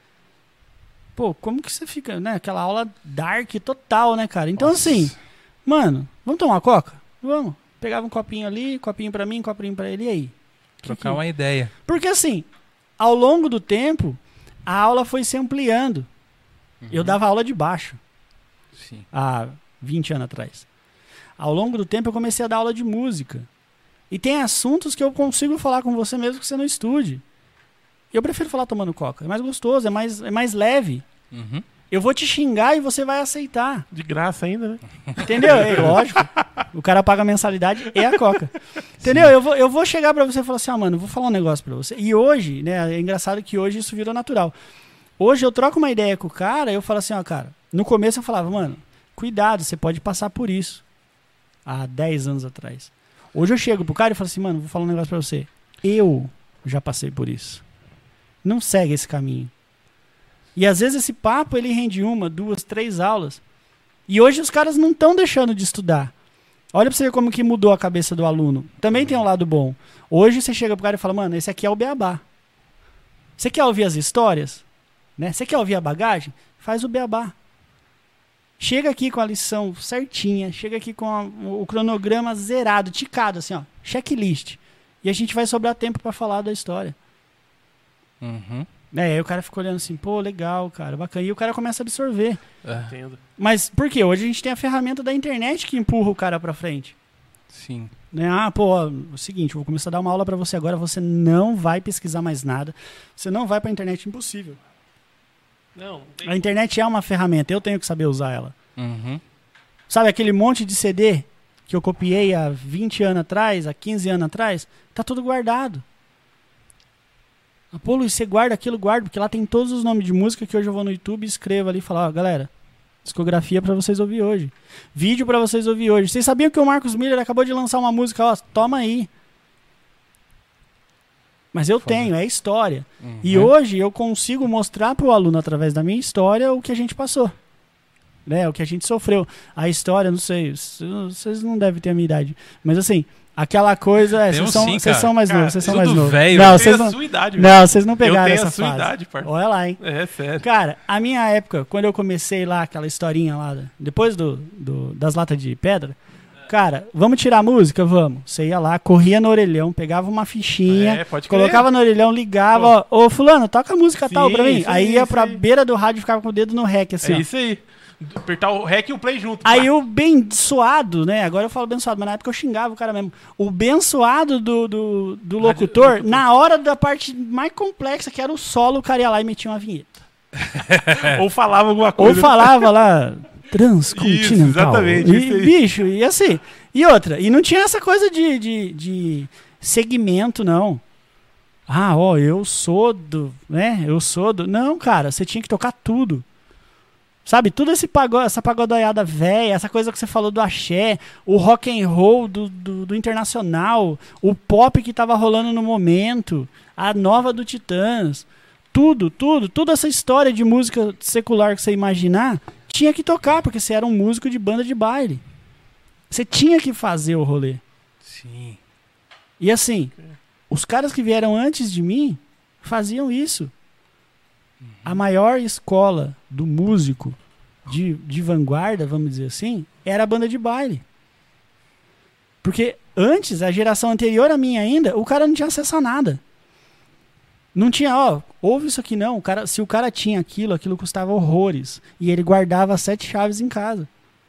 Pô, como que você fica, né? Aquela aula dark total, né, cara? Então assim, mano, vamos tomar uma coca? Vamos. Pegava um copinho ali, copinho pra mim, copinho pra ele, e aí? Trocar uma ideia. Porque assim, ao longo do tempo, a aula foi se ampliando. Eu dava aula de baixo Sim. há 20 anos atrás. Ao longo do tempo eu comecei a dar aula de música. E tem assuntos que eu consigo falar com você mesmo que você não estude. Eu prefiro falar tomando coca. É mais gostoso, é mais leve. Uhum. Eu vou te xingar e você vai aceitar. De graça ainda, né? Entendeu? É lógico. O cara paga a mensalidade e a coca. Entendeu? Eu vou chegar pra você e falar assim, mano, eu vou falar um negócio pra você. E hoje, né, é engraçado que hoje isso virou natural. Hoje eu troco uma ideia com o cara, eu falo assim, cara, no começo eu falava, mano, cuidado, você pode passar por isso. Há 10 anos atrás. Hoje eu chego pro cara e falo assim, mano, vou falar um negócio pra você. Eu já passei por isso. Não segue esse caminho. E às vezes esse papo ele rende 1, 2, 3 aulas. E hoje os caras não estão deixando de estudar. Olha pra você ver como que mudou a cabeça do aluno. Também tem um lado bom. Hoje você chega pro cara e fala, mano, esse aqui é o beabá. Você quer ouvir as histórias? Né? Você quer ouvir a bagagem? Faz o beabá. Chega aqui com a lição certinha, chega aqui com o cronograma zerado, ticado, assim, ó, checklist. E a gente vai sobrar tempo pra falar da história. Uhum. Aí o cara fica olhando assim, pô, legal, cara, bacana. E o cara começa a absorver. Entendo. Mas por quê? Hoje a gente tem a ferramenta da internet que empurra o cara pra frente. Sim. Né? Ó, o seguinte, eu vou começar a dar uma aula pra você agora, você não vai pesquisar mais nada, você não vai pra internet, impossível. Não, tem... A internet é uma ferramenta, eu tenho que saber usar ela. Uhum. Sabe aquele monte de CD que eu copiei há 20 anos atrás, há 15 anos atrás? Tá tudo guardado. Pô, Luiz, você guarda aquilo, guarda, porque lá tem todos os nomes de música que hoje eu vou no YouTube e escrevo ali e falo, ó, galera, discografia pra vocês ouvir hoje. Vídeo pra vocês ouvir hoje. Vocês sabiam que o Marcos Miller acabou de lançar uma música, ó, toma aí. Mas eu tenho, é história. Uhum. E hoje eu consigo mostrar pro aluno, através da minha história, o que a gente passou. Né? O que a gente sofreu. A história, não sei, vocês não devem ter a minha idade. Mas assim, Aquela coisa, Temos vocês sim, são, cara. mais Cara, novos, vocês são tudo mais novos. velho. Não, Eu tenho vocês a não, sua idade, velho. não, vocês não Eu pegaram tenho essa a sua fase. idade, parça. Olha lá, hein. É sério. Cara, a minha época, quando eu comecei lá, aquela historinha lá, depois das latas de pedra, cara, vamos tirar a música? Vamos. Você ia lá, corria no orelhão, pegava uma fichinha, Pode crer. colocava no orelhão, ligava, ó, ô fulano, toca a música Sim, tal pra mim. isso Aí aí, ia isso pra aí. beira do rádio e ficava com o dedo no rec, assim, É ó. isso aí. Apertar o rec e o play junto. Aí pá. o bençoado, né? Agora eu falo bençoado, mas na época eu xingava o cara mesmo. O bençoado do locutor, na hora da parte mais complexa, que era o solo, o cara ia lá e metia uma vinheta. Ou falava alguma Ou coisa. falava lá, transcontinental. Isso, exatamente, isso aí. Bicho, e assim. E outra, e não tinha essa coisa de segmento, não. Ah, ó, eu sou do, né? Eu sou do... Não, cara, você tinha que tocar tudo. Sabe, tudo essa pagodoiada velha, essa coisa que você falou do axé, o rock and roll do internacional, o pop que tava rolando no momento, a nova do Titãs, toda essa história de música secular que você imaginar, tinha que tocar, porque você era um músico de banda de baile. Você tinha que fazer o rolê. Sim. E assim, os caras que vieram antes de mim faziam isso. A maior escola do músico de vanguarda, vamos dizer assim, era a banda de baile. Porque antes, a geração anterior a mim ainda, o cara não tinha acesso a nada. Não tinha, ó, ouve isso aqui não. Se o cara tinha aquilo custava horrores. E ele guardava 7 chaves em casa.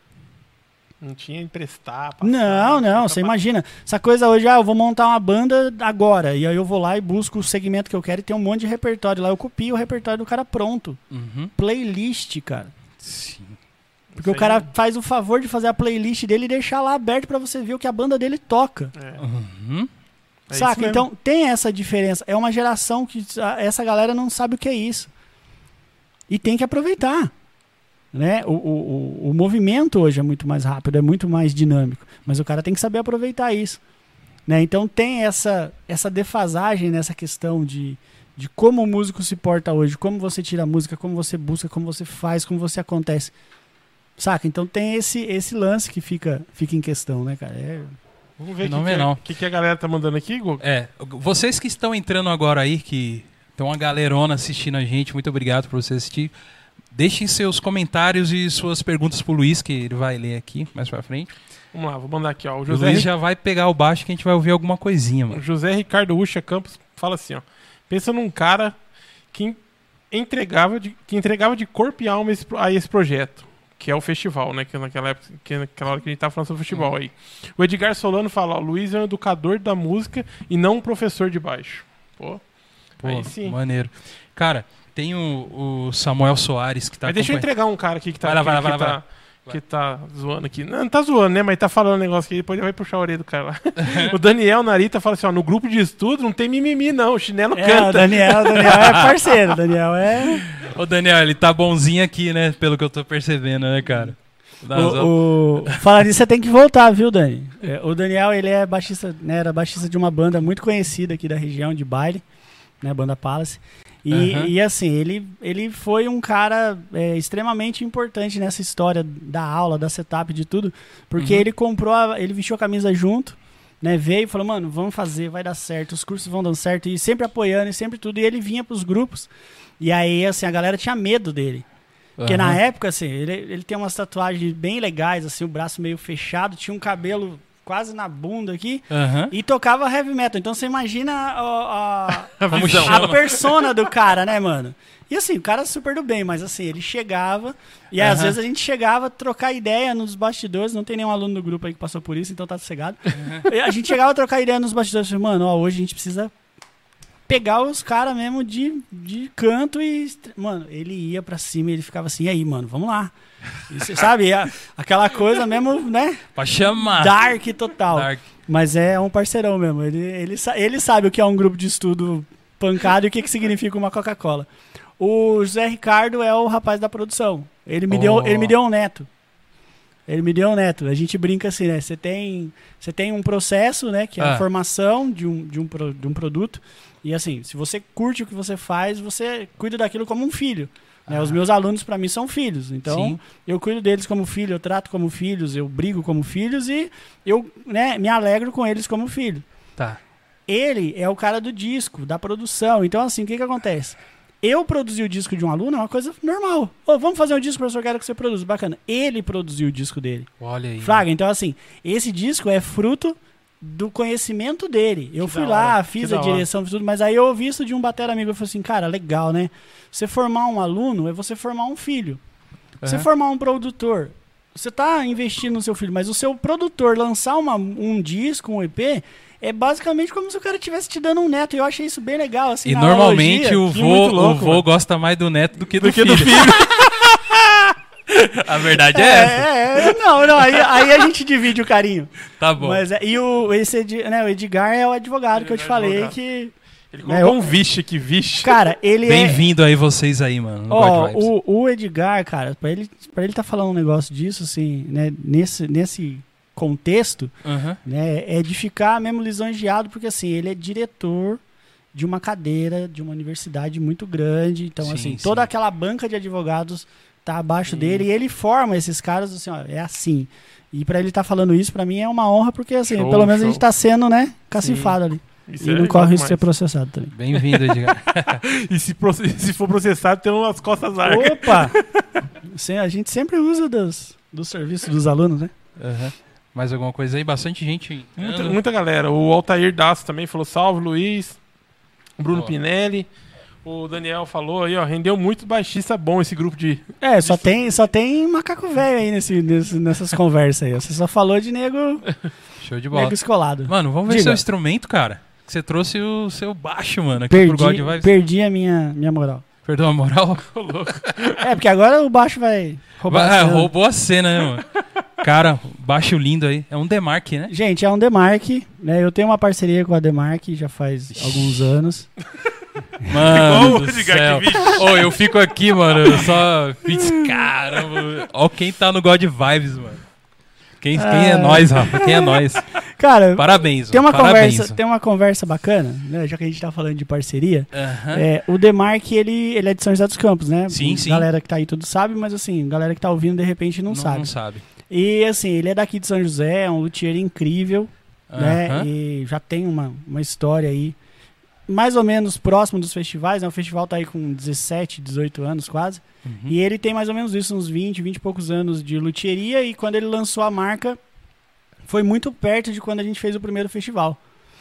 Não tinha emprestar. Passar, Não, você imagina. Essa coisa hoje, eu vou montar uma banda agora. E aí eu vou lá e busco o segmento que eu quero e tem um monte de repertório lá. Eu copio o repertório do cara pronto. Uhum. Playlist, cara. Sim. Porque o cara faz o favor de fazer a playlist dele e deixar lá aberto pra você ver o que a banda dele toca. Uhum. É Saca? isso mesmo. Então tem essa diferença. É uma geração que essa galera não sabe o que é isso. E tem que aproveitar. Né? O movimento hoje é muito mais rápido, é muito mais dinâmico. Mas o cara tem que saber aproveitar isso. Né? Então tem essa defasagem nessa questão de como o músico se porta hoje, como você tira a música, como você busca, como você faz, como você acontece. Saca? Então tem esse lance que fica em questão, né, cara? Vamos ver Fenomenal. o que a galera tá mandando aqui, Gugu. Vocês que estão entrando agora aí, que tem uma galerona assistindo a gente, muito obrigado por você assistir. Deixem seus comentários e suas perguntas pro Luiz, que ele vai ler aqui mais pra frente. Vamos lá, vou mandar aqui, ó. O Luiz já vai pegar o baixo que a gente vai ouvir alguma coisinha, O mano. José Ricardo Ucha Campos fala assim, ó. Pensa num cara que entregava de corpo e alma a esse projeto, que é o festival, né? Que naquela hora que a gente tava falando sobre o festival aí. O Edgar Solano fala, ó, Luiz é um educador da música e não um professor de baixo. Pô, aí sim. Maneiro. Cara, tem o Samuel Soares que tá Mas deixa eu acompanhando. entregar um cara aqui que tá, Vai lá. que tá zoando aqui. Não tá zoando, né? Mas tá falando um negócio aqui, depois ele vai puxar a orelha do cara lá. O Daniel Narita fala assim, ó, no grupo de estudo não tem mimimi não, o chinelo O canta. Daniel é parceiro, o Daniel é... Ô, Daniel, ele tá bonzinho aqui, né? Pelo que eu tô percebendo, né, cara? Falar nisso, você tem que voltar, viu, Dani? O Daniel, ele é baixista, né, era baixista de uma banda muito conhecida aqui da região de baile, né, Banda Palace. E assim, ele foi um cara extremamente importante nessa história da aula, da setup, de tudo, porque ele ele vestiu a camisa junto, né, veio e falou, mano, vamos fazer, vai dar certo, os cursos vão dando certo, e sempre apoiando, e sempre tudo, e ele vinha pros grupos, e aí, assim, a galera tinha medo dele. Porque na época, assim, ele tem umas tatuagens bem legais, assim, o braço meio fechado, tinha um cabelo quase na bunda aqui, e tocava heavy metal. Então você imagina a persona do cara, né, mano? E assim, o cara super do bem, mas assim, ele chegava, e às vezes a gente chegava a trocar ideia nos bastidores, não tem nenhum aluno do grupo aí que passou por isso, então tá sossegado. A gente chegava a trocar ideia nos bastidores, mano, ó, hoje a gente precisa pegar os caras mesmo de canto e... Mano, ele ia pra cima e ele ficava assim, e aí, mano, vamos lá. E você sabe, aquela coisa mesmo, né? Pra chamar. Dark total. Dark. Mas é um parceirão mesmo. Ele sabe o que é um grupo de estudo pancado e o que significa uma Coca-Cola. O José Ricardo é o rapaz da produção. Ele me deu um neto. Ele me deu um neto. A gente brinca assim, né? Você tem um processo, né? Que é a formação de um produto. E assim, se você curte o que você faz, você cuida daquilo como um filho. Né? Os meus alunos, para mim, são filhos. Então, Sim. eu cuido deles como filho, eu trato como filhos, eu brigo como filhos e eu, né, me alegro com eles como filho. Tá. Ele é o cara do disco, da produção. Então, assim, o que acontece? Eu produzir o disco de um aluno é uma coisa normal. Ô, vamos fazer um disco, professor, quero que você produza. Bacana. Ele produziu o disco dele. Olha aí. Fraga, então assim, esse disco é fruto do conhecimento dele. Eu Que fui da lá, hora, fiz que a da hora. direção, fiz tudo, mas aí eu ouvi isso de um batera amigo, eu falei assim, cara, legal, né? Você formar um aluno é você formar um filho. Você Aham. formar um produtor, você tá investindo no seu filho, mas o seu produtor lançar um disco, um EP, é basicamente como se o cara estivesse te dando um neto. E eu achei isso bem legal, assim, E na normalmente analogia. o que muito vô, louco, o vô mano. gosta mais do neto do que do, Do que filho. do filho. A verdade é essa. Não, aí a gente divide o carinho. Tá bom. Mas, e o Edgar é o advogado que eu te falei advogado. que... Ele colocou um vixe aqui, vixe. Cara, ele Bem-vindo aí vocês aí, mano. no Ó, God Vibes. o Edgar, cara, pra ele tá falando um negócio disso, assim, né, nesse contexto, Aham. né, é de ficar mesmo lisonjeado, porque, assim, ele é diretor de uma cadeira de uma universidade muito grande, então, Sim, assim, sim. toda aquela banca de advogados tá abaixo dele, e ele forma esses caras, assim, ó, é assim. E pra ele tá falando isso, pra mim é uma honra, porque, assim, Show, pelo menos a show. gente tá sendo, né, cacifado ali. Isso E é não corre risco de demais. ser processado também. Bem-vindo, Edgar. E se for processado, tem umas costas largas. Opa! A gente sempre usa dos serviços dos alunos, né? Aham. Mais alguma coisa aí? Bastante gente. Muita galera. O Altair Daço também falou salve, Luiz. O Bruno Boa. Pinelli. O Daniel falou aí, ó. Rendeu muito baixista bom esse grupo de... Só tem macaco velho aí nessas conversas aí. Você só falou de nego Show de bola. escolado. Mano, vamos ver Diga. seu instrumento, cara. Você trouxe o seu baixo, mano, aqui pro God Vibes. Perdi a minha moral. Perdão a moral? É, porque agora o baixo vai roubar a cena. Roubou a cena, né, mano? Cara, baixo lindo aí. É um Demark, né? Gente, é um Demark, né? Eu tenho uma parceria com a Demark já faz alguns anos. Mano Igual o do Edgar, céu. que bicho. Ô, eu fico aqui, mano, eu só fiz, caramba. Ó quem tá no God Vibes, mano. Quem é nós, Rafa? Quem é nós? Cara, Parabéns, tem mano. Parabéns. tem uma conversa bacana, né? Já que a gente tá falando de parceria. Aham. O Demark, ele é de São José dos Campos, né? Sim, sim. Galera que tá aí tudo sabe, mas assim, galera que tá ouvindo de repente não sabe. Não sabe. E assim, ele é daqui de São José, é um luthier incrível, né? Aham. E já tem uma história aí mais ou menos próximo dos festivais, né? O festival tá aí com 17, 18 anos quase. Uhum. E ele tem mais ou menos isso, uns 20 e poucos anos de luthieria, e quando ele lançou a marca, foi muito perto de quando a gente fez o primeiro festival.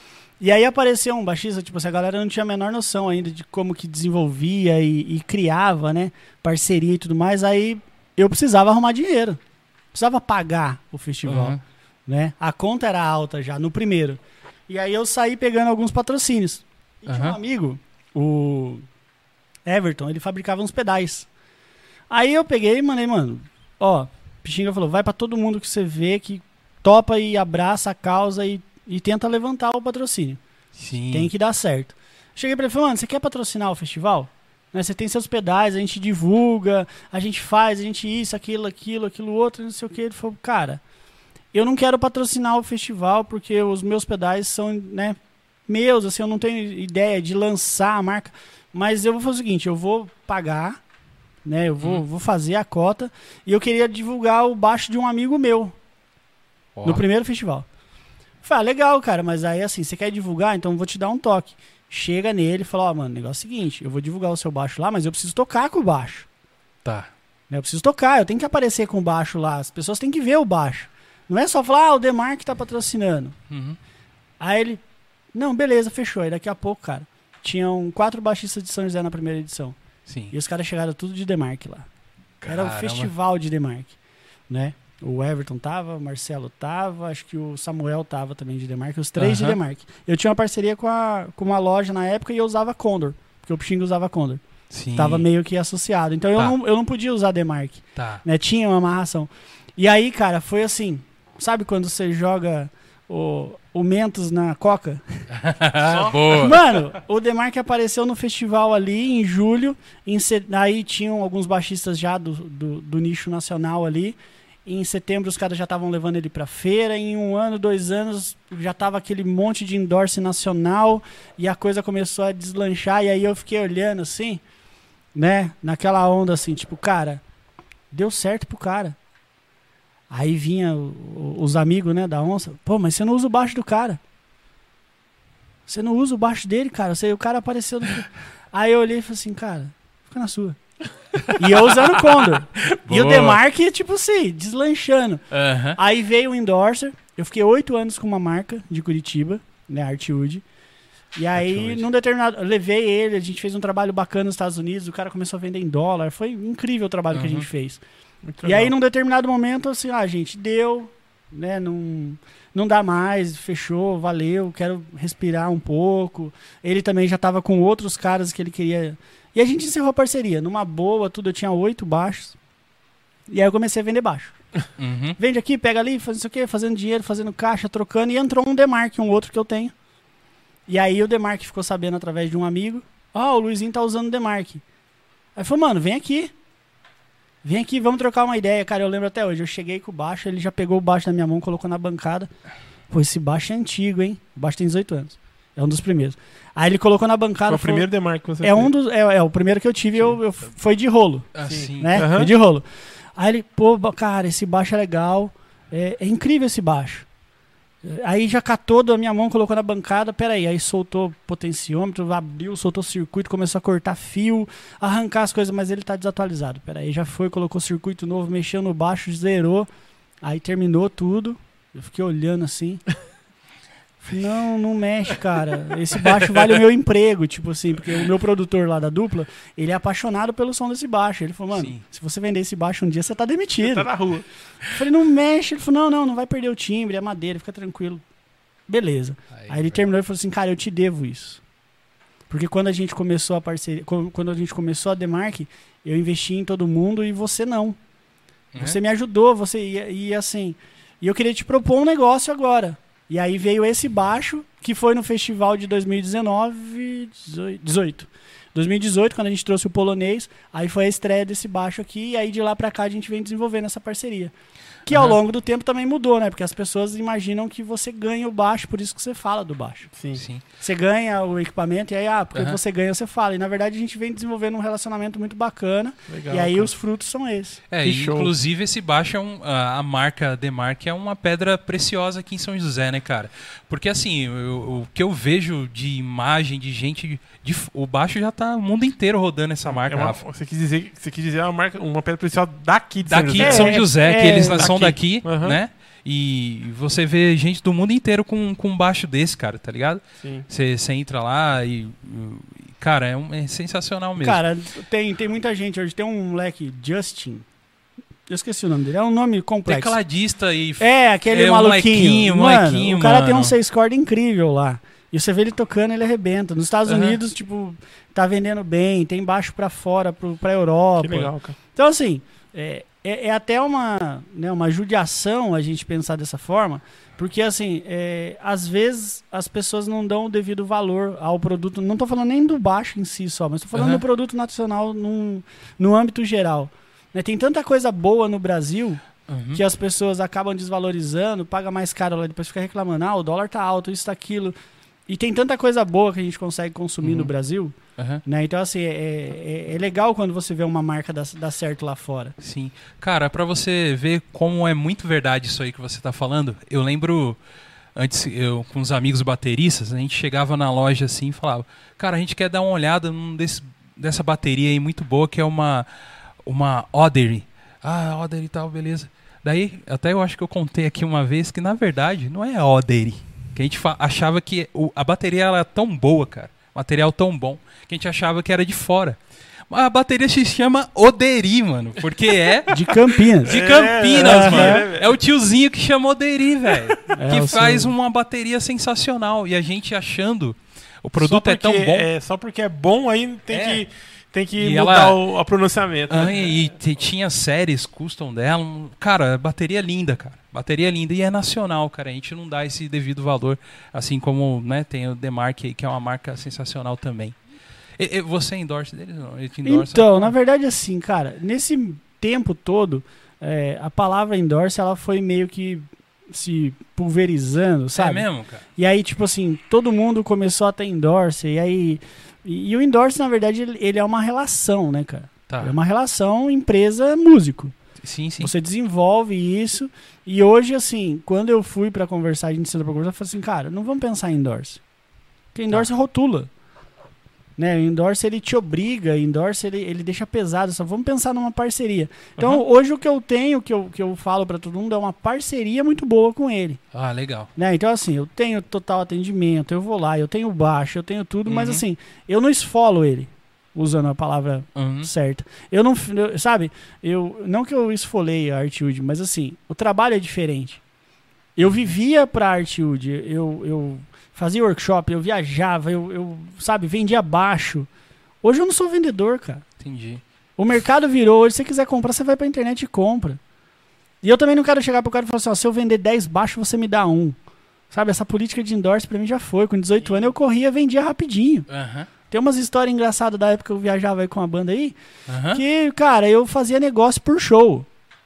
E aí apareceu um baixista, tipo assim, a galera não tinha a menor noção ainda de como que desenvolvia e criava, né, parceria e tudo mais, aí eu precisava arrumar dinheiro, precisava pagar o festival, Uhum. né, a conta era alta já no primeiro, e aí eu saí pegando alguns patrocínios, e tinha um Uhum. amigo, o Everton, ele fabricava uns pedais, aí eu peguei e mandei, mano, ó, Pixinga falou, vai pra todo mundo que você vê que topa e abraça a causa e tenta levantar o patrocínio. Sim. Tem que dar certo. Cheguei pra ele e falei, mano, você quer patrocinar o festival? Né, você tem seus pedais, a gente divulga, a gente faz, a gente isso, aquilo outro, não sei o que. Ele falou, cara, eu não quero patrocinar o festival porque os meus pedais são, né, meus, assim, eu não tenho ideia de lançar a marca, mas eu vou fazer o seguinte, eu vou pagar, né, eu vou fazer a cota e eu queria divulgar o baixo de um amigo meu. Ó. No primeiro festival. Falei, legal, cara, mas aí assim, você quer divulgar? Então eu vou te dar um toque. Chega nele e fala, ó, mano, o negócio é o seguinte, eu vou divulgar o seu baixo lá, mas eu preciso tocar com o baixo. Tá. Né, eu preciso tocar, eu tenho que aparecer com o baixo lá, as pessoas têm que ver o baixo. Não é só falar, o Demark tá patrocinando. Uhum. Aí ele, não, beleza, fechou. Aí daqui a pouco, cara, tinham 4 baixistas de São José na primeira edição. Sim. E os caras chegaram tudo de Demark lá. Era o Caramba. festival de Demark, né? O Everton tava, o Marcelo tava, acho que o Samuel tava também de Demark, os 3 de Aham. Demark. Eu tinha uma parceria com uma loja na época e eu usava Condor, porque o Pixinga usava Condor. Sim. Tava meio que associado. Então Tá. eu não podia usar Demark, Tá. né? Tinha uma amarração. E aí, cara, foi assim, sabe quando você joga o Mentos na Coca? Boa. Mano, o Demark apareceu no festival ali em julho. Aí tinham alguns baixistas já do nicho nacional ali. Em setembro os caras já estavam levando ele pra feira. Em 1 ano, 2 anos, já tava aquele monte de endorse nacional. E a coisa começou a deslanchar. E aí eu fiquei olhando assim. né? Naquela onda assim, tipo, cara, deu certo pro cara. Aí vinha os amigos, né, da onça. Pô, mas você não usa o baixo do cara. Você não usa o baixo dele, cara. O cara apareceu no... Aí eu olhei e falei assim, cara, fica na sua. E eu usando o Condor. E o Demarque, tipo assim, deslanchando. Aham. Aí veio o endorser. Eu fiquei 8 anos com uma marca de Curitiba, né, Artwood. E aí, Artwood. num determinado... Eu levei ele, a gente fez um trabalho bacana nos Estados Unidos, o cara começou a vender em dólar. Foi incrível o trabalho que a gente fez. Muito E aí, legal. num determinado momento, assim, gente, deu, né, não dá mais, fechou, valeu, quero respirar um pouco. Ele também já tava com outros caras que ele queria... E a gente encerrou a parceria, numa boa, tudo, eu tinha 8 baixos. E aí eu comecei a vender baixo. Uhum. Vende aqui, pega ali, faz isso aqui, fazendo dinheiro, fazendo caixa, trocando, e entrou um Demarque, um outro que eu tenho. E aí o Demarque ficou sabendo através de um amigo, o Luizinho tá usando o Demarque. Aí falou, mano, vem aqui, vamos trocar uma ideia. Cara, eu lembro até hoje, eu cheguei com o baixo, ele já pegou o baixo na minha mão, colocou na bancada. Pô, esse baixo é antigo, hein? O baixo tem 18 anos. É um dos primeiros. Aí ele colocou na bancada. Foi o primeiro Demarque que você é fez. um dos, é o primeiro que eu tive, foi de rolo, Assim. né? Aham. Foi de rolo. Aí ele, pô, cara, esse baixo é legal. É incrível esse baixo. Aí já catou da minha mão, colocou na bancada, peraí, aí soltou potenciômetro, abriu, soltou circuito, começou a cortar fio, arrancar as coisas, mas ele tá desatualizado. Peraí, já foi, colocou circuito novo, mexeu no baixo, zerou, aí terminou tudo. Eu fiquei olhando assim. Não mexe, cara. Esse baixo vale o meu emprego, tipo assim, porque o meu produtor lá da dupla, ele é apaixonado pelo som desse baixo. Ele falou, mano, Sim. se você vender esse baixo um dia, você tá demitido. Tá na rua. Eu falei, não mexe. Ele falou, não vai perder o timbre, é madeira, fica tranquilo. Beleza. Aí ele terminou e falou assim, cara, eu te devo isso. Porque quando a gente começou a parceria, quando a gente começou a Demarque, eu investi em todo mundo e você não. Você me ajudou, e assim, e eu queria te propor um negócio agora. E aí veio esse baixo, que foi no festival de 2018, quando a gente trouxe o polonês, aí foi a estreia desse baixo aqui, e aí de lá pra cá a gente vem desenvolvendo essa parceria. Que ao longo do tempo também mudou, né? Porque as pessoas imaginam que você ganha o baixo, por isso que você fala do baixo. Sim. Sim. Você ganha o equipamento e aí, porque você ganha, você fala. E na verdade a gente vem desenvolvendo um relacionamento muito bacana. Legal, e aí cara. os frutos são esses. É, Que e show. inclusive esse baixo é a marca Demarque é uma pedra preciosa aqui em São José, né, cara? Porque assim, o que eu vejo de imagem, de gente, o baixo já tá o mundo inteiro rodando essa marca, Rafa. Você quis dizer uma marca, uma pedra preciosa daqui de São Daqui José. de São José, que eles são daqui, Aham. né? E você vê gente do mundo inteiro com um baixo desse, cara, tá ligado? Sim. Você entra lá e cara, é sensacional mesmo. Cara, tem muita gente hoje. Tem um moleque, Justin. Eu esqueci o nome dele. É um nome complexo. Tecladista e Aquele um maluquinho. molequinho, o cara mano. tem um 6 cordas incrível lá. E você vê ele tocando, ele arrebenta. Nos Estados Unidos, tipo, tá vendendo bem. Tem baixo pra fora, pra Europa. Que legal, cara. Então, assim, é até uma judiação a gente pensar dessa forma, porque, assim, às vezes as pessoas não dão o devido valor ao produto. Não estou falando nem do baixo em si só, mas estou falando do produto nacional no âmbito geral. Né? Tem tanta coisa boa no Brasil que as pessoas acabam desvalorizando, paga mais caro lá, depois fica reclamando, o dólar tá alto, isso, tá aquilo. E tem tanta coisa boa que a gente consegue consumir no Brasil. Né? Então, assim, é legal quando você vê uma marca dar certo lá fora. Sim. Cara, pra você ver como é muito verdade isso aí que você tá falando, eu lembro, antes, eu com os amigos bateristas, a gente chegava na loja assim e falava, cara, a gente quer dar uma olhada dessa bateria aí muito boa, que é uma Odery. Odery e tal, beleza. Daí, até eu acho que eu contei aqui uma vez que, na verdade, não é a Odery. Que a gente achava que a bateria era tão boa, cara. Material tão bom, que a gente achava que era de fora. Mas a bateria se chama Odery, mano. Porque é De Campinas. de Campinas, mano. é. É o tiozinho que chama Odery, velho. Que o faz seu- uma bateria sensacional. E a gente achando... O produto Só é tão porque bom. só porque é bom, aí tem que E mudar ela- o pronunciamento. né? Tinha séries custom dela. Cara, bateria linda, cara. Bateria linda. E é nacional, cara. A gente não dá esse devido valor. Assim como, né, tem o Demarque aí, que é uma marca sensacional também. Você endorse deles? Não? Ele te endorse? Então, na verdade, assim, cara, nesse tempo todo, a palavra endorse, ela foi meio que se pulverizando, sabe? É mesmo, cara? E aí, tipo assim, todo mundo começou a ter endorse, e aí... E o endorse, na verdade, ele é uma relação, né, cara? Tá. É uma relação empresa-músico. Sim, sim. Você desenvolve isso, e hoje, assim, quando eu fui pra conversar, a gente sentou pra conversar, eu falei assim, cara, não vamos pensar em endorse. Porque endorse rotula. Né? O endorse, ele te obriga, endorse, ele deixa pesado, só vamos pensar numa parceria. Então, hoje o que eu tenho, que eu falo pra todo mundo, é uma parceria muito boa com ele. Ah, legal. Né? Então, assim, eu tenho total atendimento, eu vou lá, eu tenho baixo, eu tenho tudo, mas assim, eu não esfolo ele, usando a palavra certa. Eu não, sabe, não que eu esfolei a Artwood, mas assim, o trabalho é diferente. Eu vivia pra Artwood, eu fazia workshop, eu viajava, eu sabe, vendia baixo. Hoje eu não sou vendedor, cara. Entendi. O mercado virou, hoje se você quiser comprar, você vai pra internet e compra. E eu também não quero chegar pro cara e falar assim, ó, se eu vender 10 baixos, você me dá 1. Sabe, essa política de endorse pra mim já foi. Com 18 anos eu corria, vendia rapidinho. Tem umas histórias engraçadas da época que eu viajava aí com a banda aí, que, cara, eu fazia negócio por show.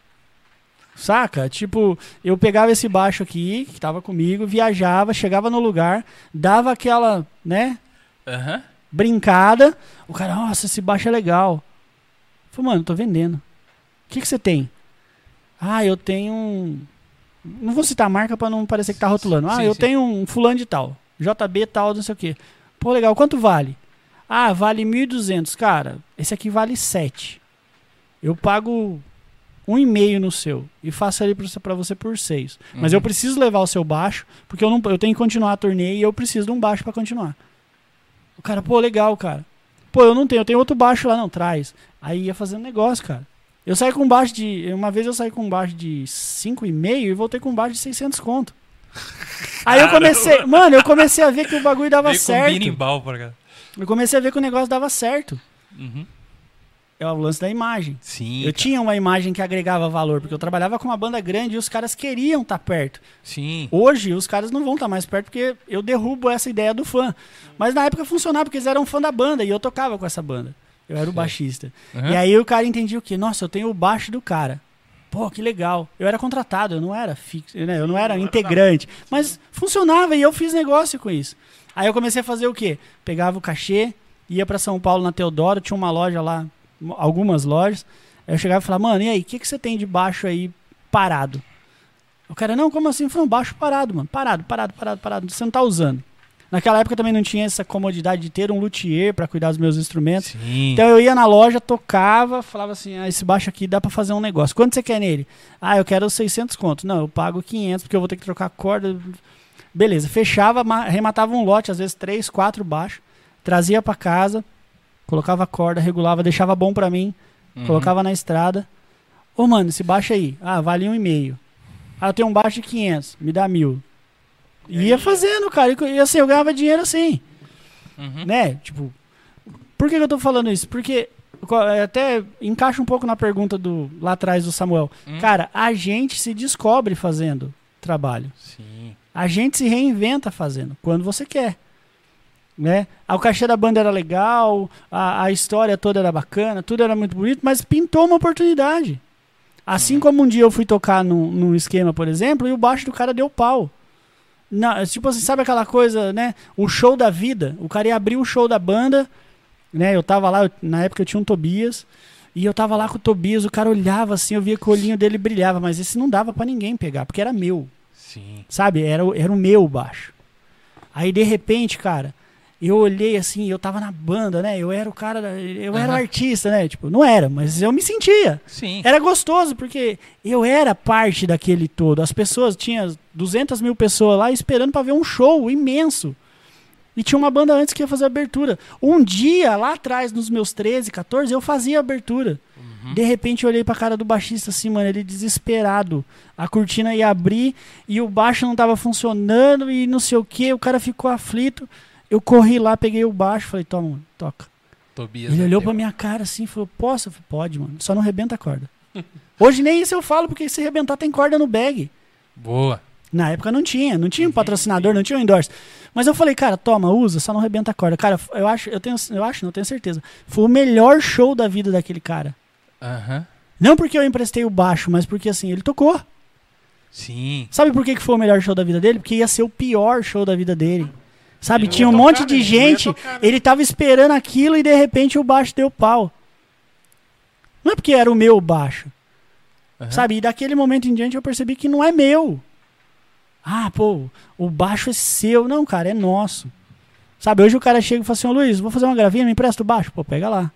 Saca? Tipo, eu pegava esse baixo aqui, que tava comigo, viajava, chegava no lugar, dava aquela, né, brincada. O cara, nossa, esse baixo é legal. Eu falei, mano, tô vendendo. O que você tem? Ah, eu tenho um... Não vou citar a marca pra não parecer que tá rotulando. Ah, eu tenho um fulano de tal. JB tal, não sei o quê. Pô, legal, quanto vale? Ah, vale 1.200. Cara, esse aqui vale 7. Eu pago 1,5 no seu e faço ele pra você por 6. Mas eu preciso levar o seu baixo, porque eu tenho que continuar a turnê e eu preciso de um baixo pra continuar. O cara, pô, legal, cara. Pô, eu tenho outro baixo lá, não, traz. Aí ia fazendo negócio, cara. Eu saí com um baixo de... Uma vez eu saí com um baixo de 5,5 e voltei com um baixo de 600 conto. Aí eu comecei... Mano, eu comecei a ver que o bagulho dava certo. Birimbau, por cá. Eu comecei a ver que o negócio dava certo. É o lance da imagem. Sim, eu tinha uma imagem que agregava valor, porque eu trabalhava com uma banda grande e os caras queriam estar perto. Sim. Hoje, os caras não vão estar mais perto porque eu derrubo essa ideia do fã. Mas na época funcionava, porque eles eram fã da banda e eu tocava com essa banda. Eu era o baixista. E aí o cara entendia o quê? Nossa, eu tenho o baixo do cara. Pô, que legal. Eu era contratado, eu não era fixo, né? Eu não era integrante. Mas funcionava e eu fiz negócio com isso. Aí eu comecei a fazer o quê? Pegava o cachê, ia pra São Paulo na Teodoro, tinha uma loja lá, algumas lojas. Aí eu chegava e falava, mano, e aí, o que você tem de baixo aí parado? O cara, não, como assim? Eu falei, um baixo parado, mano. Parado. Você não tá usando. Naquela época também não tinha essa comodidade de ter um luthier pra cuidar dos meus instrumentos. Sim. Então eu ia na loja, tocava, falava assim, ah, esse baixo aqui dá pra fazer um negócio. Quanto você quer nele? Ah, eu quero 600 conto. Não, eu pago 500 porque eu vou ter que trocar corda. Beleza, fechava, arrematava um lote, às vezes 3, 4 baixos, trazia pra casa, colocava a corda, regulava, deixava bom pra mim, colocava na estrada. Ô, mano, esse baixo aí, vale 1,5. Ah, eu tenho um baixo de 500, me dá 1.000. Ia fazendo, cara, e assim, eu ganhava dinheiro assim, né, tipo, por que eu tô falando isso? Porque até encaixa um pouco na pergunta lá atrás do Samuel. Cara, a gente se descobre fazendo trabalho. Sim. A gente se reinventa fazendo, quando você quer. Né? O cachê da banda era legal, a história toda era bacana, tudo era muito bonito, mas pintou uma oportunidade. Assim como um dia eu fui tocar num esquema, por exemplo, e o baixo do cara deu pau. Tipo assim, sabe aquela coisa, né? O show da vida. O cara ia abrir o show da banda, né? Eu tava lá, na época eu tinha um Tobias, e eu tava lá com o Tobias, o cara olhava assim, eu via que o olhinho dele brilhava, mas esse não dava pra ninguém pegar, porque era meu. Sim. Sabe? Era o meu baixo. Aí, de repente, cara, eu olhei assim, eu tava na banda, né? Eu era o cara, eu era o artista, né? Tipo, não era, mas eu me sentia. Sim. Era gostoso, porque eu era parte daquele todo. As pessoas, tinha 200 mil pessoas lá esperando pra ver um show imenso. E tinha uma banda antes que ia fazer abertura. Um dia, lá atrás, nos meus 13, 14, eu fazia abertura. De repente eu olhei pra cara do baixista assim, mano, ele desesperado. A cortina ia abrir e o baixo não tava funcionando e não sei o que, o cara ficou aflito. Eu corri lá, peguei o baixo, falei, toma, mano, toca. Tobias, ele olhou pra minha cara assim e falou, posso? Eu falei, pode, mano, só não rebenta a corda. Hoje nem isso eu falo, porque se rebentar tem corda no bag. Boa. Na época não tinha um patrocinador, não tinha um endorse. Mas eu falei, cara, toma, usa, só não rebenta a corda. Cara, não tenho certeza. Foi o melhor show da vida daquele cara. Não porque eu emprestei o baixo, mas porque assim, ele tocou. Sim. Sabe por que foi o melhor show da vida dele? Porque ia ser o pior show da vida dele. Sabe, Ele não tinha um ia monte tocar, de né? Ele não ia gente, tocar, né? ele tava esperando aquilo e de repente o baixo deu pau. Não é porque era o meu baixo. Aham. Sabe, e daquele momento em diante eu percebi que não é meu. Ah, pô, o baixo é seu. Não, cara, é nosso. Sabe, hoje o cara chega e fala assim, ô Luiz, vou fazer uma gravinha, me empresta o baixo? Pô, pega lá.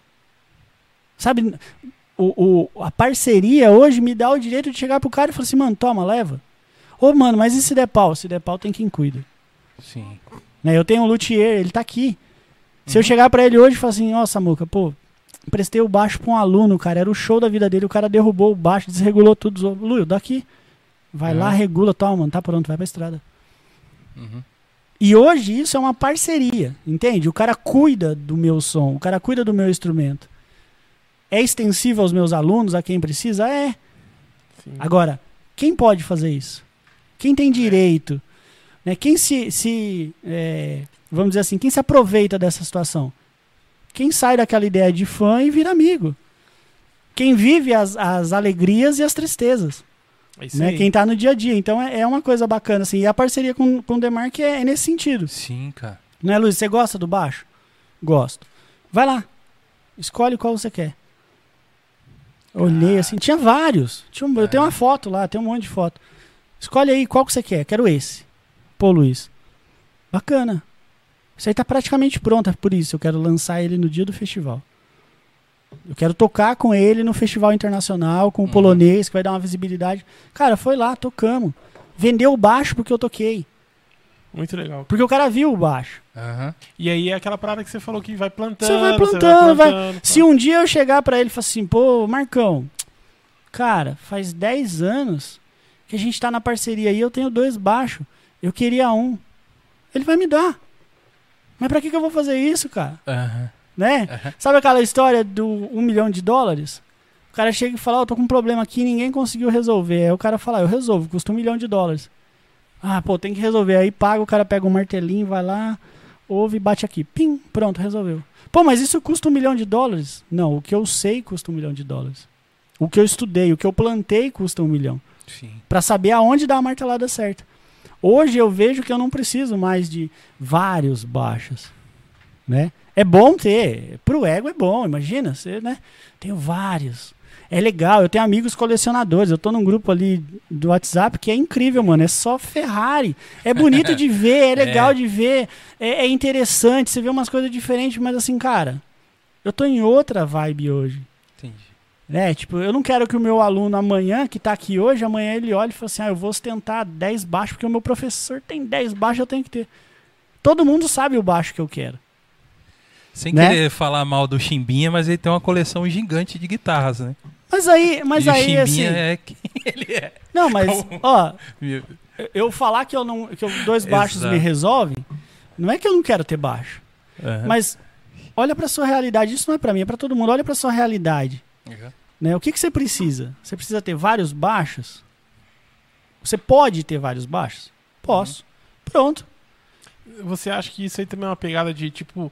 Sabe, a parceria hoje me dá o direito de chegar pro cara e falar assim, mano, toma, leva. Ô, mano, mas e se der pau? Se der pau tem quem cuida. Sim. Né, eu tenho um luthier, ele tá aqui. Se eu chegar pra ele hoje e falar assim, ó, Samuca, pô, emprestei o baixo pra um aluno, cara, era o show da vida dele, o cara derrubou o baixo, desregulou tudo. Luiz, daqui. Vai lá, regula, toma, mano, tá pronto, vai pra estrada. Uhum. E hoje isso é uma parceria, entende? O cara cuida do meu som, o cara cuida do meu instrumento. É extensivo aos meus alunos, a quem precisa? É. Sim. Agora, quem pode fazer isso? Quem tem direito? Né? Quem vamos dizer assim, quem se aproveita dessa situação? Quem sai daquela ideia de fã e vira amigo. Quem vive as alegrias e as tristezas. É isso Né? aí. Quem tá no dia a dia. Então é uma coisa bacana, assim. E a parceria com o Demarque é nesse sentido. Sim, cara. Né, Luiz? Você gosta do baixo? Gosto. Vai lá. Escolhe qual você quer. Olhei assim. Tinha vários. Eu tenho uma foto lá, tem um monte de foto. Escolhe aí qual que você quer. Quero esse. Pô, Luiz. Bacana. Isso aí tá praticamente pronto. É por isso. Eu quero lançar ele no dia do festival. Eu quero tocar com ele no festival internacional, com o polonês, que vai dar uma visibilidade. Cara, foi lá, tocamos. Vendeu o baixo porque eu toquei. Muito legal. Porque o cara viu o baixo. Aham. E aí é aquela parada que você falou que vai plantando. Você vai plantando, Se um dia eu chegar pra ele e falar assim, pô, Marcão, cara, faz 10 anos que a gente tá na parceria aí, eu tenho 2 baixos. Eu queria um. Ele vai me dar. Mas pra que eu vou fazer isso, cara? Aham. Né? Sabe aquela história do $1 milhão? O cara chega e fala, eu tô com um problema aqui e ninguém conseguiu resolver. Aí o cara fala, eu resolvo, custa $1 milhão. Ah, pô, tem que resolver. Aí paga, o cara pega um martelinho, vai lá, ouve e bate aqui. Pim, pronto, resolveu. Pô, mas isso custa $1 milhão? Não, o que eu sei custa $1 milhão. O que eu estudei, o que eu plantei custa $1 milhão. Sim. Pra saber aonde dar a martelada certa. Hoje eu vejo que eu não preciso mais de vários baixos, né? É bom ter, pro ego é bom, imagina, você, né? Tenho vários. É legal, eu tenho amigos colecionadores, eu tô num grupo ali do WhatsApp que é incrível, mano, é só Ferrari. É bonito de ver, é legal de ver, é interessante, você vê umas coisas diferentes, mas assim, cara, eu tô em outra vibe hoje. Entendi. Né? Tipo, eu não quero que o meu aluno amanhã, que tá aqui hoje, amanhã ele olhe e fale assim, eu vou ostentar 10 baixos, porque o meu professor tem 10 baixos, eu tenho que ter. Todo mundo sabe o baixo que eu quero. Sem Né? querer falar mal do Chimbinha, mas ele tem uma coleção gigante de guitarras, né? Mas aí e o assim... Chimbinha é quem ele é. Não, mas, Como- ó, eu falar que 2 baixos Exato. me resolvem, não é que eu não quero ter baixo. Aham. Mas olha pra sua realidade, isso não é pra mim, é pra todo mundo. Olha pra sua realidade. Aham. Né? O que você precisa? Você precisa ter vários baixos? Você pode ter vários baixos? Posso. Pronto. Você acha que isso aí também é uma pegada de tipo.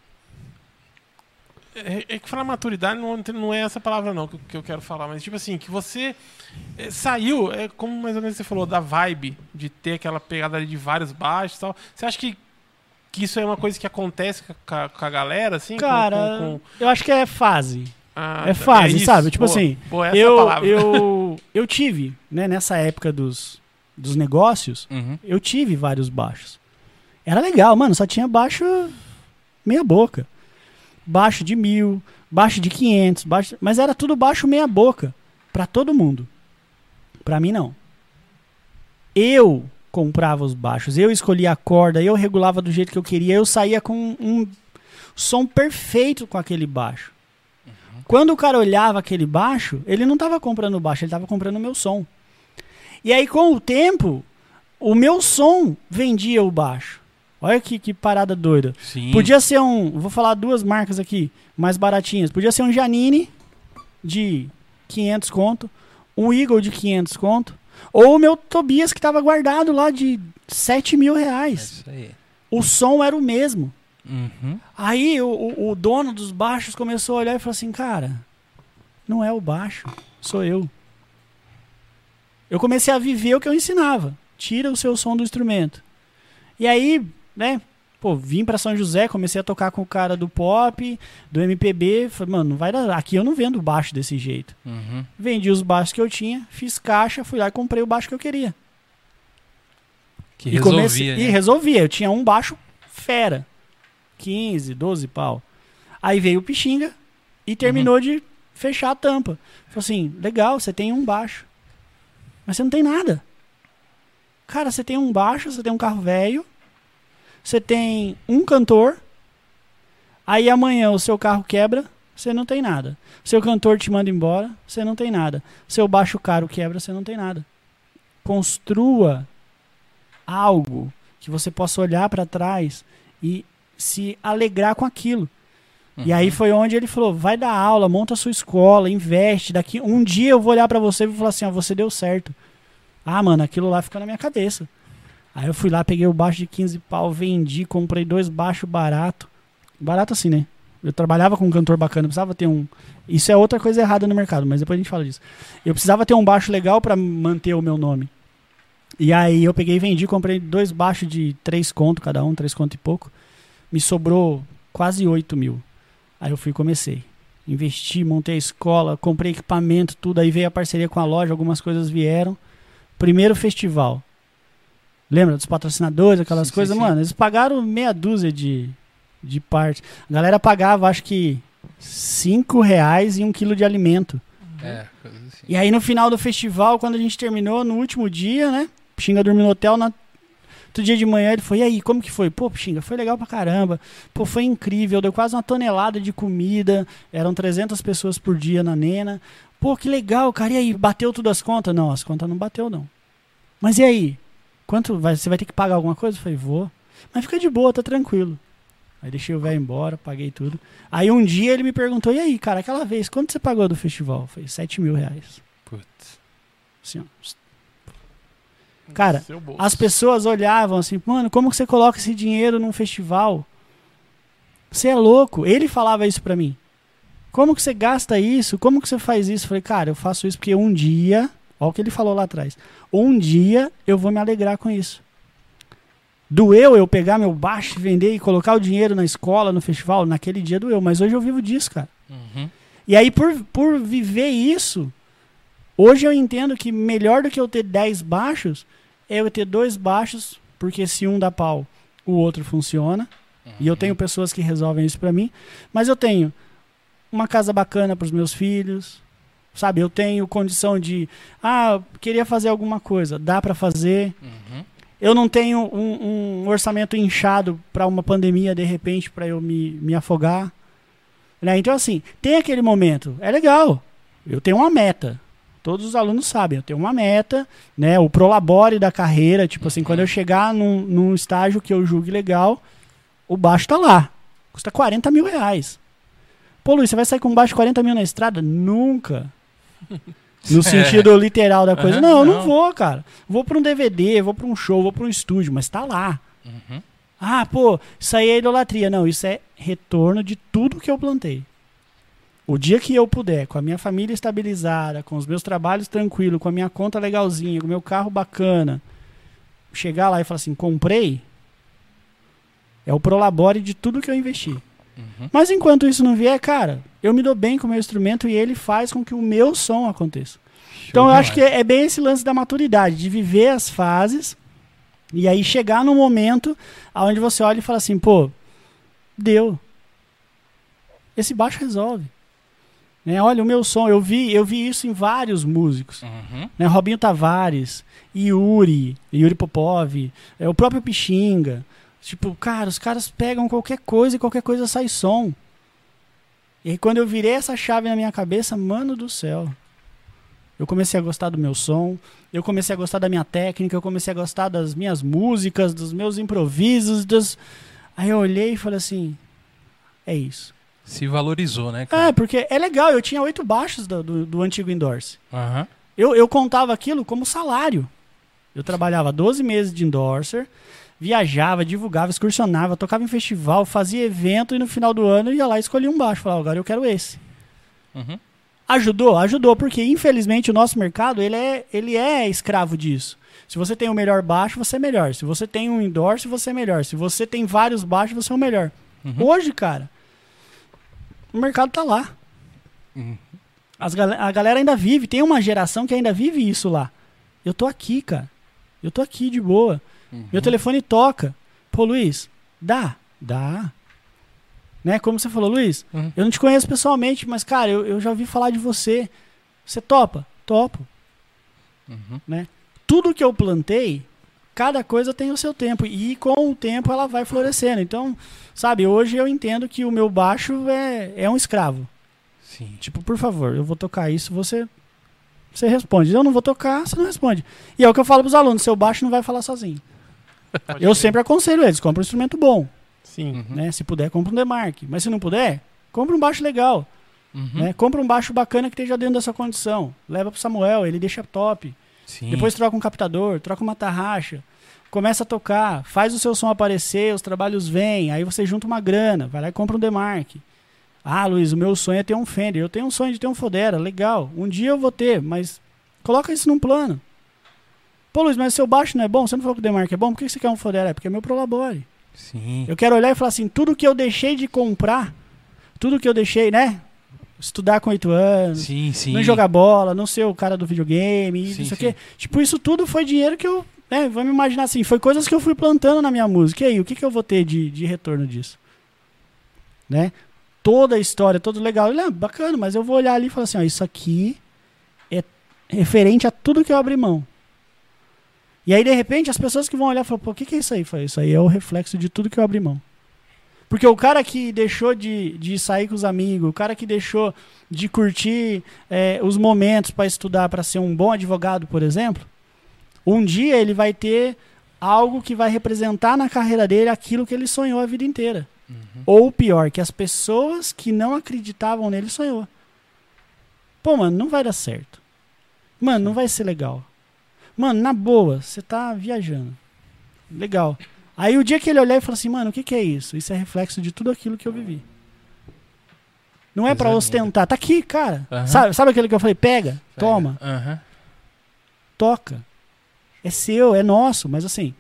É que falar maturidade não é essa palavra não que eu quero falar, mas tipo assim, que você saiu, como mais ou menos você falou, da vibe de ter aquela pegada ali de vários baixos e tal. Você acha que isso é uma coisa que acontece com a galera, assim? Cara, eu acho que é fase. Ah, É fase, isso. sabe? Tipo Boa. assim, Boa, essa é a palavra. eu tive, né, nessa época dos negócios, Uhum. eu tive vários baixos. Era legal, mano, só tinha baixo meia boca. Baixo de 1.000, baixo de 500, mas era tudo baixo meia boca. Pra todo mundo. Pra mim, não. Eu comprava os baixos, eu escolhia a corda, eu regulava do jeito que eu queria, eu saía com um som perfeito com aquele baixo. Quando o cara olhava aquele baixo, ele não estava comprando o baixo, ele estava comprando o meu som. E aí, com o tempo, o meu som vendia o baixo. Olha que parada doida. Sim. Podia ser vou falar 2 marcas aqui, mais baratinhas. Podia ser um Janine de 500 conto, um Eagle de 500 conto, ou o meu Tobias que estava guardado lá de R$7 mil. É isso aí. O som era o mesmo. Uhum. Aí o dono dos baixos começou a olhar e falou assim, cara, não é o baixo, sou eu. Eu comecei a viver o que eu ensinava. Tira o seu som do instrumento. E aí, né, pô, vim pra São José, comecei a tocar com o cara do pop, do MPB. Falei, mano, não vai dar. Aqui eu não vendo baixo desse jeito. Uhum. Vendi os baixos que eu tinha, fiz caixa, fui lá e comprei o baixo que eu queria. Que E resolvia, comecei- né? E resolvia. Eu tinha um baixo fera. 15, 12 pau. Aí veio o Pixinga e terminou de fechar a tampa. Falei assim, legal, você tem um baixo. Mas você não tem nada. Cara, você tem um baixo, você tem um carro velho, você tem um cantor, aí amanhã o seu carro quebra, você não tem nada. Seu cantor te manda embora, você não tem nada. Seu baixo caro quebra, você não tem nada. Construa algo que você possa olhar para trás e se alegrar com aquilo. E aí foi onde ele falou, vai dar aula, monta a sua escola, investe, daqui um dia eu vou olhar pra você e vou falar assim, ó, você deu certo. Ah, mano, aquilo lá ficou na minha cabeça. Aí eu fui lá, peguei o baixo de 15 pau, vendi, comprei 2 baixos barato. Barato assim, né? Eu trabalhava com um cantor bacana, precisava ter um... Isso é outra coisa errada no mercado, mas depois a gente fala disso. Eu precisava ter um baixo legal pra manter o meu nome. E aí eu peguei e vendi, comprei 2 baixos de 3 conto cada um, 3 conto e pouco. Me sobrou quase 8 mil. Aí eu fui e comecei. Investi, montei a escola, comprei equipamento, tudo. Aí veio a parceria com a loja, algumas coisas vieram. Primeiro festival. Lembra dos patrocinadores, aquelas Sim, coisas? sim, sim. Mano, eles pagaram meia dúzia de parte. A galera pagava, acho que, R$5 e 1 quilo de alimento. É, coisa assim. E aí no final do festival, quando a gente terminou, no último dia, né? Pixinga dormiu no hotel, outro dia de manhã ele foi, e aí, como que foi? Pô, Pixinga, foi legal pra caramba. Pô, foi incrível, deu quase 1 tonelada de comida. Eram 300 pessoas por dia na Nena. Pô, que legal, cara. E aí, bateu tudo as contas? Não, as contas não bateu, não. Mas e aí? Você vai ter que pagar alguma coisa? Eu falei, vou. Mas fica de boa, tá tranquilo. Aí deixei o velho embora, paguei tudo. Aí um dia ele me perguntou, e aí, cara, aquela vez, quanto você pagou do festival? Eu falei, R$7 mil. Putz. Assim, ó. Cara, Seu bolso. as pessoas olhavam assim, mano, como que você coloca esse dinheiro num festival? Você é louco. Ele falava isso pra mim. Como que você gasta isso? Como que você faz isso? Eu falei, cara, eu faço isso porque um dia, olha o que ele falou lá atrás, um dia eu vou me alegrar com isso. Doeu eu pegar meu baixo, vender e colocar o dinheiro na escola, no festival? Naquele dia doeu, mas hoje eu vivo disso, cara. Uhum. E aí, por viver isso, hoje eu entendo que melhor do que eu ter 10 baixos é eu ter 2 baixos, porque se um dá pau, o outro funciona. E eu tenho pessoas que resolvem isso pra mim. Mas eu tenho uma casa bacana pros meus filhos, sabe? Eu tenho condição de, queria fazer alguma coisa, dá pra fazer. Uhum. Eu não tenho um orçamento inchado pra uma pandemia, de repente, pra eu me afogar. Né? Então, assim, tem aquele momento. É legal. Eu tenho uma meta. Todos os alunos sabem. Eu tenho uma meta, né? O prolabore da carreira. Tipo assim, quando eu chegar num estágio que eu julgue legal, o baixo tá lá. Custa R$40 mil. Pô, Luiz, você vai sair com um baixo de 40 mil na estrada? Nunca. No sentido literal da coisa. Uhum, não, eu não. não vou, cara. Vou pra um DVD, vou pra um show, vou pra um estúdio, mas tá lá. Uhum. Pô, isso aí é idolatria. Não, isso é retorno de tudo que eu plantei. O dia que eu puder, com a minha família estabilizada, com os meus trabalhos tranquilos, com a minha conta legalzinha, com o meu carro bacana, chegar lá e falar assim, comprei, é o prolabore de tudo que eu investi. Uhum. Mas enquanto isso não vier, cara, eu me dou bem com o meu instrumento e ele faz com que o meu som aconteça. Então eu acho que é bem esse lance da maturidade, de viver as fases e aí chegar no momento onde você olha e fala assim, pô, deu. Esse baixo resolve. Né? Olha, o meu som, eu vi isso em vários músicos. Uhum. Né? Robinho Tavares, Yuri Popov, o próprio Pixinga. Tipo, cara, os caras pegam qualquer coisa e qualquer coisa sai som. E aí quando eu virei essa chave na minha cabeça, mano do céu, eu comecei a gostar do meu som, eu comecei a gostar da minha técnica, eu comecei a gostar das minhas músicas, dos meus improvisos. Aí eu olhei e falei assim, é isso. Se valorizou, né, cara? É, porque é legal, eu tinha 8 baixos do antigo Endorse. Aham. Eu contava aquilo como salário. Eu trabalhava 12 meses de endorser, viajava, divulgava, excursionava, tocava em festival, fazia evento e no final do ano eu ia lá e escolhia um baixo. Falava, agora eu quero esse. Uhum. Ajudou, porque infelizmente o nosso mercado, ele é escravo disso. Se você tem o melhor baixo, você é melhor. Se você tem um endorse, você é melhor. Se você tem vários baixos, você é o melhor. Hoje, cara, o mercado tá lá. A galera ainda vive, tem uma geração que ainda vive isso lá. Eu tô aqui, cara. Eu tô aqui de boa. Meu telefone toca. Pô, Luiz, dá. Né? Como você falou, Luiz, eu não te conheço pessoalmente, mas, cara, eu já ouvi falar de você. Você topa? Topo. Né? Tudo que eu plantei, cada coisa tem o seu tempo. E com o tempo ela vai florescendo. Então, sabe, hoje eu entendo que o meu baixo é um escravo. Sim. Tipo, por favor, eu vou tocar isso, você responde. Eu não vou tocar, você não responde. E é o que eu falo pros alunos, seu baixo não vai falar sozinho. Eu sempre aconselho eles, compra um instrumento bom. Sim. Né? Se puder, compra um Demark. Mas se não puder, compra um baixo legal. Né? Compra um baixo bacana que esteja dentro dessa condição. Leva pro Samuel, ele deixa top. Sim. Depois troca um captador, troca uma tarraxa. Começa a tocar, faz o seu som aparecer, os trabalhos vêm, aí você junta uma grana, vai lá e compra um Demark. Ah, Luiz, o meu sonho é ter um Fender. Eu tenho um sonho de ter um Fodera, legal. Um dia eu vou ter, mas coloca isso num plano. Pô, Luiz, mas seu baixo não é bom? Você não falou que o Demark é bom? Por que você quer um Fodera? É porque é meu Prolabore. Sim. Eu quero olhar e falar assim, tudo que eu deixei de comprar, tudo que eu deixei, né? Estudar com 8 anos, Sim. não jogar bola, não ser o cara do videogame, Sim, não sei o sim. quê. Tipo, isso tudo foi dinheiro que eu, né? Vamos imaginar assim, foi coisas que eu fui plantando na minha música. E aí, o que eu vou ter de retorno disso? Né? Toda a história, todo legal. Bacana, mas eu vou olhar ali e falar assim, ó, isso aqui é referente a tudo que eu abri mão. E aí, de repente, as pessoas que vão olhar falam, pô, o que é isso aí? Isso aí é o reflexo de tudo que eu abri mão. Porque o cara que deixou de sair com os amigos, o cara que deixou de curtir os momentos para estudar, para ser um bom advogado, por exemplo, um dia ele vai ter algo que vai representar na carreira dele aquilo que ele sonhou a vida inteira. Ou pior, que as pessoas que não acreditavam nele sonhou. Pô, mano, não vai dar certo. Mano, não vai ser legal. Mano, na boa, você tá viajando. Legal. Aí o dia que ele olhar e falar assim, mano, o que é isso? Isso é reflexo de tudo aquilo que eu vivi. Não é pra ostentar. Tá aqui, cara. Sabe aquele que eu falei? Pega. Toma. Toca. É seu, é nosso. Mas assim,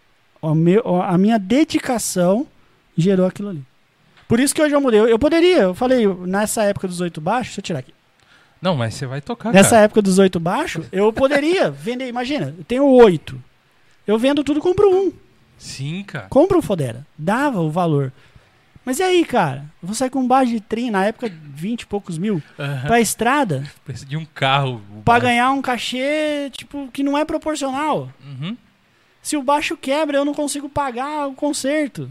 a minha dedicação gerou aquilo ali. Por isso que hoje eu mudei. Eu falei, nessa época dos 8 baixos, deixa eu tirar aqui. Não, mas você vai tocar, Nessa época dos 8 baixos, eu poderia vender, imagina, eu tenho 8. Eu vendo tudo, compro um. Sim, cara. Compra um Fodera. Dava o valor. Mas e aí, cara? Eu vou sair com um baixo de 30, na época 20 e poucos mil, pra estrada, Precisa de um carro. pra ganhar um cachê, tipo, que não é proporcional. Se o baixo quebra, eu não consigo pagar o conserto.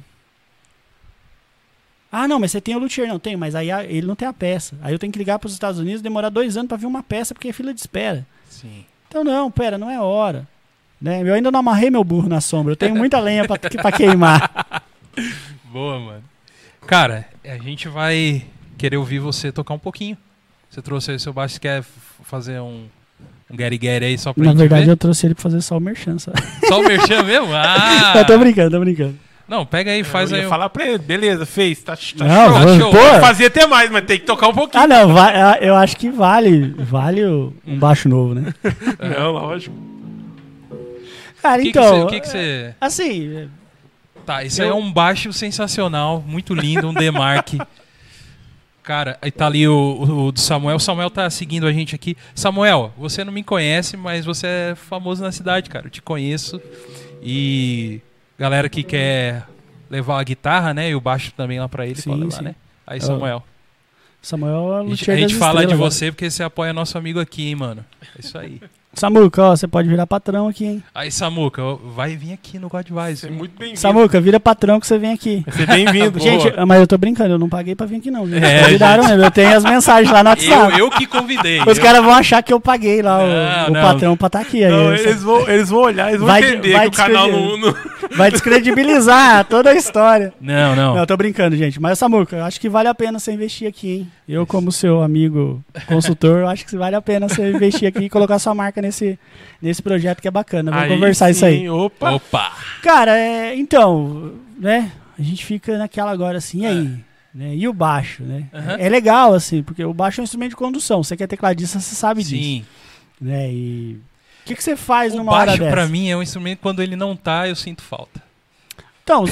Ah, não, mas você tem o luthier. Não, tem, mas aí ele não tem a peça. Aí eu tenho que ligar para os Estados Unidos e demorar 2 anos para vir uma peça, porque é fila de espera. Sim. Então, não é hora. Né? Eu ainda não amarrei meu burro na sombra. Eu tenho muita lenha para queimar. Boa, mano. Cara, a gente vai querer ouvir você tocar um pouquinho. Você trouxe aí o seu baixo, você quer fazer um Gary Gary aí só pra Na gente verdade, ver? eu trouxe ele para fazer só o merchan. Só Só o merchan mesmo? Ah! eu tô brincando. Não, pega aí, faz eu aí. ia falar pra ele, beleza, fez, tá show. Não, show. pô. Pode fazer até mais, mas tem que tocar um pouquinho. Ah, não, eu acho que vale um baixo novo, né? Não, lógico. Cara, O que então, que você... assim, Tá, isso aí é um baixo sensacional, muito lindo, um Demark. Cara, aí tá ali o do Samuel. O Samuel tá seguindo a gente aqui. Samuel, você não me conhece, mas você é famoso na cidade, cara. Eu te conheço. E galera que quer levar a guitarra, né? E o baixo também lá pra ele, Sim, pode levar, sim. né? Aí, Samuel. Samuel é o A luthier gente das fala de estrelas, você porque você apoia nosso amigo aqui, hein, mano. É isso aí. Samuca, ó, você pode virar patrão aqui, hein? Aí, Samuca, vai vir aqui no Godvise. Você é muito bem-vindo. Samuca, vira patrão que você vem aqui. Você é bem-vindo. Gente, Boa. mas eu tô brincando, eu não paguei pra vir aqui não. Viu? É, Convidaram mesmo, eu tenho as mensagens lá no WhatsApp. Eu que convidei. Os caras vão achar que eu paguei lá o Não. patrão pra estar aqui. Aí, Não, eles vão olhar, eles vão Vai- entender vai que o canal descrever. Vai descredibilizar toda a história. Não. Não, eu tô brincando, gente. Mas, Samuca, eu acho que vale a pena você investir aqui, hein? Eu, como seu amigo consultor, eu acho que vale a pena você investir aqui e colocar sua marca nesse projeto que é bacana. Vamos conversar isso aí. Opa. Opa! Cara, então, né? A gente fica naquela agora assim, e aí? né? E o baixo, né? Uhum. É legal, assim, porque o baixo é um instrumento de condução. Você que é tecladista, você sabe disso. Sim. Né? E o que você faz O numa hora baixo, dessa? pra mim, é um instrumento que quando ele não tá, eu sinto falta. Então,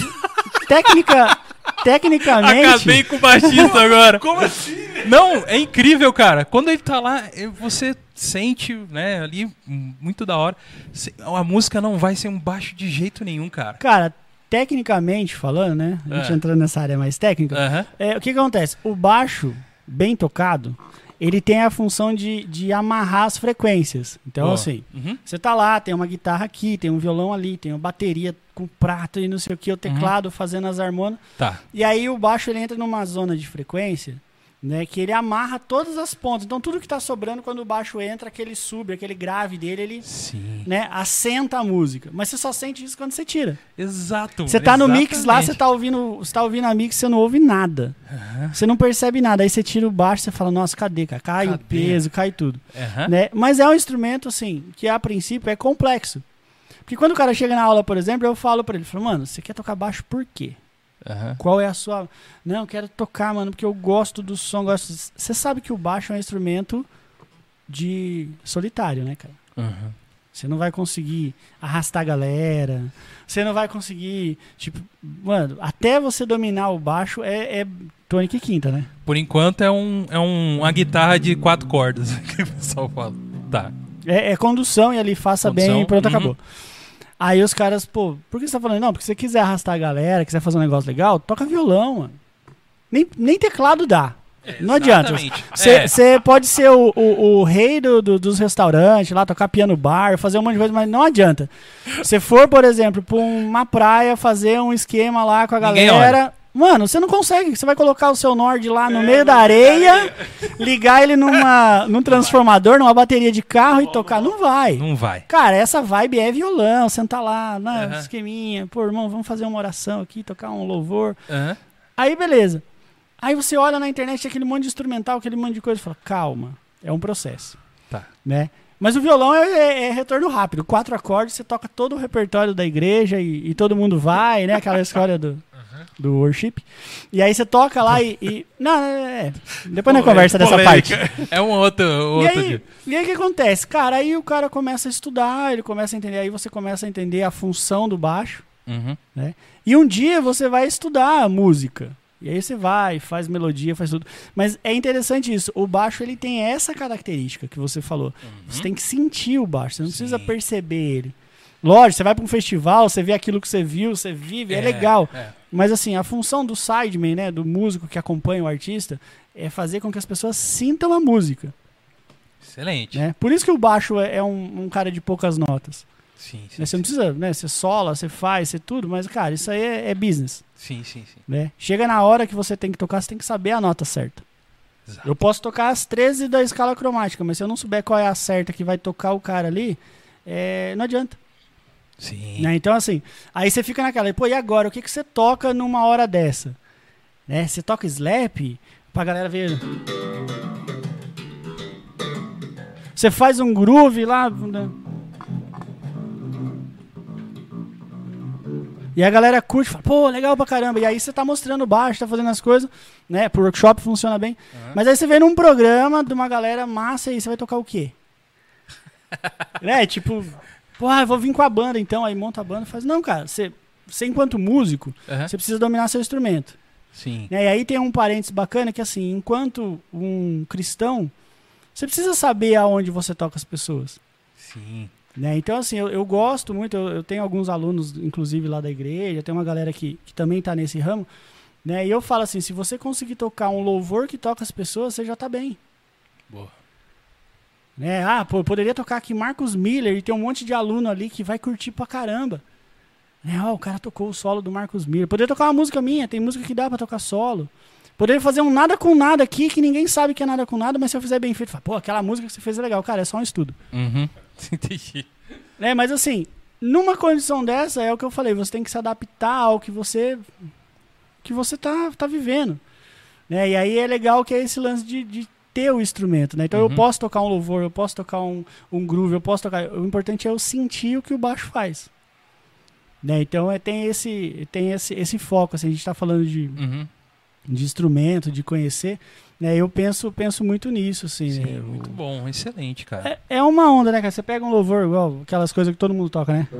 tecnicamente... Acabei com o baixista agora. Como assim? Não, é incrível, cara. Quando ele tá lá, você sente, né, ali, muito da hora. A música não vai ser um baixo de jeito nenhum, cara. Cara, tecnicamente falando, né? A gente entrando nessa área mais técnica. Aham. O que acontece? O baixo, bem tocado, ele tem a função de amarrar as frequências. Então, Boa. assim, Uhum. você tá lá, tem uma guitarra aqui, tem um violão ali, tem uma bateria com prato e não sei o que, o teclado fazendo as harmônicas. Tá. E aí o baixo ele entra numa zona de frequência, né, que ele amarra todas as pontas. Então tudo que tá sobrando quando o baixo entra, aquele sub, aquele grave dele, ele, Sim. né, assenta a música. Mas você só sente isso quando você tira. Exato. Você tá no mix lá, exatamente. você tá ouvindo a mix, você não ouve nada. Você não percebe nada. Aí você tira o baixo, você fala, nossa, cadê, cara? Cai o Cadê? peso, cai tudo. Aham. Né? Mas é um instrumento, assim, que a princípio é complexo. Porque quando o cara chega na aula, por exemplo, eu falo pra ele, mano, você quer tocar baixo por quê? Aham. Qual é a sua... Não, eu quero tocar, mano, porque eu gosto do som, gosto... Você sabe que o baixo é um instrumento de solitário, né, cara? Uhum. Você não vai conseguir arrastar a galera, você não vai conseguir, tipo... Mano, até você dominar o baixo é tônica e quinta, né? Por enquanto é uma guitarra de 4 cordas que o pessoal fala. Tá. É condução e ali faça Condução, bem e pronto, uhum. acabou. Aí os caras, pô, por que você tá falando? Não, porque se você quiser arrastar a galera, quiser fazer um negócio legal, toca violão, mano. Nem teclado dá. Não adianta. Exatamente. Você pode ser o rei dos restaurantes, lá tocar piano bar, fazer um monte de coisa, mas não adianta. Se for, por exemplo, pra uma praia, fazer um esquema lá com a Ninguém galera... Mano, você não consegue. Você vai colocar o seu Nord lá no meio da areia, ligar ele num transformador, numa bateria de carro e tocar. Não vai. Não vai. Cara, essa vibe é violão, sentar lá, né, Aham. esqueminha. Pô, irmão, vamos fazer uma oração aqui, tocar um louvor. Aham. Aí, beleza. Aí você olha na internet aquele monte de instrumental, aquele monte de coisa e fala, calma, é um processo. Tá. Né? Mas o violão é retorno rápido. 4 acordes, você toca todo o repertório da igreja e todo mundo vai, né? Aquela história do worship. E aí você toca lá e... Não, depois na conversa dessa parte. É um outro dia. E aí o que acontece? Cara, aí o cara começa a estudar, ele começa a entender, aí você começa a entender a função do baixo, Uhum. né? E um dia você vai estudar a música. E aí você vai, faz melodia, faz tudo. Mas é interessante isso. O baixo, ele tem essa característica que você falou. Você tem que sentir o baixo, você não precisa perceber ele. Lógico, você vai para um festival, você vê aquilo que você viu, você vive, é legal. Mas assim, a função do sideman, né, do músico que acompanha o artista, é fazer com que as pessoas sintam a música. Excelente. Né? Por isso que o baixo é um cara de poucas notas. Sim, sim. Né? Você não precisa, né? Você sola, você faz, você tudo, mas, cara, isso aí é business. Sim, sim, sim. Né? Chega na hora que você tem que tocar, você tem que saber a nota certa. Exato. Eu posso tocar as 13 da escala cromática, mas se eu não souber qual é a certa que vai tocar o cara ali, não adianta. Sim. Né? Então, assim, aí você fica naquela, pô, e agora? O que você toca numa hora dessa? Né? Você toca slap pra galera ver. Você faz um groove lá. Né? E a galera curte, fala, pô, legal pra caramba. E aí você tá mostrando baixo, tá fazendo as coisas, né? Pro workshop funciona bem. Mas aí você vê num programa de uma galera massa e você vai tocar o quê? Né? Tipo, pô, eu vou vir com a banda então. Aí monta a banda e faz. Não, cara, você enquanto músico, você precisa dominar seu instrumento. Sim. Né? E aí tem um parênteses bacana que assim, enquanto um cristão, você precisa saber aonde você toca as pessoas. Sim. Né? Então, assim, eu gosto muito, eu tenho alguns alunos, inclusive lá da igreja, tem uma galera que também está nesse ramo, né? E eu falo assim, se você conseguir tocar um louvor que toca as pessoas, você já está bem. Boa. Né? Ah, pô, eu poderia tocar aqui Marcos Miller e tem um monte de aluno ali que vai curtir pra caramba. Né? Ó, o cara tocou o solo do Marcos Miller. Poderia tocar uma música minha, tem música que dá pra tocar solo. Poderia fazer um nada com nada aqui, que ninguém sabe que é nada com nada, mas se eu fizer bem feito, fala, pô, aquela música que você fez é legal. Cara, é só um estudo. Uhum. Entendi. Né? Mas assim, numa condição dessa, é o que eu falei, você tem que se adaptar ao que você tá vivendo. Né? E aí é legal que é esse lance de ter o instrumento. Né? Então eu posso tocar um louvor, eu posso tocar um groove, eu posso tocar... O importante é eu sentir o que o baixo faz. Né? Então tem esse foco, assim, a gente tá falando de... de instrumento, de conhecer, né? Eu penso muito nisso, assim. Sim, né? muito bom, excelente, cara. É uma onda, né, cara? Você pega um louvor igual aquelas coisas que todo mundo toca, né?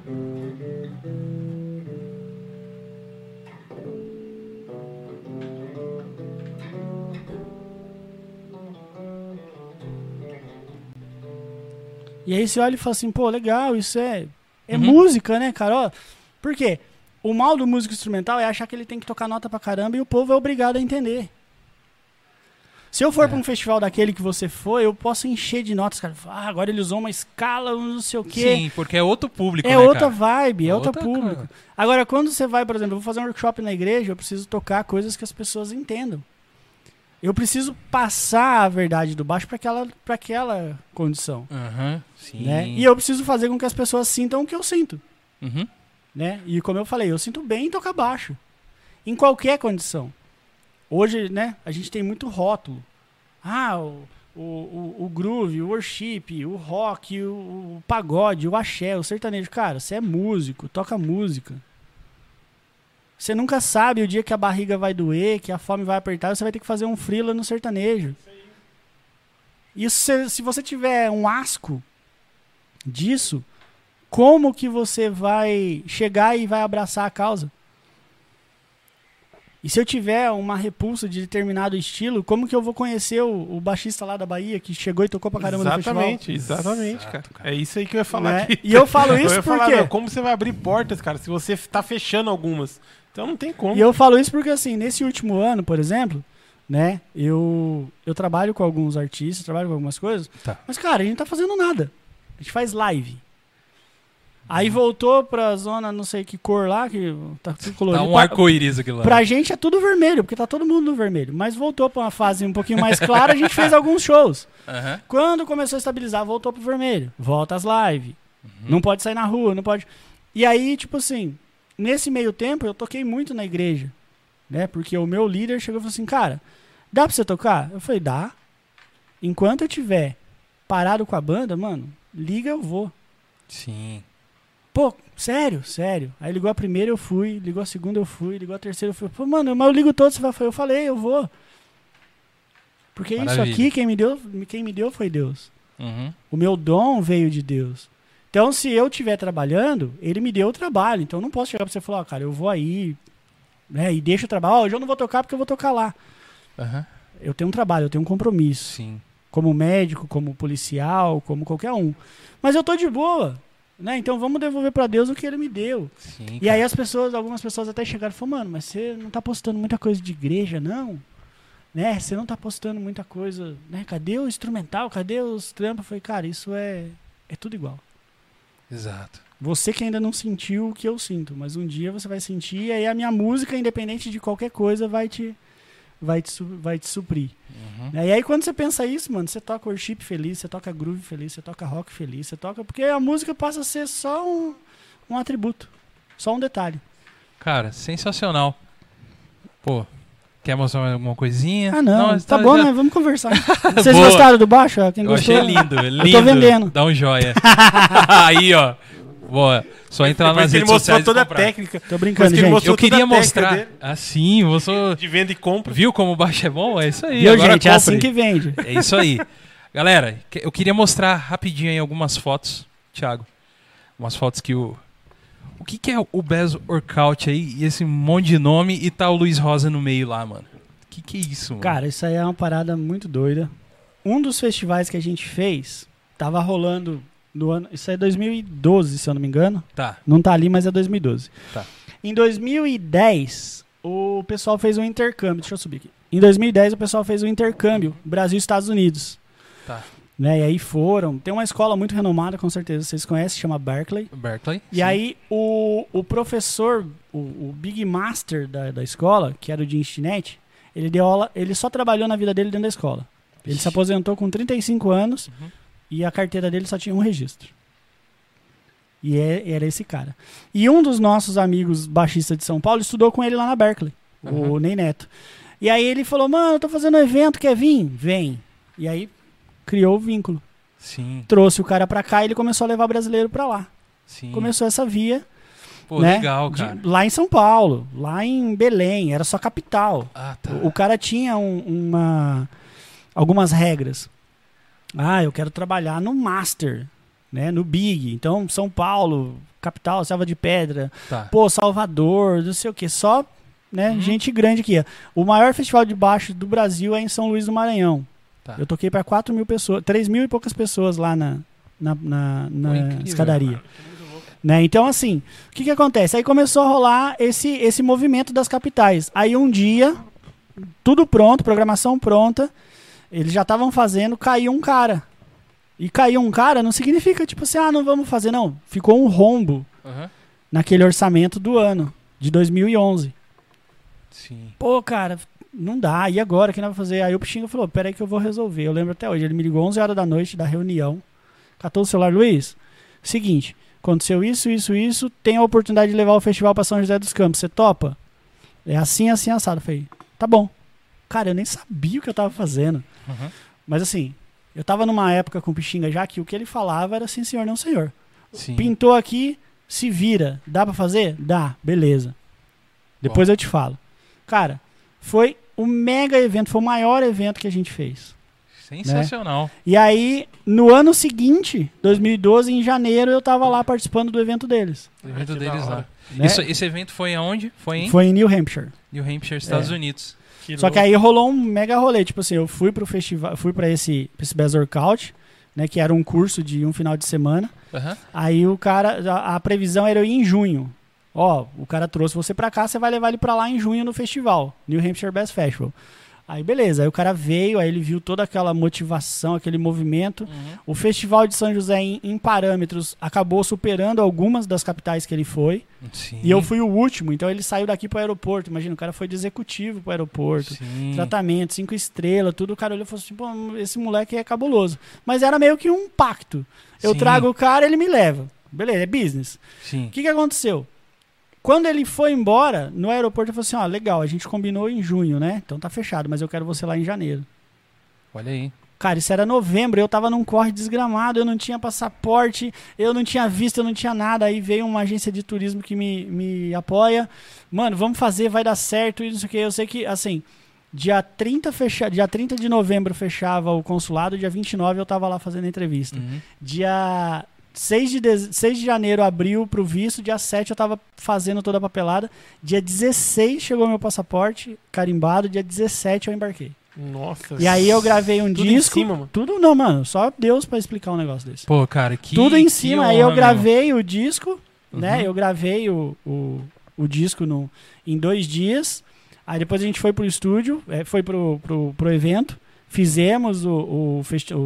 E aí você olha e fala assim, pô, legal, isso é música, né, cara? Ó, por quê? O mal do músico instrumental é achar que ele tem que tocar nota pra caramba e o povo é obrigado a entender. Se eu for pra um festival daquele que você foi, eu posso encher de notas, cara. Agora ele usou uma escala, não sei o quê. Sim, porque é outro público, é né, outra cara? vibe, é outro Outra público. cara. Agora, quando você vai, por exemplo, eu vou fazer um workshop na igreja, eu preciso tocar coisas que as pessoas entendam. Eu preciso passar a verdade do baixo pra aquela condição. Aham, sim. Né? E eu preciso fazer com que as pessoas sintam o que eu sinto. Uhum. Né? E como eu falei, eu sinto bem em tocar baixo. Em qualquer condição. Hoje, né, a gente tem muito rótulo. O groove, o worship, o rock, o pagode, o axé, o sertanejo. Cara, você é músico, toca música. Você nunca sabe o dia que a barriga vai doer, que a fome vai apertar, você vai ter que fazer um freela no sertanejo. Isso, se você tiver um asco disso, como que você vai chegar e vai abraçar a causa? E se eu tiver uma repulsa de determinado estilo, como que eu vou conhecer o baixista lá da Bahia que chegou e tocou pra caramba no festival? Exatamente, cara. É isso aí que eu ia falar Né? aqui. E eu falo isso ia porque... falar, meu, como você vai abrir portas, cara, se você tá fechando algumas? Então não tem como. E eu falo isso porque, assim, nesse último ano, por exemplo, né, eu trabalho com alguns artistas, trabalho com algumas coisas, mas, cara, a gente não tá fazendo nada. A gente faz live. Aí voltou pra zona não sei que cor lá, que tá tudo colorido. Tá um arco-íris aqui lá. Pra gente é tudo vermelho, porque tá todo mundo no vermelho. Mas voltou pra uma fase um pouquinho mais clara, a gente fez alguns shows. Uhum. Quando começou a estabilizar, voltou pro vermelho. Volta às lives. Não pode sair na rua, não pode... E aí, tipo assim, nesse meio tempo, eu toquei muito na igreja. Né? Porque o meu líder chegou e falou assim, cara, dá pra você tocar? Eu falei, dá. Enquanto eu tiver parado com a banda, mano, liga, eu vou. Sim. Pô, sério. Aí ligou a primeira, eu fui. Ligou a segunda, eu fui. Ligou a terceira, eu fui. Pô, mano, mas eu ligo todos. Eu falei, eu vou. Porque Maravilha. isso aqui, quem me deu foi Deus. Uhum. O meu dom veio de Deus. Então, se eu estiver trabalhando, ele me deu o trabalho. Então, eu não posso chegar pra você e falar, cara, eu vou aí, né, e deixa o trabalho. Hoje eu não vou tocar porque eu vou tocar lá. Uhum. Eu tenho um trabalho, eu tenho um compromisso. Sim. Como médico, como policial, como qualquer um. Mas eu tô de boa. Né? Então vamos devolver pra Deus o que ele me deu. Sim, e aí algumas pessoas até chegaram e falaram, mano, mas você não tá postando muita coisa de igreja, não? Né? Você não tá postando muita coisa, né? Cadê o instrumental? Cadê os trampos? Eu falei, cara, isso é tudo igual. Exato. Você que ainda não sentiu o que eu sinto, mas um dia você vai sentir, e aí a minha música, independente de qualquer coisa, vai te suprir. Uhum. E aí quando você pensa isso, mano, você toca worship feliz, você toca groove feliz, você toca rock feliz, você toca... Porque a música passa a ser só um atributo, só um detalhe. Cara, sensacional. Pô, quer mostrar mais alguma coisinha? Ah, não, mas tá bom, já... né? Vamos conversar. Vocês Boa. gostaram do baixo? Quem Eu gostou? achei lindo, lindo. Eu tô vendendo. Dá um joia. Aí, ó. Boa. Só entrar Depois nas que ele redes mostrou sociais e toda a comprar. técnica. Tô brincando, Depois que ele gente. mostrou Eu queria toda a técnica mostrar. dele Assim, eu sou... de venda e compra. Viu como o baixo é bom? É isso aí. Viu, Agora gente? É assim compre. que vende. É isso aí. Galera, eu queria mostrar rapidinho aí algumas fotos, Thiago. Umas fotos que o que é o Bass Workout aí? E esse monte de nome e tá o Luiz Rosa no meio lá, mano. Que é isso, mano? Cara, isso aí é uma parada muito doida. Um dos festivais que a gente fez tava rolando no ano... Isso aí é 2012, se eu não me engano. Tá. Não tá ali, mas é 2012. Tá. Em 2010, o pessoal fez um intercâmbio. Deixa eu subir aqui. Em 2010, o pessoal fez um intercâmbio Brasil e Estados Unidos. Tá. Né? E aí foram. Tem uma escola muito renomada, com certeza vocês conhecem, chama Berkeley. Berkeley. E aí o professor, o Big Master da escola, que era o Jim Stinnett, ele deu aula, ele só trabalhou na vida dele dentro da escola. Ele se aposentou com 35 anos e a carteira dele só tinha um registro. E era esse cara. E um dos nossos amigos baixistas de São Paulo estudou com ele lá na Berkeley, o Ney Neto. E aí ele falou, mano, eu tô fazendo um evento, quer vir? Vem. E aí criou o vínculo. Sim. Trouxe o cara pra cá e ele começou a levar brasileiro pra lá. Sim. Começou essa via. Pô, né? legal, cara. Lá em São Paulo, lá em Belém, era só capital. Ah, tá. O cara tinha algumas regras. Ah, eu quero trabalhar no Master, né? No Big. Então, São Paulo, capital, Selva de Pedra. Tá. Pô, Salvador, não sei o que. Só, né, gente grande aqui. O maior festival de baixo do Brasil é em São Luís do Maranhão. Tá. Eu toquei para 4.000 pessoas, 3.000 e poucas pessoas lá na incrível, escadaria. Né? Então, assim, o que acontece? Aí começou a rolar esse movimento das capitais. Aí um dia, tudo pronto, programação pronta, eles já estavam fazendo, caiu um cara. E caiu um cara não significa, tipo assim, não vamos fazer, não. Ficou um rombo naquele orçamento do ano, de 2011. Sim. Pô, cara, não dá, e agora? O que nós vamos fazer? Aí o Pichinga falou, peraí que eu vou resolver. Eu lembro até hoje, ele me ligou 11 horas da noite da reunião, catou o celular, Luiz, seguinte, aconteceu isso, tem a oportunidade de levar o festival para São José dos Campos, você topa? É assim, assado. Eu falei, tá bom. Cara, eu nem sabia o que eu tava fazendo. Mas assim, eu tava numa época com o Pichinga já que o que ele falava era sim senhor, não senhor. Sim. Pintou aqui, se vira. Dá pra fazer? Dá, beleza. Depois eu te falo. Cara, foi um mega evento, foi o maior evento que a gente fez. Sensacional. Né? E aí, no ano seguinte, 2012, em janeiro, eu tava lá participando do evento deles. O evento deles lá. Né? Esse evento foi aonde? Foi em New Hampshire. New Hampshire, Estados Unidos. Só que aí rolou um mega rolê. Tipo assim, eu fui pro festival, fui pra esse Best Workout, né? Que era um curso de um final de semana. Aí o cara, a previsão era eu ir em junho. Ó, o cara trouxe você pra cá, você vai levar ele pra lá em junho no festival, New Hampshire Bass Festival. Aí beleza, aí o cara veio, aí ele viu toda aquela motivação, aquele movimento. O Festival de São José em parâmetros acabou superando algumas das capitais que ele foi. Sim. E eu fui o último, então ele saiu daqui pro aeroporto. Imagina, o cara foi de executivo pro aeroporto. Sim. Tratamento, 5 estrelas, tudo. O cara olhou e falou assim, pô, esse moleque é cabuloso. Mas era meio que um pacto. Eu trago o cara, ele me leva. Beleza, é business. Sim. O que aconteceu? Quando ele foi embora, no aeroporto, ele falou assim, legal, a gente combinou em junho, né? Então tá fechado, mas eu quero você lá em janeiro. Olha aí. Cara, isso era novembro, eu tava num corre desgramado, eu não tinha passaporte, eu não tinha visto, eu não tinha nada. Aí veio uma agência de turismo que me apoia. Mano, vamos fazer, vai dar certo, e não sei o que. Eu sei que, assim, dia 30 de novembro fechava o consulado, dia 29 eu tava lá fazendo a entrevista. Dia 6 de janeiro abriu pro visto, dia 7 eu tava fazendo toda a papelada, dia 16 chegou meu passaporte carimbado, dia 17 eu embarquei. Nossa. E aí eu gravei um tudo disco. Em cima, mano. Tudo não, mano, só Deus pra explicar um negócio desse. Pô, cara, que tudo em cima, honra, aí eu meu. gravei o disco, né? Eu gravei o disco em 2 dias. Aí depois a gente foi pro estúdio, foi pro evento, fizemos o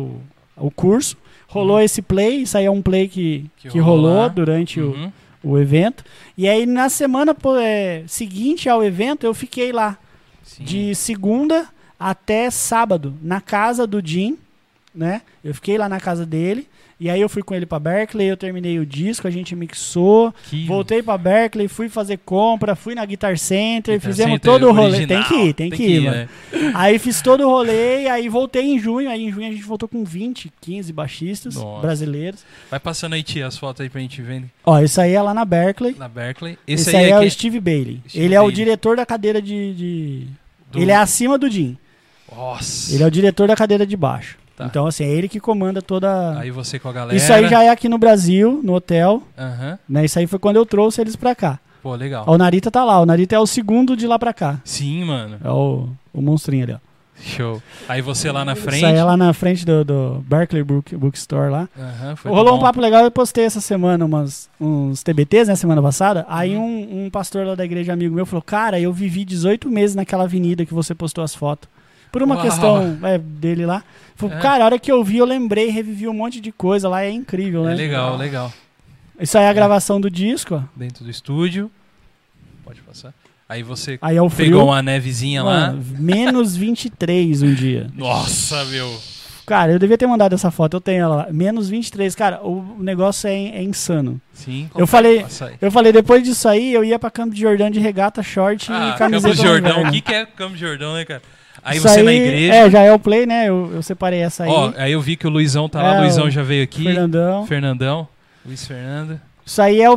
curso. Rolou esse play, isso aí é um play que rolou durante o evento. E aí na semana seguinte ao evento eu fiquei lá. Sim. De segunda até sábado, na casa do Jim, né? Eu fiquei lá na casa dele. E aí eu fui com ele pra Berkeley, eu terminei o disco, a gente mixou, voltei pra Berkeley, fui fazer compra, fui na Guitar Center, fizemos todo o rolê. Original. Tem que ir, mano. Né? Aí fiz todo o rolê, aí voltei em junho, aí em junho a gente voltou com 15 baixistas brasileiros. Vai passando aí, tia, as fotos aí pra gente ver. Ó, isso aí é lá na Berkeley. Na Berkeley. Esse aí é o Steve Bailey. Ele é o diretor da cadeira Ele é acima do Jim. Nossa. Ele é o diretor da cadeira de baixo. Tá. Então, assim, é ele que comanda toda... Aí você com a galera... Isso aí já é aqui no Brasil, no hotel. Né? Isso aí foi quando eu trouxe eles pra cá. Pô, legal. Ó, o Narita tá lá. O Narita é o segundo de lá pra cá. Sim, mano. É o monstrinho ali, ó. Show. Aí você lá na frente... Isso aí é lá na frente do Berkeley Bookstore lá. Foi rolou um papo legal. Eu postei essa semana uns TBTs, né? Semana passada. Aí um pastor lá da igreja, amigo meu, falou, cara, eu vivi 18 meses naquela avenida que você postou as fotos. Por uma questão dele lá. Falei, cara, a hora que eu vi, eu lembrei, revivi um monte de coisa lá, é incrível, né? É legal. Isso aí é a gravação do disco, ó. Dentro do estúdio. Pode passar. Aí você aí é o frio, pegou uma nevezinha lá. Menos 23 um dia. Nossa, meu. Cara, eu devia ter mandado essa foto, eu tenho ela lá. Menos 23, cara, o negócio é insano. Sim. Eu falei, depois disso aí, eu ia pra Campo de Jordão de regata, short e camiseta. Campo de Jordão, o que é Campo de Jordão, né, cara? Aí isso você aí, na igreja. Já é o play, né? Eu separei essa aí. Ó, aí eu vi que o Luizão tá lá, o Luizão já veio aqui. Fernandão. Luiz Fernando. Isso aí é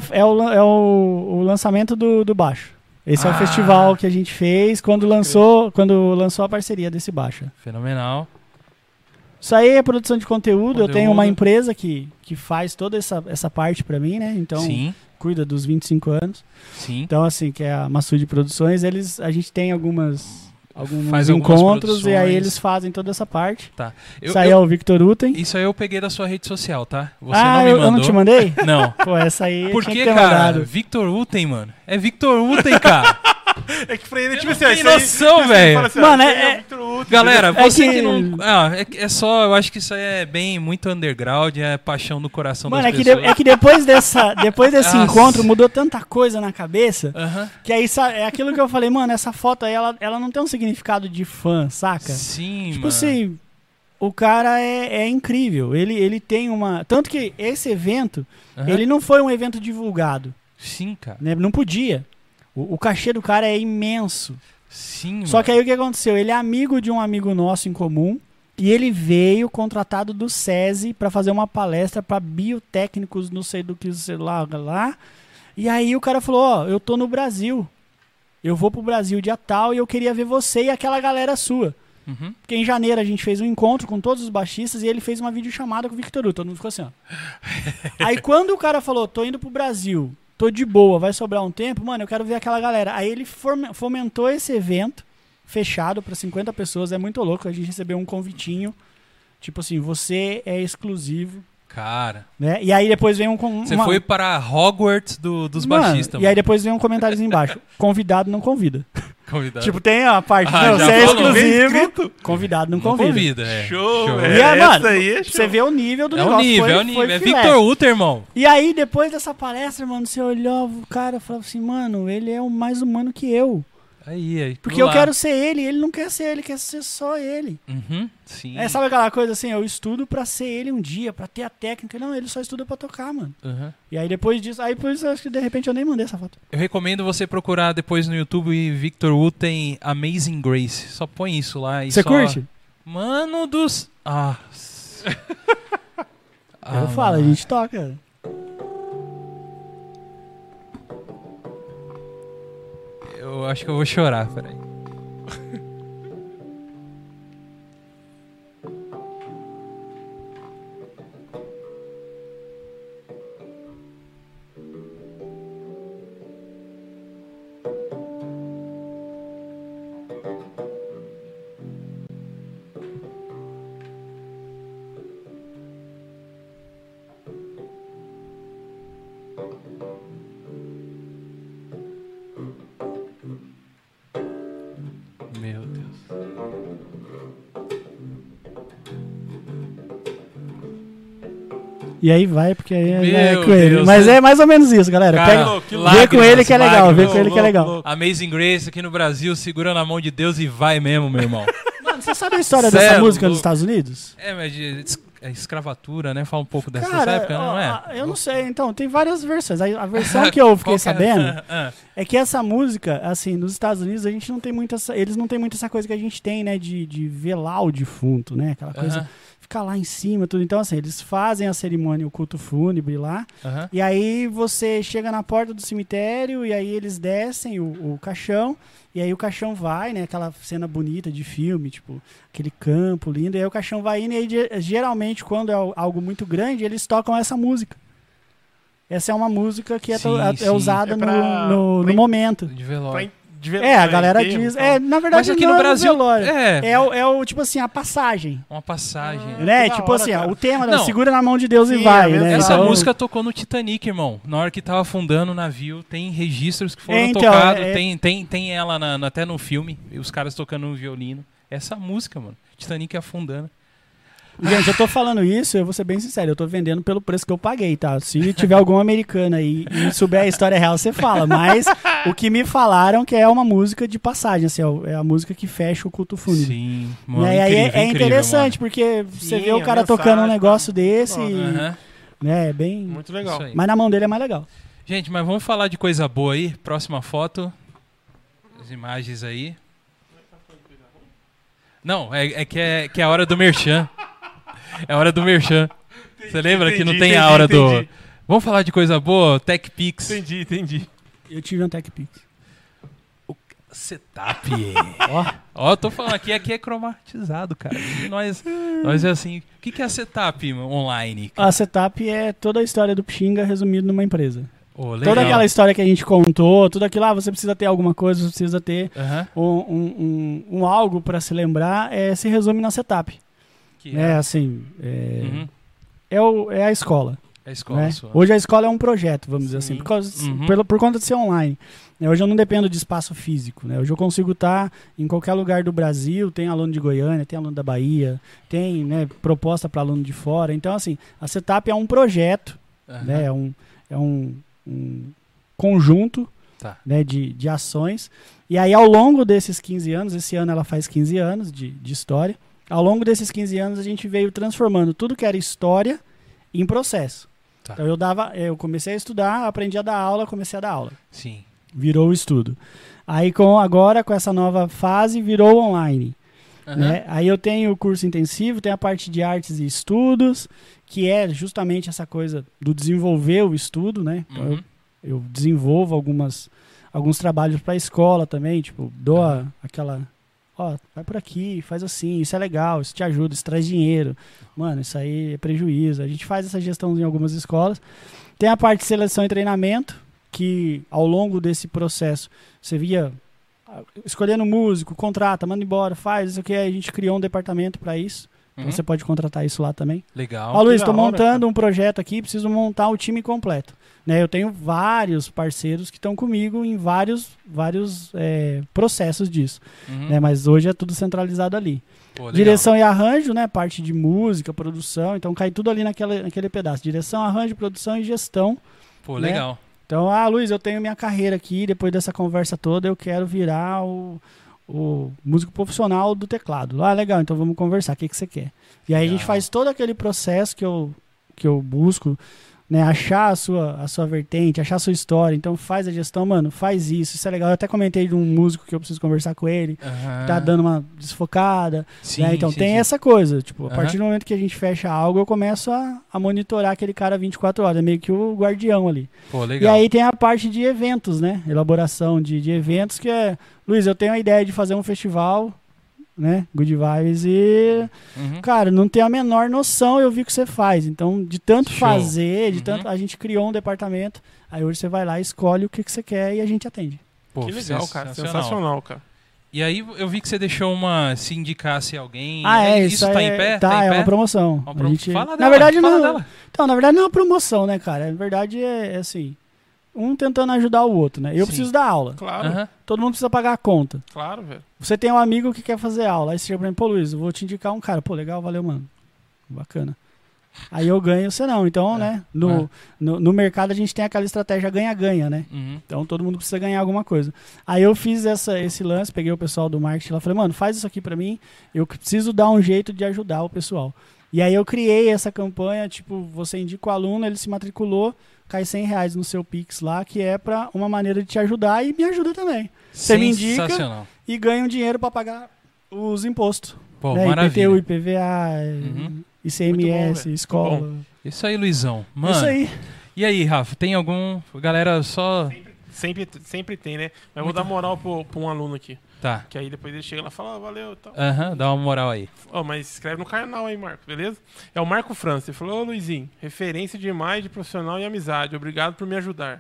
o lançamento do baixo. Esse é o festival que a gente fez quando lançou a parceria desse baixo. Fenomenal. Isso aí é produção de conteúdo. Eu tenho uma empresa que faz toda essa parte pra mim, né? Então, Sim. cuida dos 25 anos. Sim. Então, assim, que é a Massude Produções, a gente tem alguns Faz algumas encontros e aí produções. eles fazem toda essa parte. Tá. Isso aí é o Victor Uten. Isso aí eu peguei da sua rede social, tá? Você não me eu mandou. não te mandei? Não. Pô, essa aí Por tinha que, que ter cara? mandado. Victor Uten, mano. É Victor Uten, cara. É que pra ele, tipo não assim, tem isso aí- noção, isso aí velho. fala assim, Mano, esse aí o Victor Uten, Galera, É você que- que não... é só... Eu acho que isso aí é bem... Muito underground. É paixão no coração Mano, das é pessoas. que depois desse Nossa. encontro mudou tanta coisa na cabeça Aham. que aí é aquilo que eu falei, mano, essa foto aí, ela não tem um significado de fã, saca? Sim, Tipo mano. assim, o cara é incrível. Ele tem uma... Tanto que esse evento, Aham. ele não foi um evento divulgado, Sim, cara. né? Não podia. O cachê do cara é imenso. Sim, Só mano. que aí o que aconteceu? Ele é amigo de um amigo nosso em comum e ele veio contratado do SESI pra fazer uma palestra pra biotécnicos, não sei do que, sei lá. E aí o cara falou, ó, eu tô no Brasil. Eu vou pro Brasil dia tal e eu queria ver você e aquela galera sua. Uhum. Porque em janeiro a gente fez um encontro com todos os baixistas e ele fez uma videochamada com o Victor Hugo. Todo mundo ficou assim, ó. Aí quando o cara falou, tô indo pro Brasil, tô de boa, vai sobrar um tempo, mano, eu quero ver aquela galera. Aí ele fomentou esse evento fechado pra 50 pessoas, é muito louco. A gente recebeu um convitinho, tipo assim, você é exclusivo, Cara. né? E aí depois vem Você foi para Hogwarts dos Mano, baixistas, e aí depois vem um comentário embaixo. Convidado não convida. Convidado. Tipo, tem a parte, Ah, não, já você é falou. Bem exclusivo, escrito. convidado não não convida. convida, é. Show, E aí, essa mano, aí é show. você vê o nível do É o negócio. nível, foi, é o nível. foi É filé. Victor Uter, irmão. E aí, depois dessa palestra, mano, você olhava o cara e falava assim, mano, ele é o mais humano que eu. Aí. Porque eu quero ser ele não quer ser ele, quer ser só ele. Uhum, sim. É, sabe aquela coisa assim, eu estudo pra ser ele um dia, pra ter a técnica. Não, ele só estuda pra tocar, mano. Uhum. E aí depois disso, por isso eu acho que de repente eu nem mandei essa foto. Eu recomendo você procurar depois no YouTube Victor Uten Amazing Grace. Só põe isso lá e Você só... curte? Mano dos... Ah. Eu falo, a gente toca. Eu acho que eu vou chorar, peraí. Meu Deus. E aí vai, porque aí é Meu com ele. Deus, Mas né? é mais ou menos isso, galera. Cara, Pega, louco, que vê com ele que é legal, vê lágrimas, com ele que é legal. louco. Amazing Grace aqui no Brasil, segura na mão de Deus e vai mesmo, meu irmão. Mano, você sabe a história Cê dessa é música nos louco. Estados Unidos? É, mas de escravatura, né? Fala um pouco dessa Cara, época, não é? eu não sei. Então, tem várias versões. A versão que eu fiquei Qual que é? sabendo Ah, é que essa música, assim, nos Estados Unidos, a gente não tem muito eles não tem muito essa coisa que a gente tem, né, de velar o defunto, né? Aquela coisa, aham, ficar lá em cima, tudo. Então, assim, eles fazem a cerimônia, o culto fúnebre lá, aham. e aí você chega na porta do cemitério, e aí eles descem o caixão, e aí o caixão vai, né? Aquela cena bonita de filme, tipo, aquele campo lindo, e aí o caixão vai indo, e aí geralmente, quando é algo muito grande, eles tocam essa música. Essa é uma música que Sim, é sim. usada É pra- no pra- momento. De velório. A galera diz. Na verdade, Mas aqui não no é Brasil, velório. é É o tipo assim, a passagem. uma passagem. Né? que da Tipo hora, assim, ó, cara. o tema Não. segura na mão de Deus e Sim, vai, é mesmo. né? Essa Então, música tocou no Titanic, irmão. Na hora que tava afundando o navio, tem registros que foram Então, tocados. é- Tem ela até no filme, e os caras tocando um violino. Essa música, mano. Titanic afundando. Gente, eu tô falando isso, eu vou ser bem sincero, eu tô vendendo pelo preço que eu paguei, tá? Se tiver algum americano aí e souber a história real, você fala. Mas o que me falaram que é uma música de passagem, assim, é a música que fecha o culto fúnebre. Sim, E mano. aí incrível, é incrível, interessante, porque você Sim, vê o a cara mensagem, tocando um tá? negócio desse mano. e, Aham. né, é bem... Muito legal. Isso aí. Mas na mão dele é mais legal. Gente, mas vamos falar de coisa boa aí. Próxima foto. As imagens aí. Não, que é a hora do merchan. É a hora do merchan. Você lembra que não tem a hora Vamos falar de coisa boa? TechPix. Entendi. Eu tive um TechPix. Setup. Ó, eu tô falando aqui é cromatizado, cara. E nós é assim. O que é a setup online? A setup é toda a história do Pixinga resumida numa empresa. Legal. Toda aquela história que a gente contou, tudo aquilo, você precisa ter alguma coisa, você precisa ter um algo para se lembrar, se resume na setup. Que é assim, é a escola. É a escola né? sua. Hoje a escola é um projeto, vamos dizer assim, por conta de ser online. Hoje eu não dependo de espaço físico. Né? Hoje eu consigo estar em qualquer lugar do Brasil, tem aluno de Goiânia, tem aluno da Bahia, tem proposta para aluno de fora. Então, assim, a setup é um projeto, né? É um conjunto né, de ações. E aí, ao longo desses 15 anos, esse ano ela faz 15 anos de história, ao longo desses 15 anos a gente veio transformando tudo que era história em processo. Então eu comecei a estudar, aprendi a dar aula, comecei a dar aula. Sim. Virou o estudo. Aí agora, com essa nova fase, virou online. Né? Aí eu tenho o curso intensivo, tem a parte de artes e estudos, que é justamente essa coisa do desenvolver o estudo, né? Então eu desenvolvo alguns trabalhos para a escola também, tipo, dou aquela... vai por aqui, faz assim, isso é legal, isso te ajuda, isso traz dinheiro. Mano, isso aí é prejuízo. A gente faz essa gestão em algumas escolas. Tem a parte de seleção e treinamento, que ao longo desse processo você via escolhendo músico, contrata, manda embora, faz, isso aqui, a gente criou um departamento para isso. Então você pode contratar isso lá também. Legal. Luiz, estou montando um projeto aqui, preciso montar o time completo. Né, eu tenho vários parceiros que estão comigo em vários processos disso. Né, mas hoje é tudo centralizado ali. Pô, direção e arranjo, né, parte de música, produção, então cai tudo ali naquele pedaço. Direção, arranjo, produção e gestão. Pô, né? Legal. Então, Luiz, eu tenho minha carreira aqui, depois dessa conversa toda eu quero virar o músico profissional do teclado. Legal, então vamos conversar, o que você quer? E aí a gente faz todo aquele processo que eu busco, né, achar a sua vertente, achar a sua história. Então faz a gestão, mano, faz isso é legal. Eu até comentei de um músico que eu preciso conversar com ele, que tá dando uma desfocada. Sim, né? Então tem essa coisa, tipo, a partir do momento que a gente fecha algo, eu começo a monitorar aquele cara 24 horas, é meio que o guardião ali. Pô, legal. E aí tem a parte de eventos, né, elaboração de eventos, que é, Luiz, eu tenho a ideia de fazer um festival, né, Good Vibes, e cara, não tenho a menor noção, eu vi o que você faz, então de tanto fazer, de tanto, a gente criou um departamento, aí hoje você vai lá, escolhe o que você quer e a gente atende. Pô, que legal, cara, sensacional, cara. E aí eu vi que você deixou se indicasse alguém. Isso tá em pé? Tá, é uma promoção. A gente... Fala dela, na verdade, fala dela. Então, na verdade não é uma promoção, né, cara, na verdade é assim, um tentando ajudar o outro, né? Eu preciso dar aula. Claro. Todo mundo precisa pagar a conta. Claro, velho. Você tem um amigo que quer fazer aula. Aí você chega pra mim, pô, Luiz, eu vou te indicar um cara. Pô, legal, valeu, mano. Bacana. Aí eu ganho, você não. Então, né? No mercado a gente tem aquela estratégia ganha-ganha, né? Então todo mundo precisa ganhar alguma coisa. Aí eu fiz esse lance, peguei o pessoal do marketing lá, falei, mano, faz isso aqui pra mim. Eu preciso dar um jeito de ajudar o pessoal. E aí eu criei essa campanha, tipo, você indica o aluno, ele se matriculou, cai R$100 no seu Pix lá, que é pra uma maneira de te ajudar e me ajuda também. Você me indica e ganha um dinheiro pra pagar os impostos. Pô, né? maravilha. IPTU, IPVA, ICMS, escola. Isso aí, Luizão. Mano. Isso aí. E aí, Rafa, tem algum... Galera, só... Sempre tem, né? Mas eu vou dar moral pra um aluno aqui. Tá. Que aí depois ele chega lá e fala, valeu e tal. Dá uma moral aí. Mas escreve no canal aí, Marco, beleza? É o Marco França. Ele falou, Luizinho, referência demais de profissional e amizade. Obrigado por me ajudar.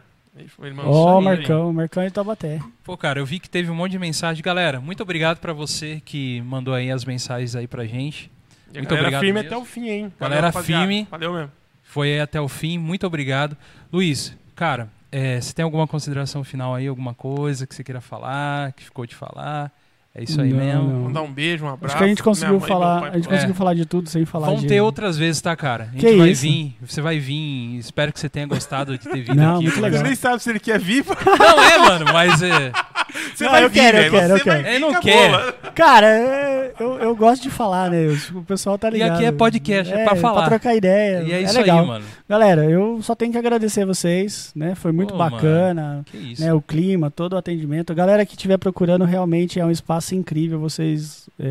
Marcão de Taubaté. Pô, cara, eu vi que teve um monte de mensagem. Galera, muito obrigado pra você que mandou aí as mensagens aí pra gente. Muito obrigado firme mesmo. até o fim, hein? Galera Valeu, firme. Valeu mesmo. Foi aí até o fim. Muito obrigado. Luiz, cara, você tem alguma consideração final aí? Alguma coisa que você queira falar, que ficou de falar? É isso aí mesmo. Vamos dar um beijo, um abraço. Acho que a gente conseguiu falar, conseguiu falar de tudo sem falar Vão ter outras vezes, tá, cara? A gente que vai isso? vir, você vai vir. Espero que você tenha gostado de ter vindo Não, aqui. muito legal. Você nem sabe se ele quer vir. Não é, mano, mas Você vai vir, velho. Eu quero. Ele não quer. Cara, eu gosto de falar, né? O pessoal tá ligado. E aqui é podcast, é pra falar. Pra trocar ideia. E é isso legal. aí, mano. Galera, eu só tenho que agradecer vocês, né? Foi muito bacana. Que isso. Né? O clima, todo o atendimento. A galera que estiver procurando, realmente é um espaço incrível. Vocês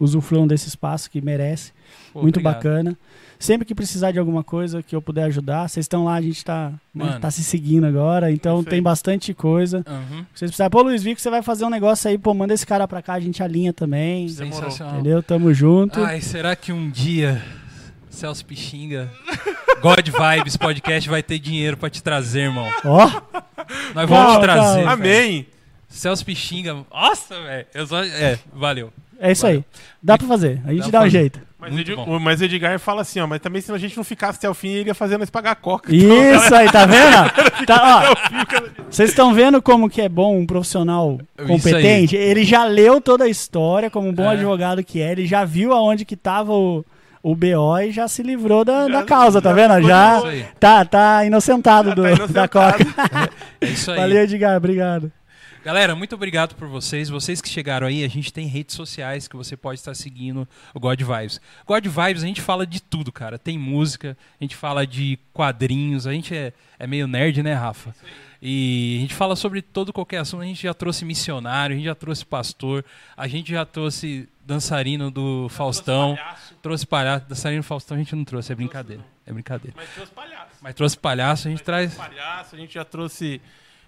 usufruam desse espaço que merece. Pô, Muito obrigado. bacana. Sempre que precisar de alguma coisa que eu puder ajudar, vocês estão lá, a gente tá, né, Mano. tá se seguindo agora, então Perfeito. tem bastante coisa. Uhum. Vocês precisarem, pô, Luiz, vi que você vai fazer um negócio aí, pô, manda esse cara pra cá, a gente alinha também. Demorou. Sensacional. Entendeu? Tamo junto. Ai, será que um dia Celso Pixinga, God Vibes Podcast vai ter dinheiro pra te trazer, irmão? Ó, Nós vamos Calma, te trazer. calma. velho. Amém. Celso Pixinga. Nossa, velho. Valeu. é isso aí. Dá pra fazer, a gente Dá dá pra um fazer. jeito. Muito bom. Mas o Edgar fala assim, ó, mas também se a gente não ficasse até o fim, ele ia fazer nós pagar a coca. Isso aí, tá vendo? Tá, ó, vocês estão vendo como que é bom um profissional Isso competente? Ele já leu toda a história, como um bom É. advogado que é, ele já viu aonde que tava o BO e já se livrou da Já- causa, tá já vendo? ficou Já Isso aí. tá inocentado Já tá da inocentado. coca. É isso aí. Valeu, Edgar, obrigado. Galera, muito obrigado por vocês. Vocês que chegaram aí, a gente tem redes sociais que você pode estar seguindo o God Vibes. God Vibes, a gente fala de tudo, cara. Tem música, a gente fala de quadrinhos, a gente é meio nerd, né, Rafa? E a gente fala sobre todo qualquer assunto. A gente já trouxe missionário, a gente já trouxe pastor, a gente já trouxe dançarino do Faustão, trouxe palhaço. Dançarino do Faustão a gente não trouxe, é brincadeira. É brincadeira. Mas trouxe palhaço. Mas trouxe palhaço, a gente traz Palhaço, a gente já trouxe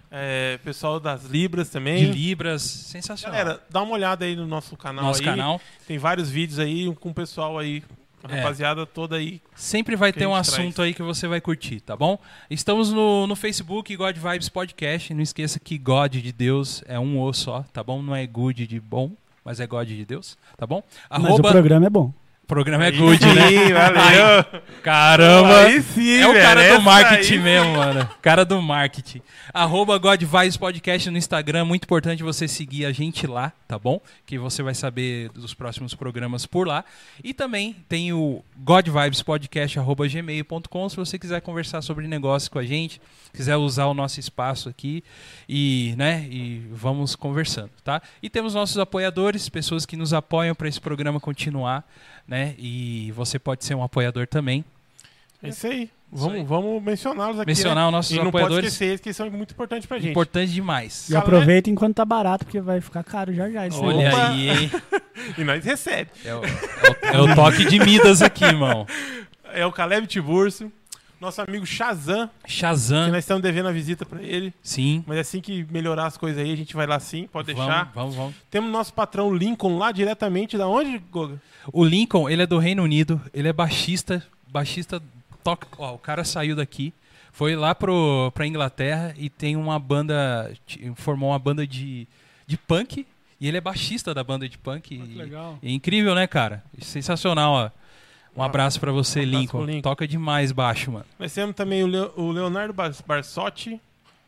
pessoal das Libras de também. Libras, sensacional. Galera, dá uma olhada aí no nosso canal Nosso aí. canal. Tem vários vídeos aí com o pessoal aí, a É. rapaziada toda aí. Sempre vai que ter a um gente assunto traz. aí que você vai curtir, tá bom? Estamos no Facebook, God Vibes Podcast. Não esqueça que God de Deus é um O só, tá bom? Não é good de bom, mas é God de Deus, tá bom? Mas o Arroba... programa é bom. Programa é good, né? Sim, valeu. Caramba! Aí sim, É o cara velho, do essa marketing aí- mesmo, mano. Cara do marketing. Arroba God Vibes Podcast no Instagram. Muito importante você seguir a gente lá, tá bom? Que você vai saber dos próximos programas por lá. E também tem o godvibespodcast@gmail.com se você quiser conversar sobre negócio com a gente, quiser usar o nosso espaço aqui e vamos conversando, tá? E temos nossos apoiadores, pessoas que nos apoiam para esse programa continuar, né? E você pode ser um apoiador também. É isso aí. Isso aí. Vamos mencioná-los aqui. Mencionar né? os nossos E não apoiadores. pode esquecer eles, que são muito importantes pra gente. Importante demais. E Calma, aproveita enquanto tá barato, porque vai ficar caro já esse Olha negócio. Opa! aí, hein? E nós recebe. É o toque de Midas aqui, irmão. É o Caleb Tiburcio, nosso amigo Shazam, que Shazam. nós estamos devendo a visita pra ele. Sim. Mas assim que melhorar as coisas aí, a gente vai lá sim, pode deixar. Vamos. Temos nosso patrão Lincoln lá diretamente da onde, Goga? O Lincoln, ele é do Reino Unido, ele é baixista toca, ó, o cara saiu daqui, foi lá pra Inglaterra e tem uma banda, formou uma banda de punk, e ele é baixista da banda de punk. Que legal. É incrível, né, cara? Sensacional, ó. Um abraço pra você, abraço Lincoln. pro Lincoln. Toca demais baixo, mano. Nós temos também o Leonardo Barsotti,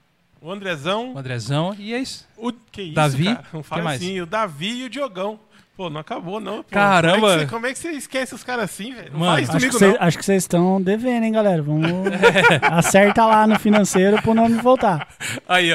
o Andrezão, O Andrezão, e é isso. que isso, Davi? cara? Não Que fala mais? assim, o Davi e o Diogão. Pô, não acabou não. Pô. Caramba! Como é que você esquece os caras assim, velho? Não Mano, faz Acho que, comigo não. acho que vocês estão devendo, hein, galera? Vamos acerta lá no financeiro pro nome voltar. Aí,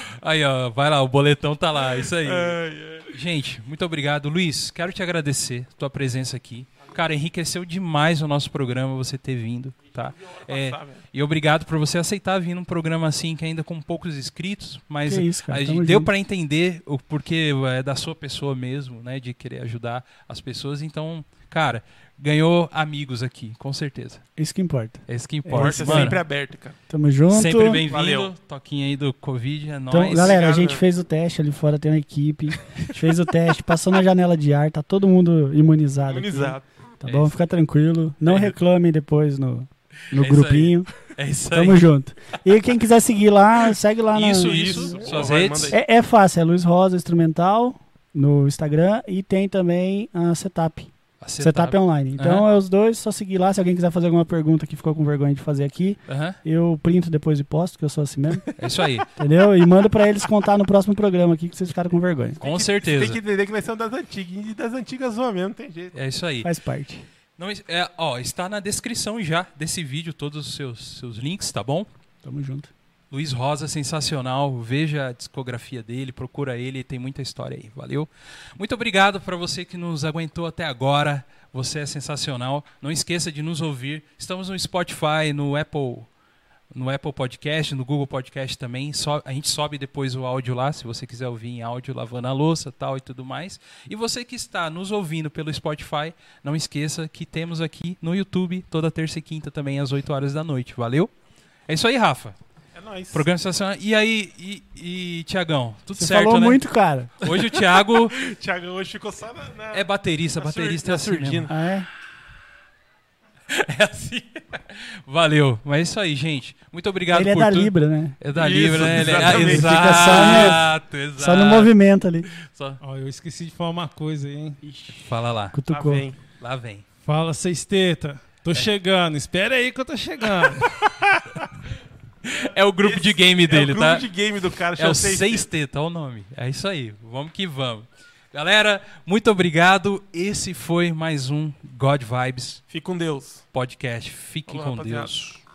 ó. Vai lá, o boletão tá lá. Isso aí. Ai, Gente, muito obrigado. Luiz, quero te agradecer tua presença aqui. Cara, enriqueceu demais o nosso programa você ter vindo, tá? passar, velho. E obrigado por você aceitar vir num programa assim, que ainda com poucos inscritos, mas Que isso, cara, a tamo gente deu junto. para entender o porquê é da sua pessoa mesmo, né? De querer ajudar as pessoas. Então, cara, ganhou amigos aqui, com certeza. Isso que importa. É isso que importa. Porta Mano, sempre aberta, cara. Tamo junto. sempre bem-vindo. Valeu. Toquinho aí do Covid, é Então, nóis. galera, a Obrigado, gente né? fez o teste ali fora, tem uma equipe. A gente fez o teste, passou na janela de ar, tá todo mundo imunizado. aqui, Imunizado. tá É bom? isso. Fica tranquilo. Não reclamem depois no É isso grupinho. É isso aí. Tamo junto. E quem quiser seguir lá, segue lá na. Isso. Suas Vai, redes. manda aí. É fácil, é Luiz Rosa Instrumental no Instagram e tem também a Setup. A Setup Online. Então Aham. é os dois, só seguir lá. Se alguém quiser fazer alguma pergunta que ficou com vergonha de fazer aqui, Aham. eu printo depois e posto, que eu sou assim mesmo. É isso aí. Entendeu? E mando pra eles contar no próximo programa aqui que vocês ficaram com vergonha. Com Você certeza. tem que entender que nós somos das antigas. E das antigas zoa mesmo, não tem jeito. É isso aí. Faz parte. Não, está na descrição já desse vídeo todos os seus links, tá bom? Tamo junto. Luiz Rosa, sensacional. Veja a discografia dele, procura ele, tem muita história aí. Valeu. Muito obrigado para você que nos aguentou até agora. Você é sensacional. Não esqueça de nos ouvir. Estamos no Spotify, no Apple no Apple Podcast, no Google Podcast também. A gente sobe depois o áudio lá, se você quiser ouvir em áudio, lavando a louça tal e tudo mais. E você que está nos ouvindo pelo Spotify, não esqueça que temos aqui no YouTube toda terça e quinta também às 8 horas da noite. Valeu? É isso aí, Rafa. É nóis. Programa sensacional. E aí, Tiagão, tudo Você certo, falou né? muito, cara. Hoje o Thiago Thiago hoje ficou só na... é baterista, baterista é assim mesmo. surdina. Ah, é? É assim. Valeu. Mas é isso aí, gente. Muito obrigado Ele é por da tudo. Libra, né? É da Isso, Libra, né? exatamente. Fica Exato. Só no movimento ali. Só- Ó, eu esqueci de falar uma coisa aí, hein? Fala lá. Lá Cutucou. vem. Lá vem. Fala, Sexteta. Tô chegando. Espera aí que eu tô chegando. É o grupo de game dele, é o tá? grupo de game do cara. É chama o Seis Sexteta, olha o nome. É isso aí. Vamos que vamos. Galera, muito obrigado. Esse foi mais um God Vibes Fique com Deus. Podcast. Fiquem Falou, com rapaziada. Deus.